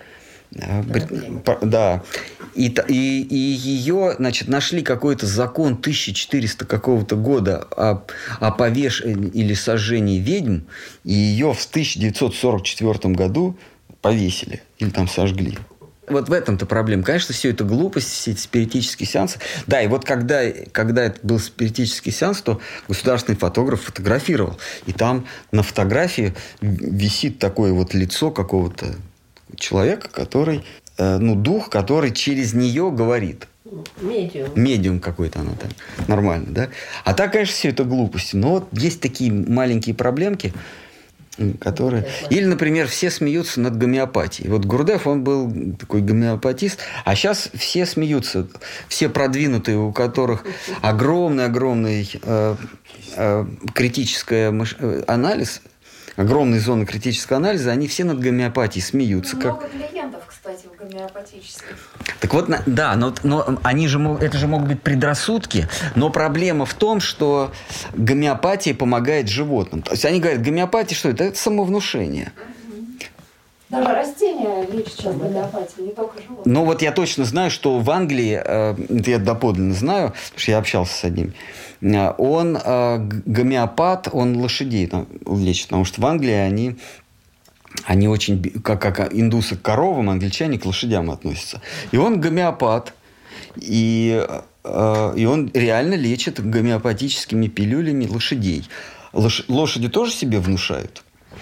Да. И, и, и ее, значит, нашли какой-то закон тысяча четыреста какого-то года о, о повешении или сожжении ведьм, и ее в тысяча девятьсот сорок четвёртом году повесили или там сожгли. Вот в этом-то проблема. Конечно, все это глупость, все эти спиритические сеансы. Да, и вот когда, когда это был спиритический сеанс, то государственный фотограф фотографировал. И там на фотографии висит такое вот лицо какого-то человека, который, э, ну, дух, который через нее говорит. Медиум. Медиум какой-то она там. Нормально, да? А так, конечно, все это глупости. Но вот есть такие маленькие проблемки, которые... Или, например, все смеются над гомеопатией. Вот Гурдев, он был такой гомеопатист, а сейчас все смеются. Все продвинутые, у которых огромный-огромный э, э, критический мыш... анализ, огромные зоны критического анализа, они все над гомеопатией смеются. Много как... клиентов, кстати, в гомеопатических. Так вот, да, но, но они же, это же могут быть предрассудки, но проблема в том, что гомеопатия помогает животным. То есть они говорят, гомеопатия что это? Это самовнушение. Даже растения лечат сейчас гомеопатией, не только животных. Ну вот я точно знаю, что в Англии, это я доподлинно знаю, потому что я общался с одним, он гомеопат, он лошадей там лечит, потому что в Англии они, они очень, как, как индусы к коровам, англичане к лошадям относятся. И он гомеопат, и, и он реально лечит гомеопатическими пилюлями лошадей. Лош, лошади тоже себе внушают?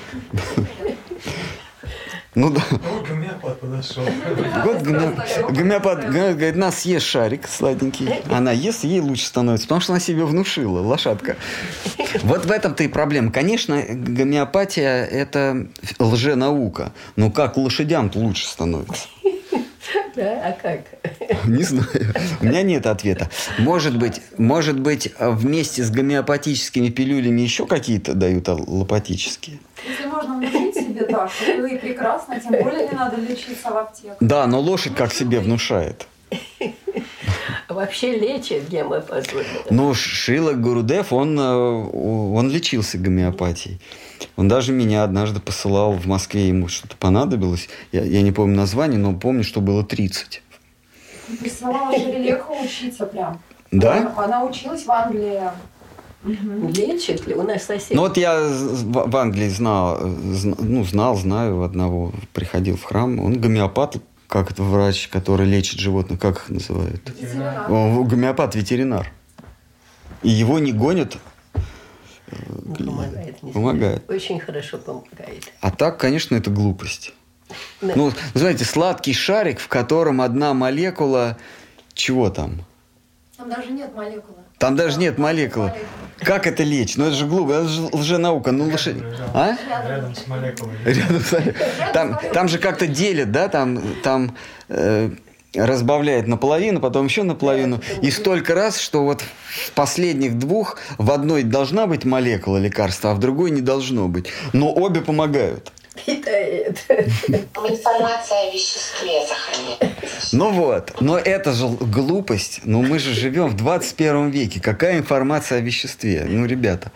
Ну да. Вот гомеопат подошел. Вот гомеопат говорит, на, съешь шарик сладенький. Она ест, ей лучше становится, потому что она себе внушила, лошадка. Вот в этом-то и проблема. Конечно, гомеопатия – это лженаука. Но как лошадям-то лучше становится? Да, а как? Не знаю. У меня нет ответа. Может быть, может быть, вместе с гомеопатическими пилюлями еще какие-то дают аллопатические? Если можно внушить себе так, то и прекрасно, тем более не надо лечиться в аптеке. Да, но лошадь как себе внушает. Вообще лечит гомеопатию. Ну, Шрила Гурудев, он, он лечился гомеопатией. Он даже меня однажды посылал в Москве, ему что-то понадобилось. Я, я не помню название, но помню, что было тридцать. Присылала Шрилеку учиться прям. Да? Она, она училась в Англии. Угу. Лечит ли? У нас сосед. Ну, вот я в, в Англии знал, ну, знал, знаю одного, приходил в храм. Он гомеопат, как это врач, который лечит животных, как их называют? Ветеринар. Гомеопат-ветеринар. И его не гонят. Помогает. Не помогает. Очень хорошо помогает. А так, конечно, это глупость. Да. Ну, знаете, сладкий шарик, в котором одна молекула... Чего там? Там даже нет молекулы. Там даже нет молекулы. Как это лечь? Ну, это же глупо, это же лженаука. Ну, лошадь... А? Рядом с молекулой. Рядом с молекулой. Там, там же как-то делят, да? Там, там э, разбавляет наполовину, потом еще наполовину. И столько раз, что вот в последних двух в одной должна быть молекула лекарства, а в другой не должно быть. Но обе помогают. Питает. Информация о веществе сохраняется. Ну вот, но это же глупость. Ну мы же живем в двадцать первом веке. Какая информация о веществе? Ну, ребята.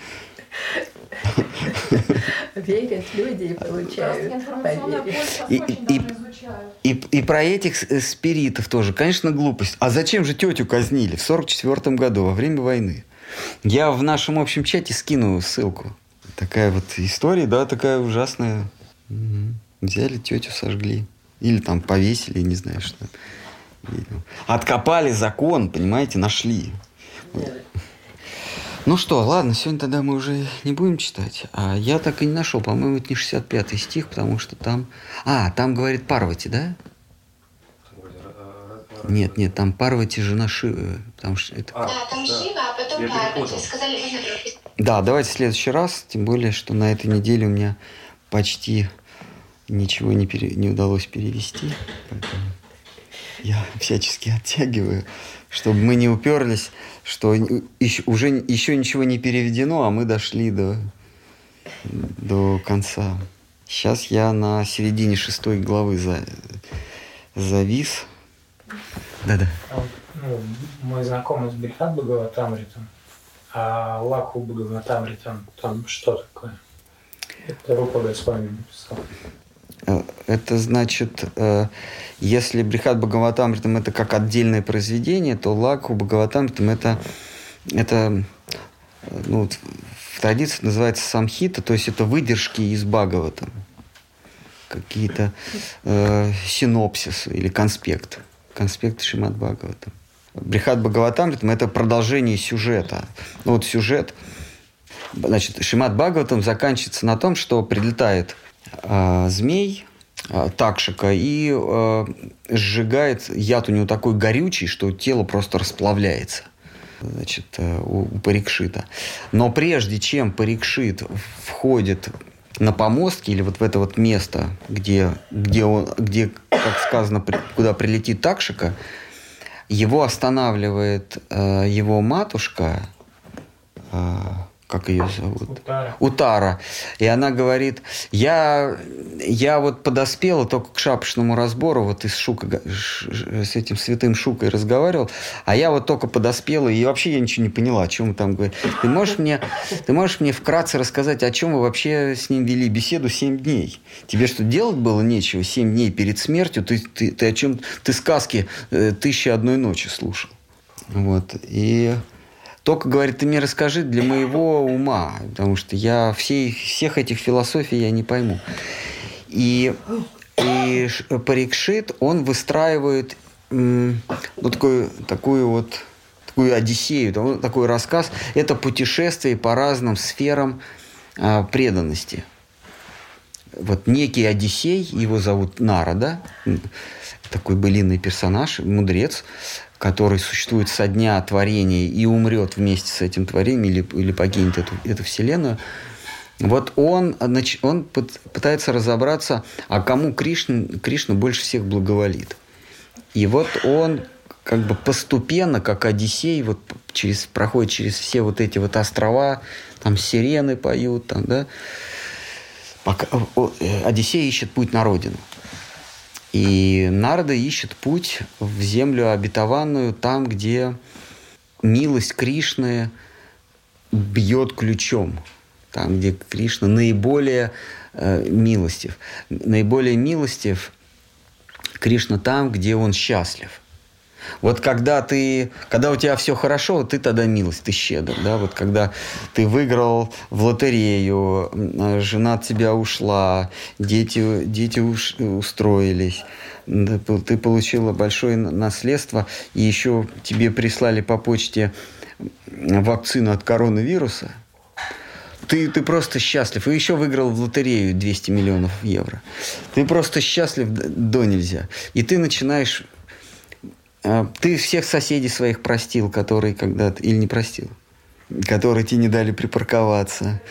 Верят люди и получают. И, и, и, и про этих спиритов тоже, конечно, глупость. А зачем же тетю казнили в сорок четвёртом году, во время войны? Я в нашем общем чате скину ссылку. Такая вот история, да, такая ужасная. Угу. Взяли тетю, сожгли. Или там повесили, не знаю что. Откопали закон, понимаете, нашли. Ну что, ладно, сегодня тогда мы уже не будем читать. А я так и не нашел, по-моему, это не шестьдесят пятый стих, потому что там... А, там говорит Парвати, да? Нет, нет, там Парвати жена Шивы. Потому что это... А, да, там да. Шива, а потом Парвати. Сказали, можно пропустить. Да, давайте в следующий раз, тем более, что на этой неделе у меня почти ничего не, пере... не удалось перевести. Поэтому я всячески оттягиваю, чтобы мы не уперлись, что еще, уже еще ничего не переведено, а мы дошли до, до конца. Сейчас я на середине шестой главы за, завис. Да-да. Ну, мой знакомый с Брихат Бхагаватамритом, а Лакху Бхагаватамритом, там что такое? Это Рупа Госвами написал. Это значит, если Брихат Бхагаватамритам это как отдельное произведение, то Лакху Бхагаватамритам это, это ну, в традиции называется самхита, то есть это выдержки из Бхагаватам, какие-то э, синопсисы или конспект, конспект Шримад Бхагаватам. Брихат Бхагаватамритам это продолжение сюжета. Ну вот сюжет, значит, Шримад Бхагаватам заканчивается на том, что прилетает э, змей э, Такшика и э, сжигает, яд у него такой горючий, что тело просто расплавляется. Значит, у Парикшита. Но прежде чем Парикшит входит на помостки или вот в это вот место, где, где, он, где как сказано, куда прилетит Такшика, его останавливает э, его матушка, э, как ее зовут? Утара. Утара. И она говорит, я, я вот подоспела только к шапошному разбору, вот и с, Шука, с этим святым Шукой разговаривал, а я вот только подоспела, и вообще я ничего не поняла, о чем вы там говорите. Ты можешь мне, ты можешь мне вкратце рассказать, о чем вы вообще с ним вели беседу семь дней? Тебе что, делать было нечего семь дней перед смертью? Ты, ты, ты о чем? Ты сказки «Тысяча одной ночи» слушал. Вот. И... Только, говорит, ты мне расскажи для моего ума, потому что я всей, всех этих философий я не пойму. И, и Парикшит, он выстраивает ну, такую, такую вот такую одиссею, такой рассказ. Это путешествие по разным сферам а, преданности. Вот некий Одиссей, его зовут Нарада, такой былинный персонаж, мудрец, который существует со дня творения и умрет вместе с этим творением или, или покинет эту, эту вселенную. Вот он, он пытается разобраться, а кому Кришна, Кришна больше всех благоволит. И вот он как бы постепенно, как Одиссей, вот через, проходит через все вот эти вот острова, там сирены поют, там, да. Пока, Одиссей ищет путь на родину. И Нарада ищет путь в землю обетованную, там, где милость Кришны бьет ключом. Там, где Кришна наиболее э, милостив. Наиболее милостив Кришна там, где он счастлив. Вот когда ты, когда у тебя все хорошо, ты тогда милость, ты щедр, да, вот когда ты выиграл в лотерею, жена от тебя ушла, дети, дети уш, устроились, ты получила большое наследство, и еще тебе прислали по почте вакцину от коронавируса, ты, ты просто счастлив, и еще выиграл в лотерею двести миллионов евро, ты просто счастлив до нельзя, и ты начинаешь... Ты всех соседей своих простил, которые когда-то... Или не простил. Которые тебе не дали припарковаться.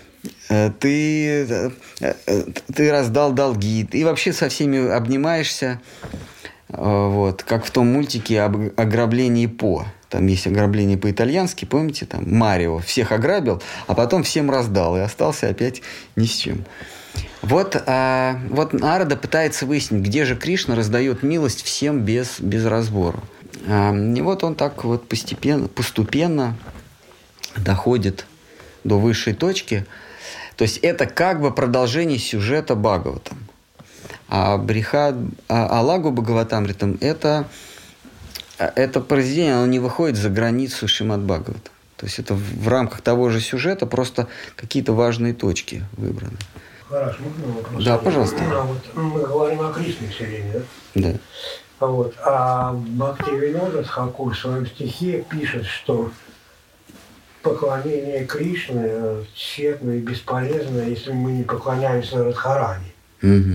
Ты, ты раздал долги. И вообще со всеми обнимаешься. Вот, как в том мультике об ограблении По. Там есть ограбление по-итальянски. Помните? Там Марио всех ограбил, а потом всем раздал. И остался опять ни с чем. Вот, а, вот Нарада пытается выяснить, где же Кришна раздает милость всем без, без разбору. А, и вот он так вот постепенно, постепенно доходит до высшей точки. То есть это как бы продолжение сюжета Бхагаватам. А Брихат, а, а Лагу Бхагаватамритам это, это произведение, оно не выходит за границу Шримад Бхагаватам. То есть это в рамках того же сюжета, просто какие-то важные точки выбраны. Хорошо, можно вопрос? Да, пожалуйста. А вот мы говорим о Кришне все время, да? Да. А, вот, а Бхактивинода Тхакур в своем стихе пишет, что поклонение Кришне тщетно и бесполезно, если мы не поклоняемся Радхарани. Угу.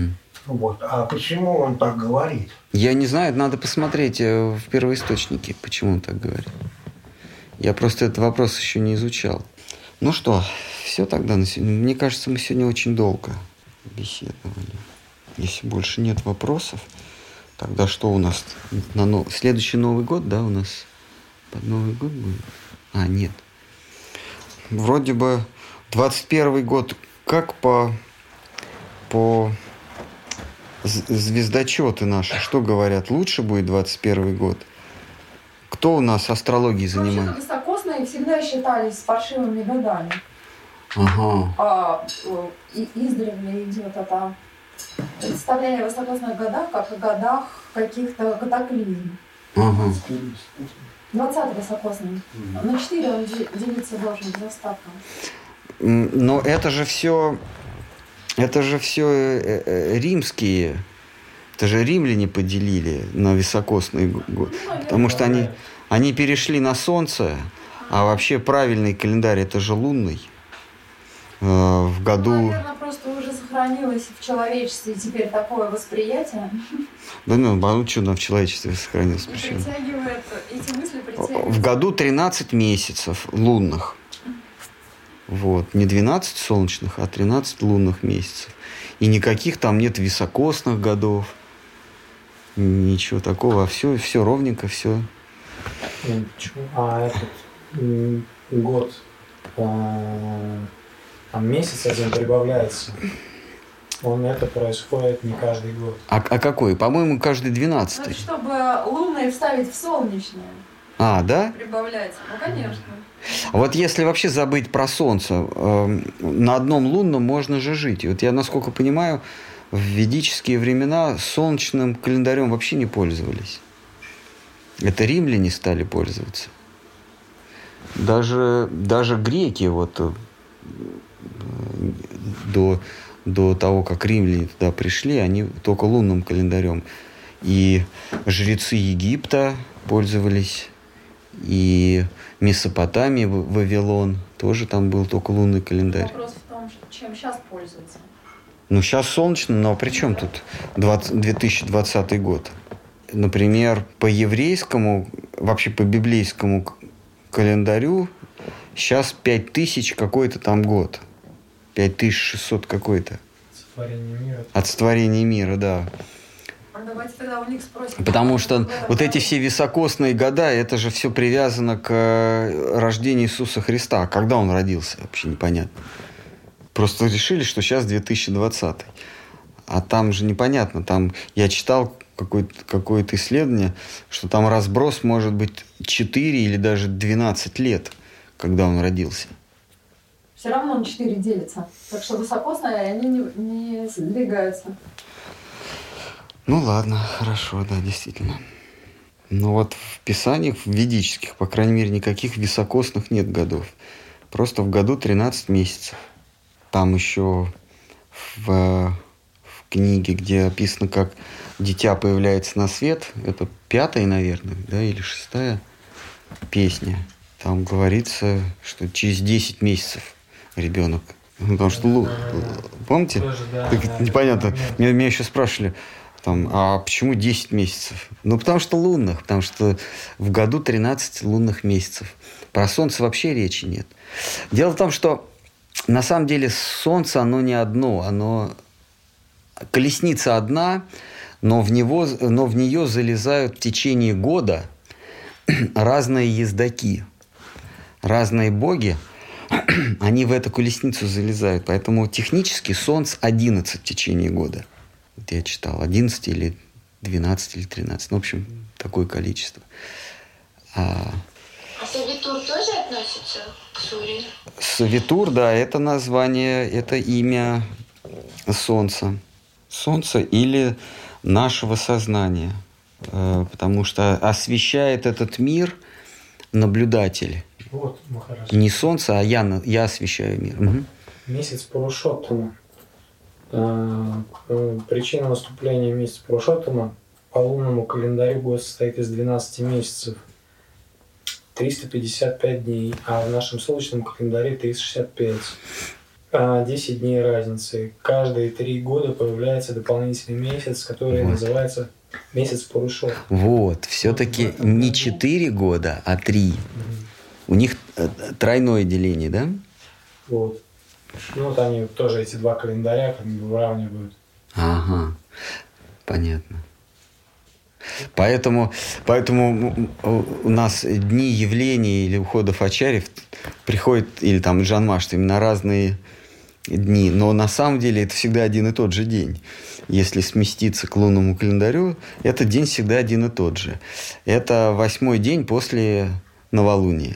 Вот. А почему он так говорит? Я не знаю, надо посмотреть в первоисточнике, почему он так говорит. Я просто этот вопрос еще не изучал. Ну что, все тогда на сегодня. Мне кажется, мы сегодня очень долго беседовали. Если больше нет вопросов, тогда что у нас? На нов... Следующий Новый год, да, у нас под Новый год будет? А, нет. Вроде бы двадцать первый год, как по, по звездочеты наши, что говорят, лучше будет двадцать первый год? Кто у нас астрологией занимается? Вообще-то високосные всегда считались паршивыми годами. Ага. А и издревле идет это представление о высокосных годах как о годах каких-то катаклизм. Ага. двадцатый высокосный. На четыре он делиться должен без остатка. Но это же все, это же все римские, это же римляне поделили на високосный год, потому что они, они перешли на Солнце, а вообще правильный календарь это же лунный. В году... Ну, наверное, просто уже сохранилось в человечестве теперь такое восприятие. Да ну, ну что там в человечестве сохранилось? Причем? Притягивает, эти мысли притягивают. В году тринадцать месяцев лунных. Вот. Не двенадцать солнечных, а тринадцать лунных месяцев. И никаких там нет високосных годов. Ничего такого. А все, все ровненько, все. А этот год... А... Там месяц один прибавляется. Он это происходит не каждый год. А, а какой? По-моему, каждый двенадцатый. Ну, чтобы лунные вставить в солнечное. А, да? Прибавляется. Ну, конечно. Вот если вообще забыть про Солнце, э, на одном лунном можно же жить. И вот я, насколько понимаю, в ведические времена солнечным календарем вообще не пользовались. Это римляне стали пользоваться. Даже, даже греки вот... До, до того, как римляне туда пришли, они только лунным календарем. И жрецы Египта пользовались, и Месопотамия, Вавилон, тоже там был только лунный календарь. Вопрос в том, чем сейчас пользуются. Ну, сейчас солнечно, но при чем тут две тысячи двадцатый год? Например, по еврейскому, вообще по библейскому календарю сейчас пять тысяч какой-то там год. пять тысяч шестьсот какой-то. Сотворение мира. От сотворения мира, да. А давайте тогда у них спросим. Потому что вот эти все високосные года, это же все привязано к рождению Иисуса Христа. Когда он родился, вообще непонятно. Просто решили, что сейчас две тысячи двадцатый. А там же непонятно. Там я читал какое-то, какое-то исследование, что там разброс может быть четыре или даже двенадцать лет, когда он родился. Все равно на четыре делится. Так что высокосные они не, не сдвигаются. Ну ладно, хорошо, да, действительно. Но вот в писаниях, в ведических, по крайней мере, никаких високосных нет годов. Просто в году тринадцать месяцев. Там еще в, в книге, где описано, как дитя появляется на свет, это пятая, наверное, да, или шестая песня. Там говорится, что через десять месяцев ребенок. Потому что, лу... помните? Тоже, да, так, да, непонятно. да. Меня, меня еще спрашивали, там, а почему десять месяцев? Ну, потому что лунных, потому что в году тринадцать лунных месяцев. Про Солнце вообще речи нет. Дело в том, что на самом деле Солнце, оно не одно, оно... Колесница одна, но в, него, но в нее залезают в течение года разные ездаки, разные боги, они в эту колесницу залезают. Поэтому технически Солнце одиннадцать в течение года. Вот я читал, одиннадцать или двенадцать или тринадцать. Ну, в общем, такое количество. А, а Савитур тоже относится к Суре? Савитур, да, это название, это имя Солнца. Солнца или нашего сознания. Потому что освещает этот мир наблюдатель. Вот, Махарадж. Не Солнце, а я, я освещаю мир. Угу. Месяц Пурушоттама. Причина наступления месяца Пурушоттама: по лунному календарю год состоит из двенадцати месяцев, триста пятьдесят пять дней, а в нашем солнечном календаре триста шестьдесят пять. десять дней разницы. Каждые три года появляется дополнительный месяц, который вот. называется месяц Пурушо. Вот, все-таки не четыре года, а три. Угу. У них тройное деление, да? Вот. Ну, вот они тоже эти два календаря как бы выравнивают. Ага, понятно. Поэтому, поэтому у нас дни явления или уходов Ачарьев приходят, или там Джанмаштами, на разные дни. Но на самом деле это всегда один и тот же день. Если сместиться к лунному календарю, этот день всегда один и тот же. Это восьмой день после новолуния.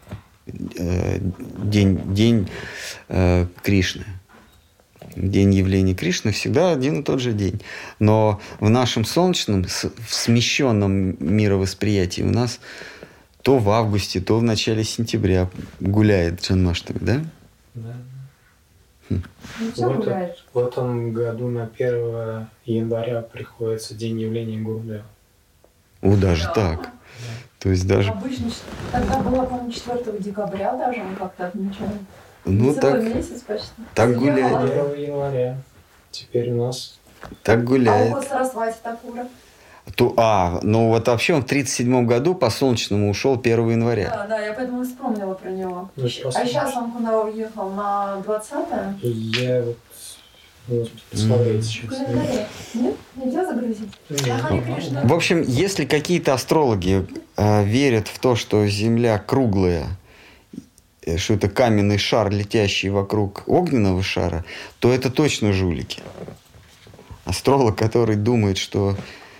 День, день э, Кришны. День явления Кришны всегда один и тот же день. Но в нашем солнечном, в смещенном мировосприятии у нас то в августе, то в начале сентября гуляет Джанмаштами, да? Да. Хм. Ну, в, этом, в этом году на первое января приходится день явления Гурудева. О, даже да. так. Да. То есть даже... Обычно тогда было, по-моему, четвёртого декабря даже мы как-то отмечали. Ну, целый так, месяц почти. Так гуляет. первого января. Теперь у нас... Так гуляет. А у вас Сарасвати Такура? То, а, ну вот вообще он в тридцать седьмом году по солнечному ушел первого января. Да, да, я поэтому вспомнила про него. Ну, а сейчас он куда уехал? На двадцатое? Я вот... Вот, посмотреть mm. сейчас. Нет? Нельзя загрузить? Mm. В общем, если какие-то астрологи э, верят в то, что Земля круглая, что это каменный шар, летящий вокруг огненного шара, то это точно жулики. Астролог, который думает, что,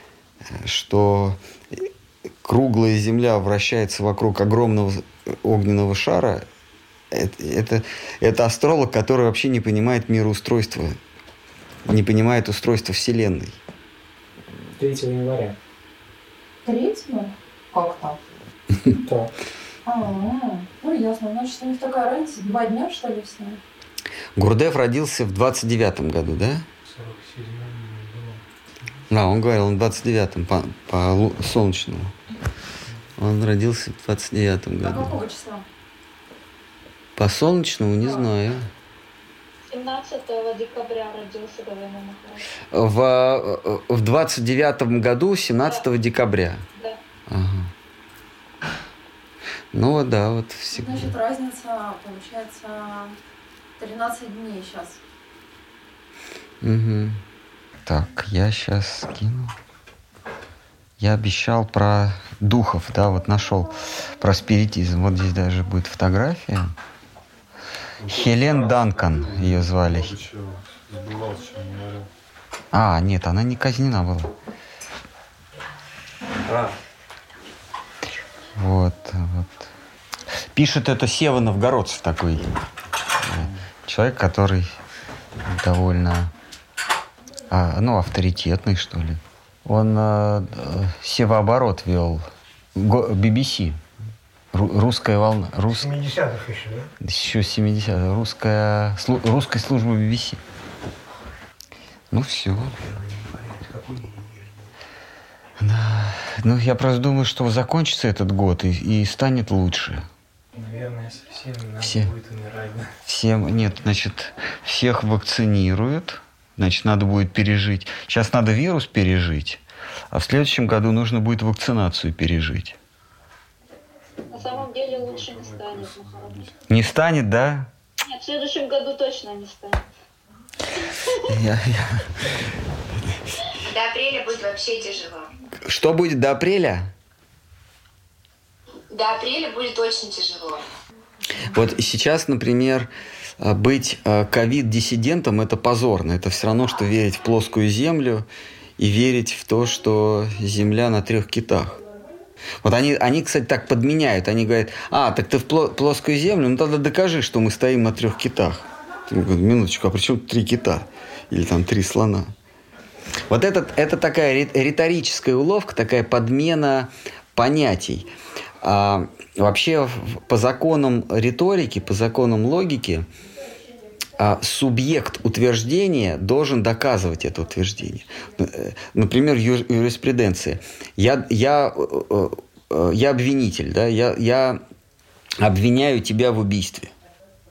что круглая Земля вращается вокруг огромного огненного шара, это, это, это астролог, который вообще не понимает мироустройства, не понимает устройства Вселенной. третьего января. Третьего? Как так? Так. А, ну ясно. Значит, у них такая разница. Два дня, что ли, все? Гурдев родился в двадцать девятом году, да? сорок седьмом. Да, он говорил, он в двадцать девятом по, по солнечному. Он родился в двадцать девятом году. А какого числа? По солнечному не знаю. семнадцатого декабря родился Галина Махарадж. В, в двадцать девятом году, семнадцатого да. декабря. Да. Ага. Ну вот да, вот всегда. Значит, разница получается тринадцать дней сейчас. Угу. Так, я сейчас скину. Я обещал про духов, да, вот нашел про спиритизм. Вот здесь даже будет фотография. Хелен Данкан ее звали. А, нет, она не казнена была. Вот, вот. Пишет это Сева Новгородцев такой. Человек, который довольно, ну, авторитетный, что ли. Он э, севооборот вел би би си. Русская волна. Рус... семидесятых еще, да? Еще семидесятых. Русская, слу... Русская служба би би си. Ну, все. Да. Ну, я просто думаю, что закончится этот год и, и станет лучше. Наверное, совсем не надо Все. будет умирать. Да? Всем, нет, значит, всех вакцинируют. Значит, надо будет пережить. Сейчас надо вирус пережить, а в следующем году нужно будет вакцинацию пережить. На самом деле лучше не станет, Махарадж. Не станет, да? Нет, в следующем году точно не станет. Я, я... До апреля будет вообще тяжело. Что будет до апреля? До апреля будет очень тяжело. Вот сейчас, например, быть ковид-диссидентом – это позорно. Это все равно, что верить в плоскую землю и верить в то, что Земля на трех китах. Вот они, они, кстати, так подменяют. Они говорят, а, так ты в плоскую землю, ну тогда докажи, что мы стоим на трех китах. Я говорю, минуточку, а при чем три кита? Или там три слона? Вот это, это такая риторическая уловка, такая подмена понятий. А вообще по законам риторики, по законам логики субъект утверждения должен доказывать это утверждение. Например, юриспруденция. Я, я, я обвинитель, да? я, я обвиняю тебя в убийстве.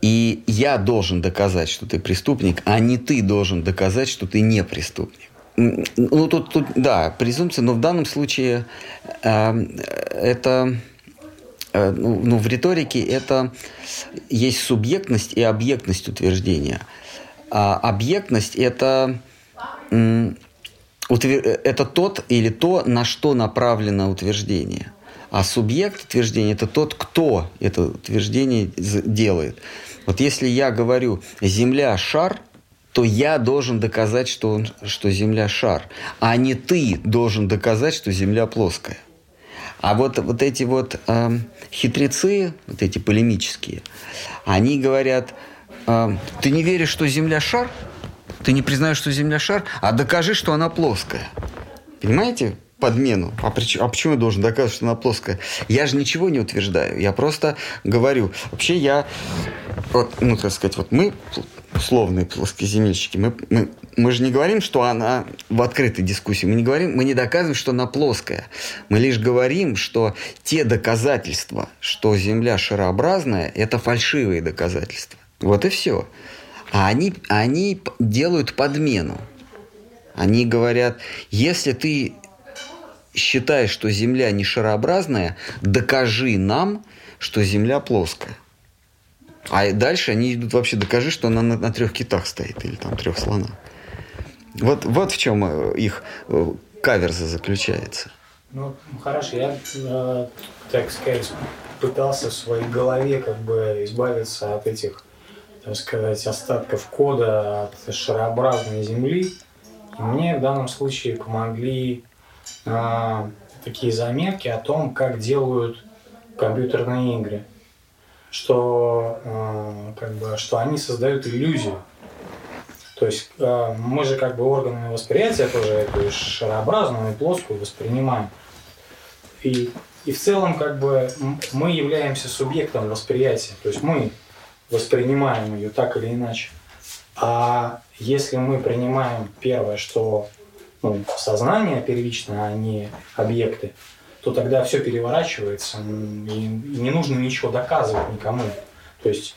И я должен доказать, что ты преступник, а не ты должен доказать, что ты не преступник. Ну, тут, тут да, презумпция, но в данном случае э, это, э, ну, в риторике это есть субъектность и объектность утверждения. А объектность – это, э, утвер... это тот или то, на что направлено утверждение. А субъект утверждения – это тот, кто это утверждение делает. Вот если я говорю «Земля – шар», то я должен доказать, что, он, что Земля – шар, а не ты должен доказать, что Земля плоская. А вот, вот эти вот э, хитрецы, вот эти полемические, они говорят, э, ты не веришь, что Земля – шар? Ты не признаешь, что Земля – шар? А докажи, что она плоская. Понимаете? Подмену. А, при, а почему я должен доказывать, что она плоская? Я же ничего не утверждаю. Я просто говорю. Вообще я, вот, ну, так сказать, вот мы, условные плоскоземельщики, мы, мы, мы же не говорим, что она в открытой дискуссии. Мы не говорим, мы не доказываем, что она плоская. Мы лишь говорим, что те доказательства, что Земля шарообразная, это фальшивые доказательства. Вот и все. А они, они делают подмену. Они говорят, если ты считаешь, что Земля не шарообразная, докажи нам, что Земля плоская. А дальше они идут вообще, докажи, что она на, на трех китах стоит или там трех слонах. Вот, вот в чем их каверза заключается. Ну, хорошо, я, э, так сказать, пытался в своей голове как бы избавиться от этих, так сказать, остатков кода, от шарообразной Земли. И мне в данном случае помогли э, такие заметки о том, как делают компьютерные игры. Что, э, как бы, что они создают иллюзию. То есть э, мы же как бы органами восприятия тоже эту шарообразную и плоскую воспринимаем. И, и в целом как бы мы являемся субъектом восприятия. То есть мы воспринимаем ее так или иначе. А если мы принимаем первое, что ну, сознание первично, а не объекты, то тогда все переворачивается, и не нужно ничего доказывать никому. То есть,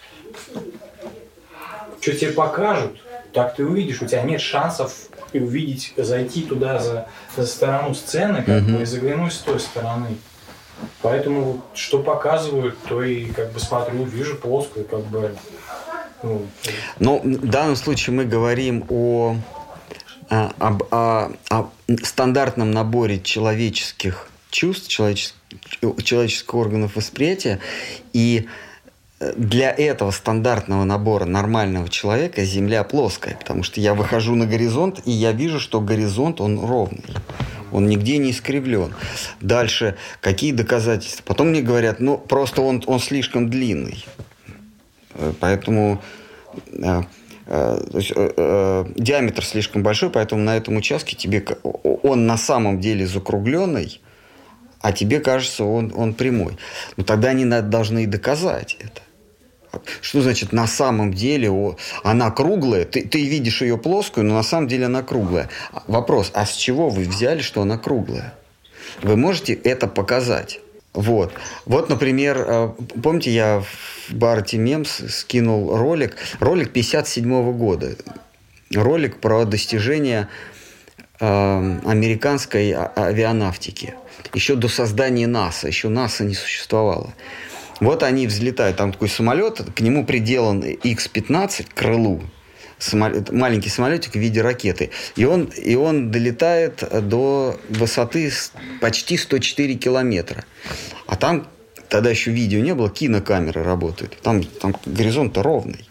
что тебе покажут, так ты увидишь, у тебя нет шансов увидеть, зайти туда за, за сторону сцены, как mm-hmm. бы, и заглянуть с той стороны. Поэтому, что показывают, то и как бы смотрю, вижу плоскую, как бы. Ну, Но в данном случае мы говорим о, о, об, о, о стандартном наборе человеческих чувств, человеческих, человеческих органов восприятия. И для этого стандартного набора нормального человека Земля плоская. Потому что я выхожу на горизонт, и я вижу, что горизонт, он ровный. Он нигде не искривлен. Дальше, какие доказательства? Потом мне говорят, ну, просто он, он слишком длинный. Поэтому э, э, то есть, э, э, диаметр слишком большой, поэтому на этом участке тебе он на самом деле закругленный, а тебе кажется, он, он прямой. Но тогда они должны и доказать это. Что значит на самом деле о, она круглая? Ты, ты видишь ее плоскую, но на самом деле она круглая. Вопрос, а с чего вы взяли, что она круглая? Вы можете это показать? Вот. Вот, например, помните, я в Барти Мемс скинул ролик, ролик пятьдесят седьмого года. Ролик про достижения э, американской авианавтики. Еще до создания НАСА. Еще НАСА не существовало. Вот они взлетают. Там такой самолет, к нему приделан икс пятнадцать к крылу. Самолет, маленький самолетик в виде ракеты. И он, и он долетает до высоты почти сто четыре километра. А там, тогда еще видео не было, кинокамеры работают. Там, там горизонт ровный.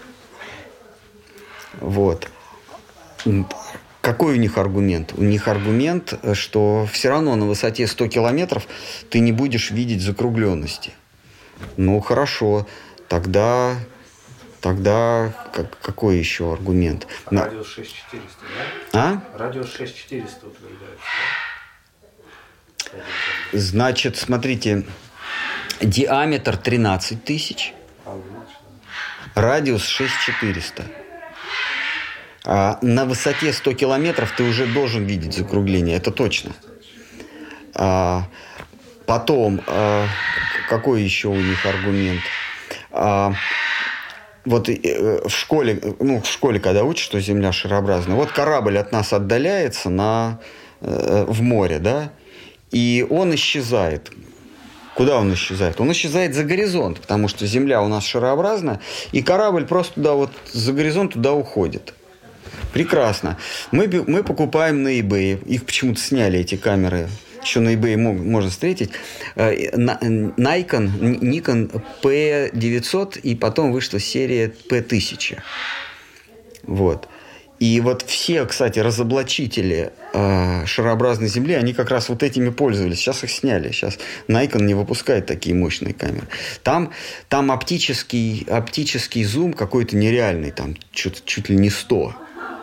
Вот. Какой у них аргумент? У них аргумент, что все равно на высоте сто километров ты не будешь видеть закругленности. Ну, хорошо. Тогда... Тогда как, какой еще аргумент? А На... Радиус шесть тысяч четыреста, да? А? Радиус шесть тысяч четыреста утверждается. Значит, смотрите, диаметр тринадцать тысяч, радиус шесть тысяч четыреста. А на высоте сто километров ты уже должен видеть закругление, это точно. А потом, а, какой еще у них аргумент? А, вот в школе, ну, в школе, когда учат, что Земля шарообразная, вот корабль от нас отдаляется на, в море, да, и он исчезает. Куда он исчезает? Он исчезает за горизонт, потому что Земля у нас шарообразная, и корабль просто туда вот за горизонт туда уходит. Прекрасно. Мы, мы покупаем на eBay, их почему-то сняли, эти камеры, еще на eBay можно встретить, Nikon, Nikon пи девятьсот, и потом вышла серия пи тысяча. Вот. И вот все, кстати, разоблачители э, шарообразной Земли, они как раз вот этими пользовались. Сейчас их сняли. Сейчас Nikon не выпускает такие мощные камеры. Там, там оптический, оптический зум какой-то нереальный, там чуть, чуть ли не сто.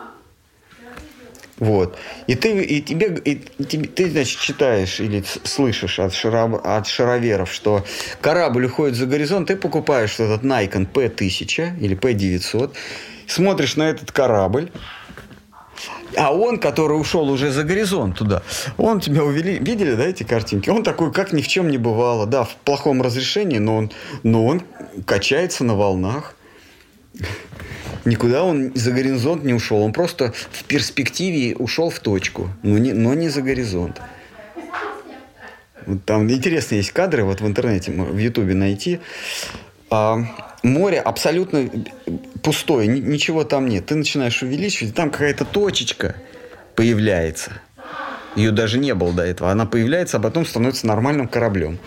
Вот. И ты, и тебе, и тебе, ты, значит, читаешь или слышишь от, шаро, от шароверов, что корабль уходит за горизонт, ты покупаешь этот Nikon пи тысяча или пи девятьсот, смотришь на этот корабль, а он, который ушел уже за горизонт туда, он тебя увели... Видели, да, эти картинки? Он такой, как ни в чем не бывало. Да, в плохом разрешении, но он, но он качается на волнах. Никуда он за горизонт не ушел. Он просто в перспективе ушел в точку, но не, но не за горизонт. Вот там интересные есть кадры, вот в интернете, в Ютубе найти. А, море абсолютно пустое, ничего там нет. Ты начинаешь увеличивать, там какая-то точечка появляется. Ее даже не было до этого. Она появляется, а потом становится нормальным кораблем.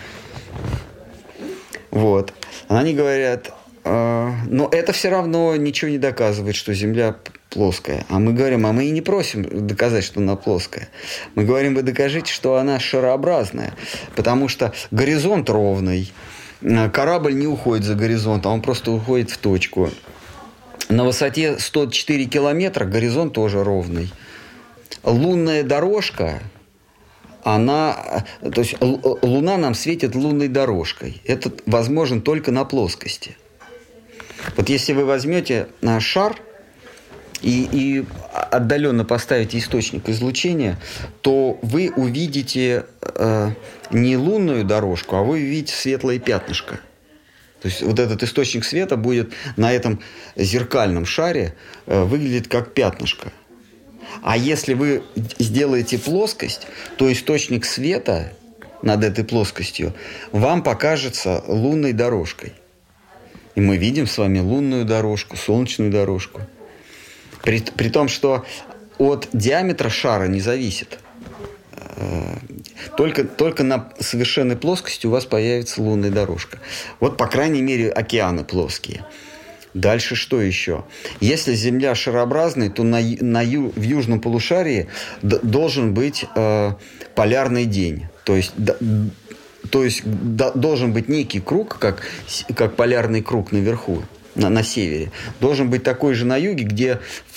Вот. Они говорят, э, но это все равно ничего не доказывает, что Земля плоская. А мы говорим, а мы и не просим доказать, что она плоская. Мы говорим, вы докажите, что она шарообразная. Потому что горизонт ровный. Корабль не уходит за горизонт, а он просто уходит в точку. На высоте сто четыре километра горизонт тоже ровный. Лунная дорожка, она, то есть Луна нам светит лунной дорожкой. Это возможно только на плоскости. Вот если вы возьмете шар и, и отдаленно поставите источник излучения, то вы увидите э, не лунную дорожку, а вы увидите светлое пятнышко. То есть вот этот источник света будет на этом зеркальном шаре э, выглядеть как пятнышко. А если вы сделаете плоскость, то источник света над этой плоскостью вам покажется лунной дорожкой. И мы видим с вами лунную дорожку, солнечную дорожку. При, при том, что от диаметра шара не зависит. Только, только на совершенной плоскости у вас появится лунная дорожка. Вот, по крайней мере, океаны плоские. Дальше что еще? Если Земля шарообразная, то на, на ю, в южном полушарии д, должен быть э, полярный день. То есть, д, то есть д, должен быть некий круг, как, как полярный круг наверху. На, на севере. Должен быть такой же на юге, где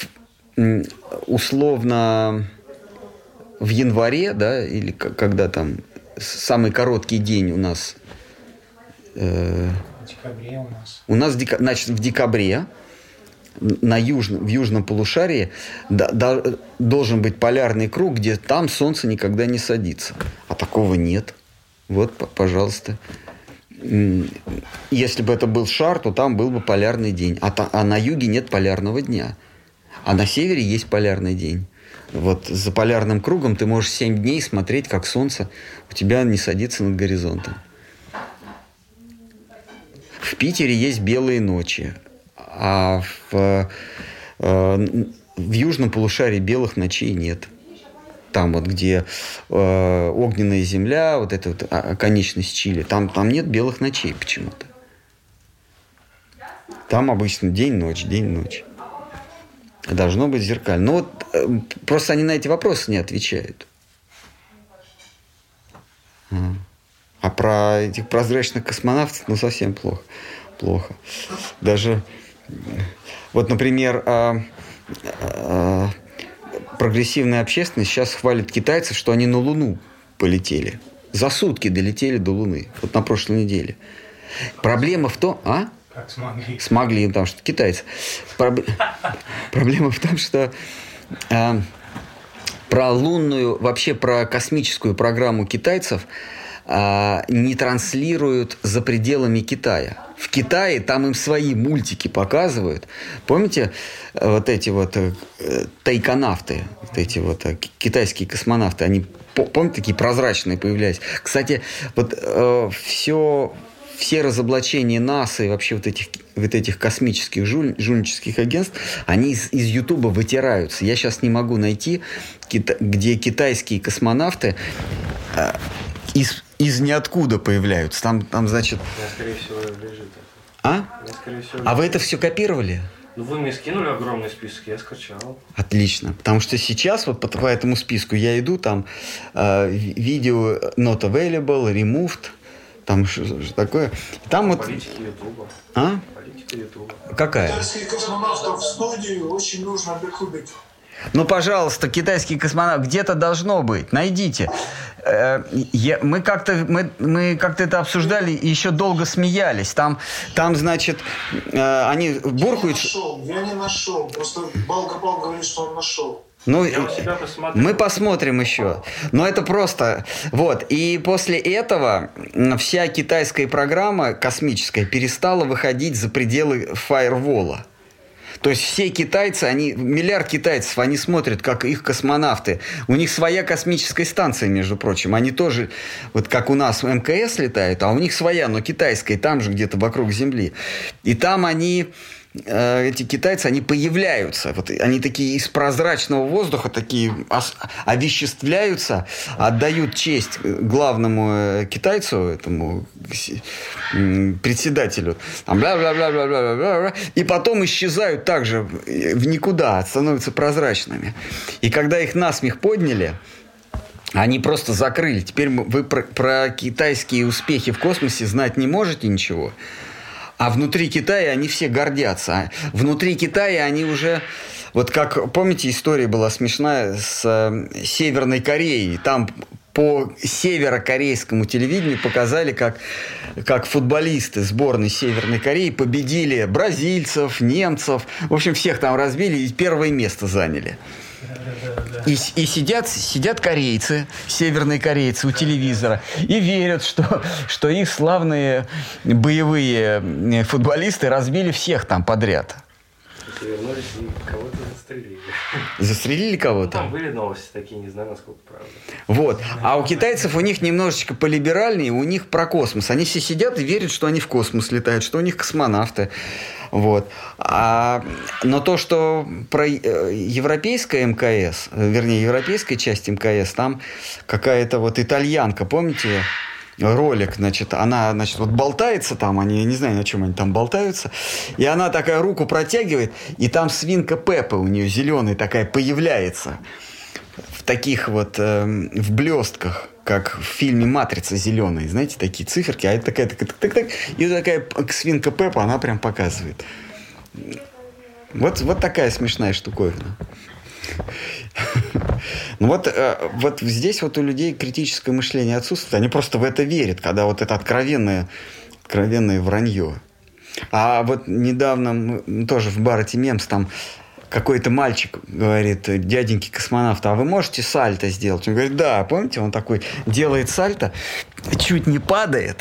условно в январе, да, или когда там самый короткий день у нас... Э, в декабре у нас. У нас, значит, в декабре на южном, в южном полушарии да, да, должен быть полярный круг, где там солнце никогда не садится. А такого нет. Вот, пожалуйста. Если бы это был шар, то там был бы полярный день. А, та, а на юге нет полярного дня. А на севере есть полярный день. Вот за полярным кругом ты можешь семь дней смотреть, как солнце у тебя не садится над горизонтом. В Питере есть белые ночи. А в, э, в южном полушарии белых ночей нет. Там вот, где э, огненная земля, вот эта вот оконечность Чили, там, там нет белых ночей почему-то. Там обычно день-ночь, день-ночь. Должно быть зеркально. Но вот э, просто они на эти вопросы не отвечают. А, а про этих прозрачных космонавтов, ну, совсем плохо. Плохо. Даже, вот, например, э, э, прогрессивная общественность сейчас хвалит китайцев, что они на Луну полетели. За сутки долетели до Луны. Вот на прошлой неделе. Проблема в том... А? Как смогли. Смогли, потому что китайцы. Проб... Проблема в том, что э, про лунную, вообще про космическую программу китайцев а, не транслируют за пределами Китая. В Китае там им свои мультики показывают. Помните вот эти вот э, тайконавты, вот эти вот э, китайские космонавты, они, помните, такие прозрачные появлялись. Кстати, вот э, все, все разоблачения НАСА и вообще вот этих, вот этих космических жуль, жульнических агентств, они из, из Ютуба вытираются. Я сейчас не могу найти, кита, где китайские космонавты э, из из ниоткуда появляются. Там, там значит... У меня, скорее всего, лежит. А? Меня, скорее всего, а вы это все копировали? Ну, вы мне скинули огромный список, я скачал. Отлично. Потому что сейчас вот по, по этому списку я иду, там э, видео not available, removed, там что такое. Там вот... Политики Ютуба. А? Политика Ютуба. Какая? Китайских космонавтов в студию очень нужно докубить. Ну, пожалуйста, китайский космонавт где-то должно быть. Найдите. Я, мы, как-то, мы, мы как-то это обсуждали и еще долго смеялись. Там, там значит, они буркают... Я не нашел, я не нашел. Просто Балгапал говорит, что он нашел. Ну, мы посмотрим еще. Но это просто... Вот. И после этого вся китайская программа космическая перестала выходить за пределы фаервола. То есть все китайцы, они, миллиард китайцев, они смотрят, как их космонавты. У них своя космическая станция, между прочим. Они тоже, вот как у нас эм ка эс летают, а у них своя, но китайская, там же где-то вокруг Земли. И там они... эти китайцы, они появляются. Вот они такие из прозрачного воздуха, такие овеществляются, отдают честь главному китайцу, этому председателю, там, бла-бла-бла-бла-бла-бла, и потом исчезают также в никуда, становятся прозрачными. И когда их насмех подняли, они просто закрыли. Теперь вы про, про китайские успехи в космосе знать не можете ничего. А внутри Китая они все гордятся. Внутри Китая они уже... Вот как, помните, история была смешная с э, Северной Кореей. Там по северокорейскому телевидению показали, как, как футболисты сборной Северной Кореи победили бразильцев, немцев. В общем, всех там разбили и первое место заняли. И, и сидят, сидят корейцы, северные корейцы у телевизора и верят, что, что их славные боевые футболисты разбили всех там подряд. Вернулись и кого-то застрелили. Застрелили кого-то? Ну, там были новости такие, не знаю, насколько правда. Вот. А у китайцев у них немножечко полиберальнее, у них про космос. Они все сидят и верят, что они в космос летают, что у них космонавты. Вот. А, но то, что про европейская эм ка эс, вернее, европейская часть эм ка эс, там какая-то вот итальянка, помните, ролик, значит, она, значит, вот болтается там, они, я не знаю, на чем они там болтаются, и она такая руку протягивает, и там свинка Пеппа у нее зеленая такая появляется в таких вот, э, в блестках, как в фильме «Матрица» зеленые, знаете, такие циферки, а это такая, так, так, так, и такая свинка Пеппа, она прям показывает. Вот, вот такая смешная штуковина. Ну вот, вот здесь вот у людей критическое мышление отсутствует, они просто в это верят, когда вот это откровенное, откровенное вранье. А вот недавно мы тоже в Барате Мемс там какой-то мальчик говорит дяденьке космонавту: а вы можете сальто сделать? Он говорит: да. Помните, он такой делает сальто, чуть не падает,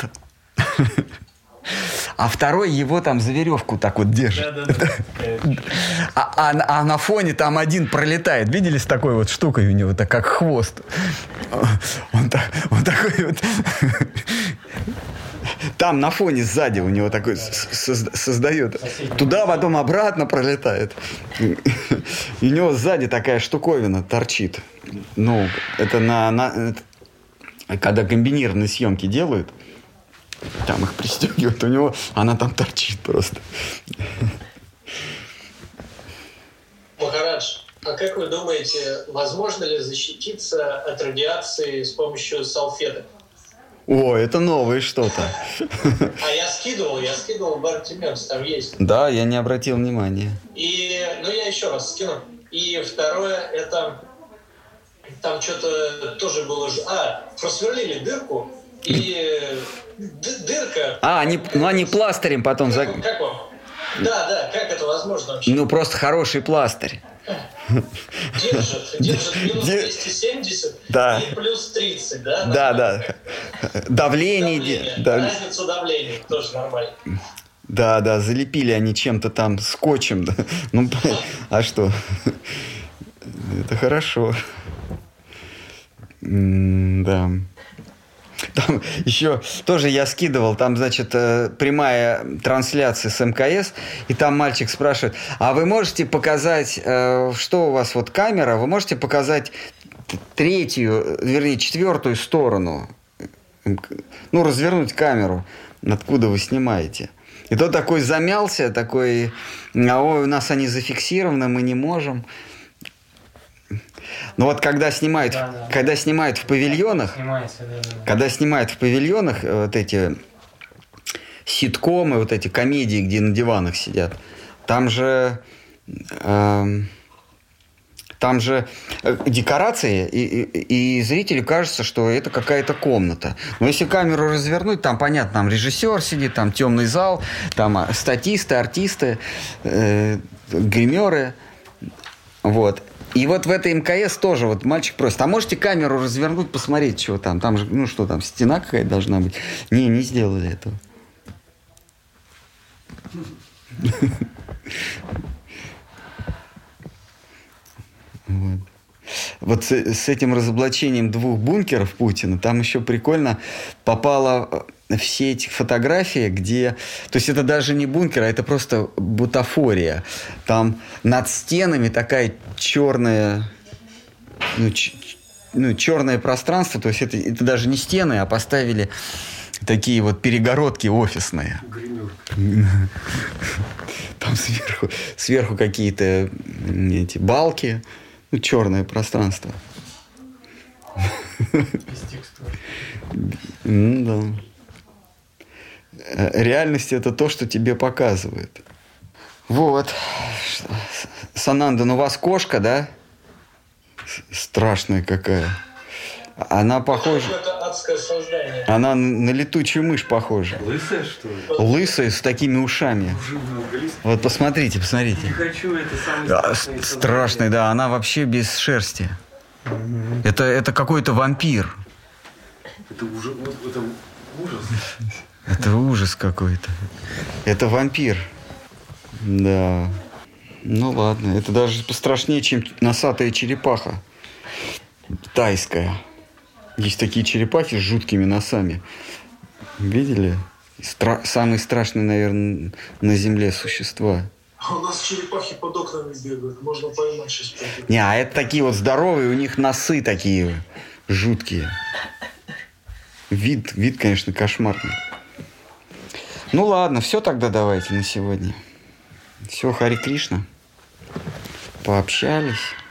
а второй его там за веревку так вот держит. Да, да, да. А, а, а на фоне там один пролетает. Видели, с такой вот штукой у него, так как хвост. Он, так, он такой вот... Там на фоне сзади у него такой создает. Туда, потом обратно пролетает. И у него сзади такая штуковина торчит. Ну, это на... на это, когда комбинированные съемки делают, там их пристегивают, у него она там торчит просто. Махарадж, а как вы думаете, возможно ли защититься от радиации с помощью салфеток? О, это новое что-то. А я скидывал, я скидывал в Барате Мемс, там есть. Да, я не обратил внимания. И, ну, я еще раз скину. И второе, это там что-то тоже было... А, просверлили дырку, и дырка... А, они, ну они пластырем потом... Как, как вам? Да, да, как это возможно вообще? Ну, просто хороший пластырь. Держит, держит минус двести семьдесят Да. и плюс тридцать, да? Да, да. Давление. Давление. Да. Разницу давления тоже нормально. Да, да, залепили они чем-то там, скотчем. Да. Ну, а что? Это хорошо. Да. Там еще тоже я скидывал, там, значит, прямая трансляция с эм ка эс, и там мальчик спрашивает, а вы можете показать, что у вас вот камера, вы можете показать третью, вернее, четвертую сторону, ну, развернуть камеру, откуда вы снимаете. И тот такой замялся, такой, а ой, у нас они зафиксированы, мы не можем. Но вот когда снимают, да, да. когда снимают в павильонах, да, да, да. когда снимают в павильонах вот эти ситкомы, вот эти комедии, где на диванах сидят, там же, э, там же декорации, и, и, и зрителю кажется, что это какая-то комната. Но если камеру развернуть, там, понятно, там режиссер сидит, там темный зал, там статисты, артисты, э, гримеры, вот. И вот в этой эм ка эс тоже вот мальчик просит, а можете камеру развернуть, посмотреть, что там? Там же, ну что там, стена какая-то должна быть. Не, не сделали этого. Вот. Вот с, с этим разоблачением двух бункеров Путина, там еще прикольно попало все эти фотографии, где... То есть это даже не бункер, а это просто бутафория. Там над стенами такая черная... Ну, ч, ну, черное пространство. То есть это, это даже не стены, а поставили такие вот перегородки офисные. Там сверху, сверху какие-то эти балки. Ну, черное пространство. Без текстур. Ну, да. Реальность – это то, что тебе показывают. Вот. Сананда, ну у вас кошка, да? Страшная какая. Она похожа... Это адское создание. Она на летучую мышь похожа. Лысая, что ли? Лысая, с такими ушами. Вот посмотрите, посмотрите. Не хочу, это самый да, страшный. Страшный, да. Она вообще без шерсти. Mm-hmm. Это, это какой-то вампир. Это, ужас, это ужас. Это ужас какой-то. Это вампир. Да. Ну ладно. Это даже пострашнее, чем носатая черепаха. Тайская. Есть такие черепахи с жуткими носами. Видели? Стра- самые страшные, наверное, на Земле существа. А у нас черепахи под окнами бегают. Можно поймать сейчас. Не, а это такие вот здоровые, у них носы такие жуткие. Вид, вид, конечно, кошмарный. Ну ладно, все тогда давайте на сегодня. Все, Хари Кришна. Пообщались.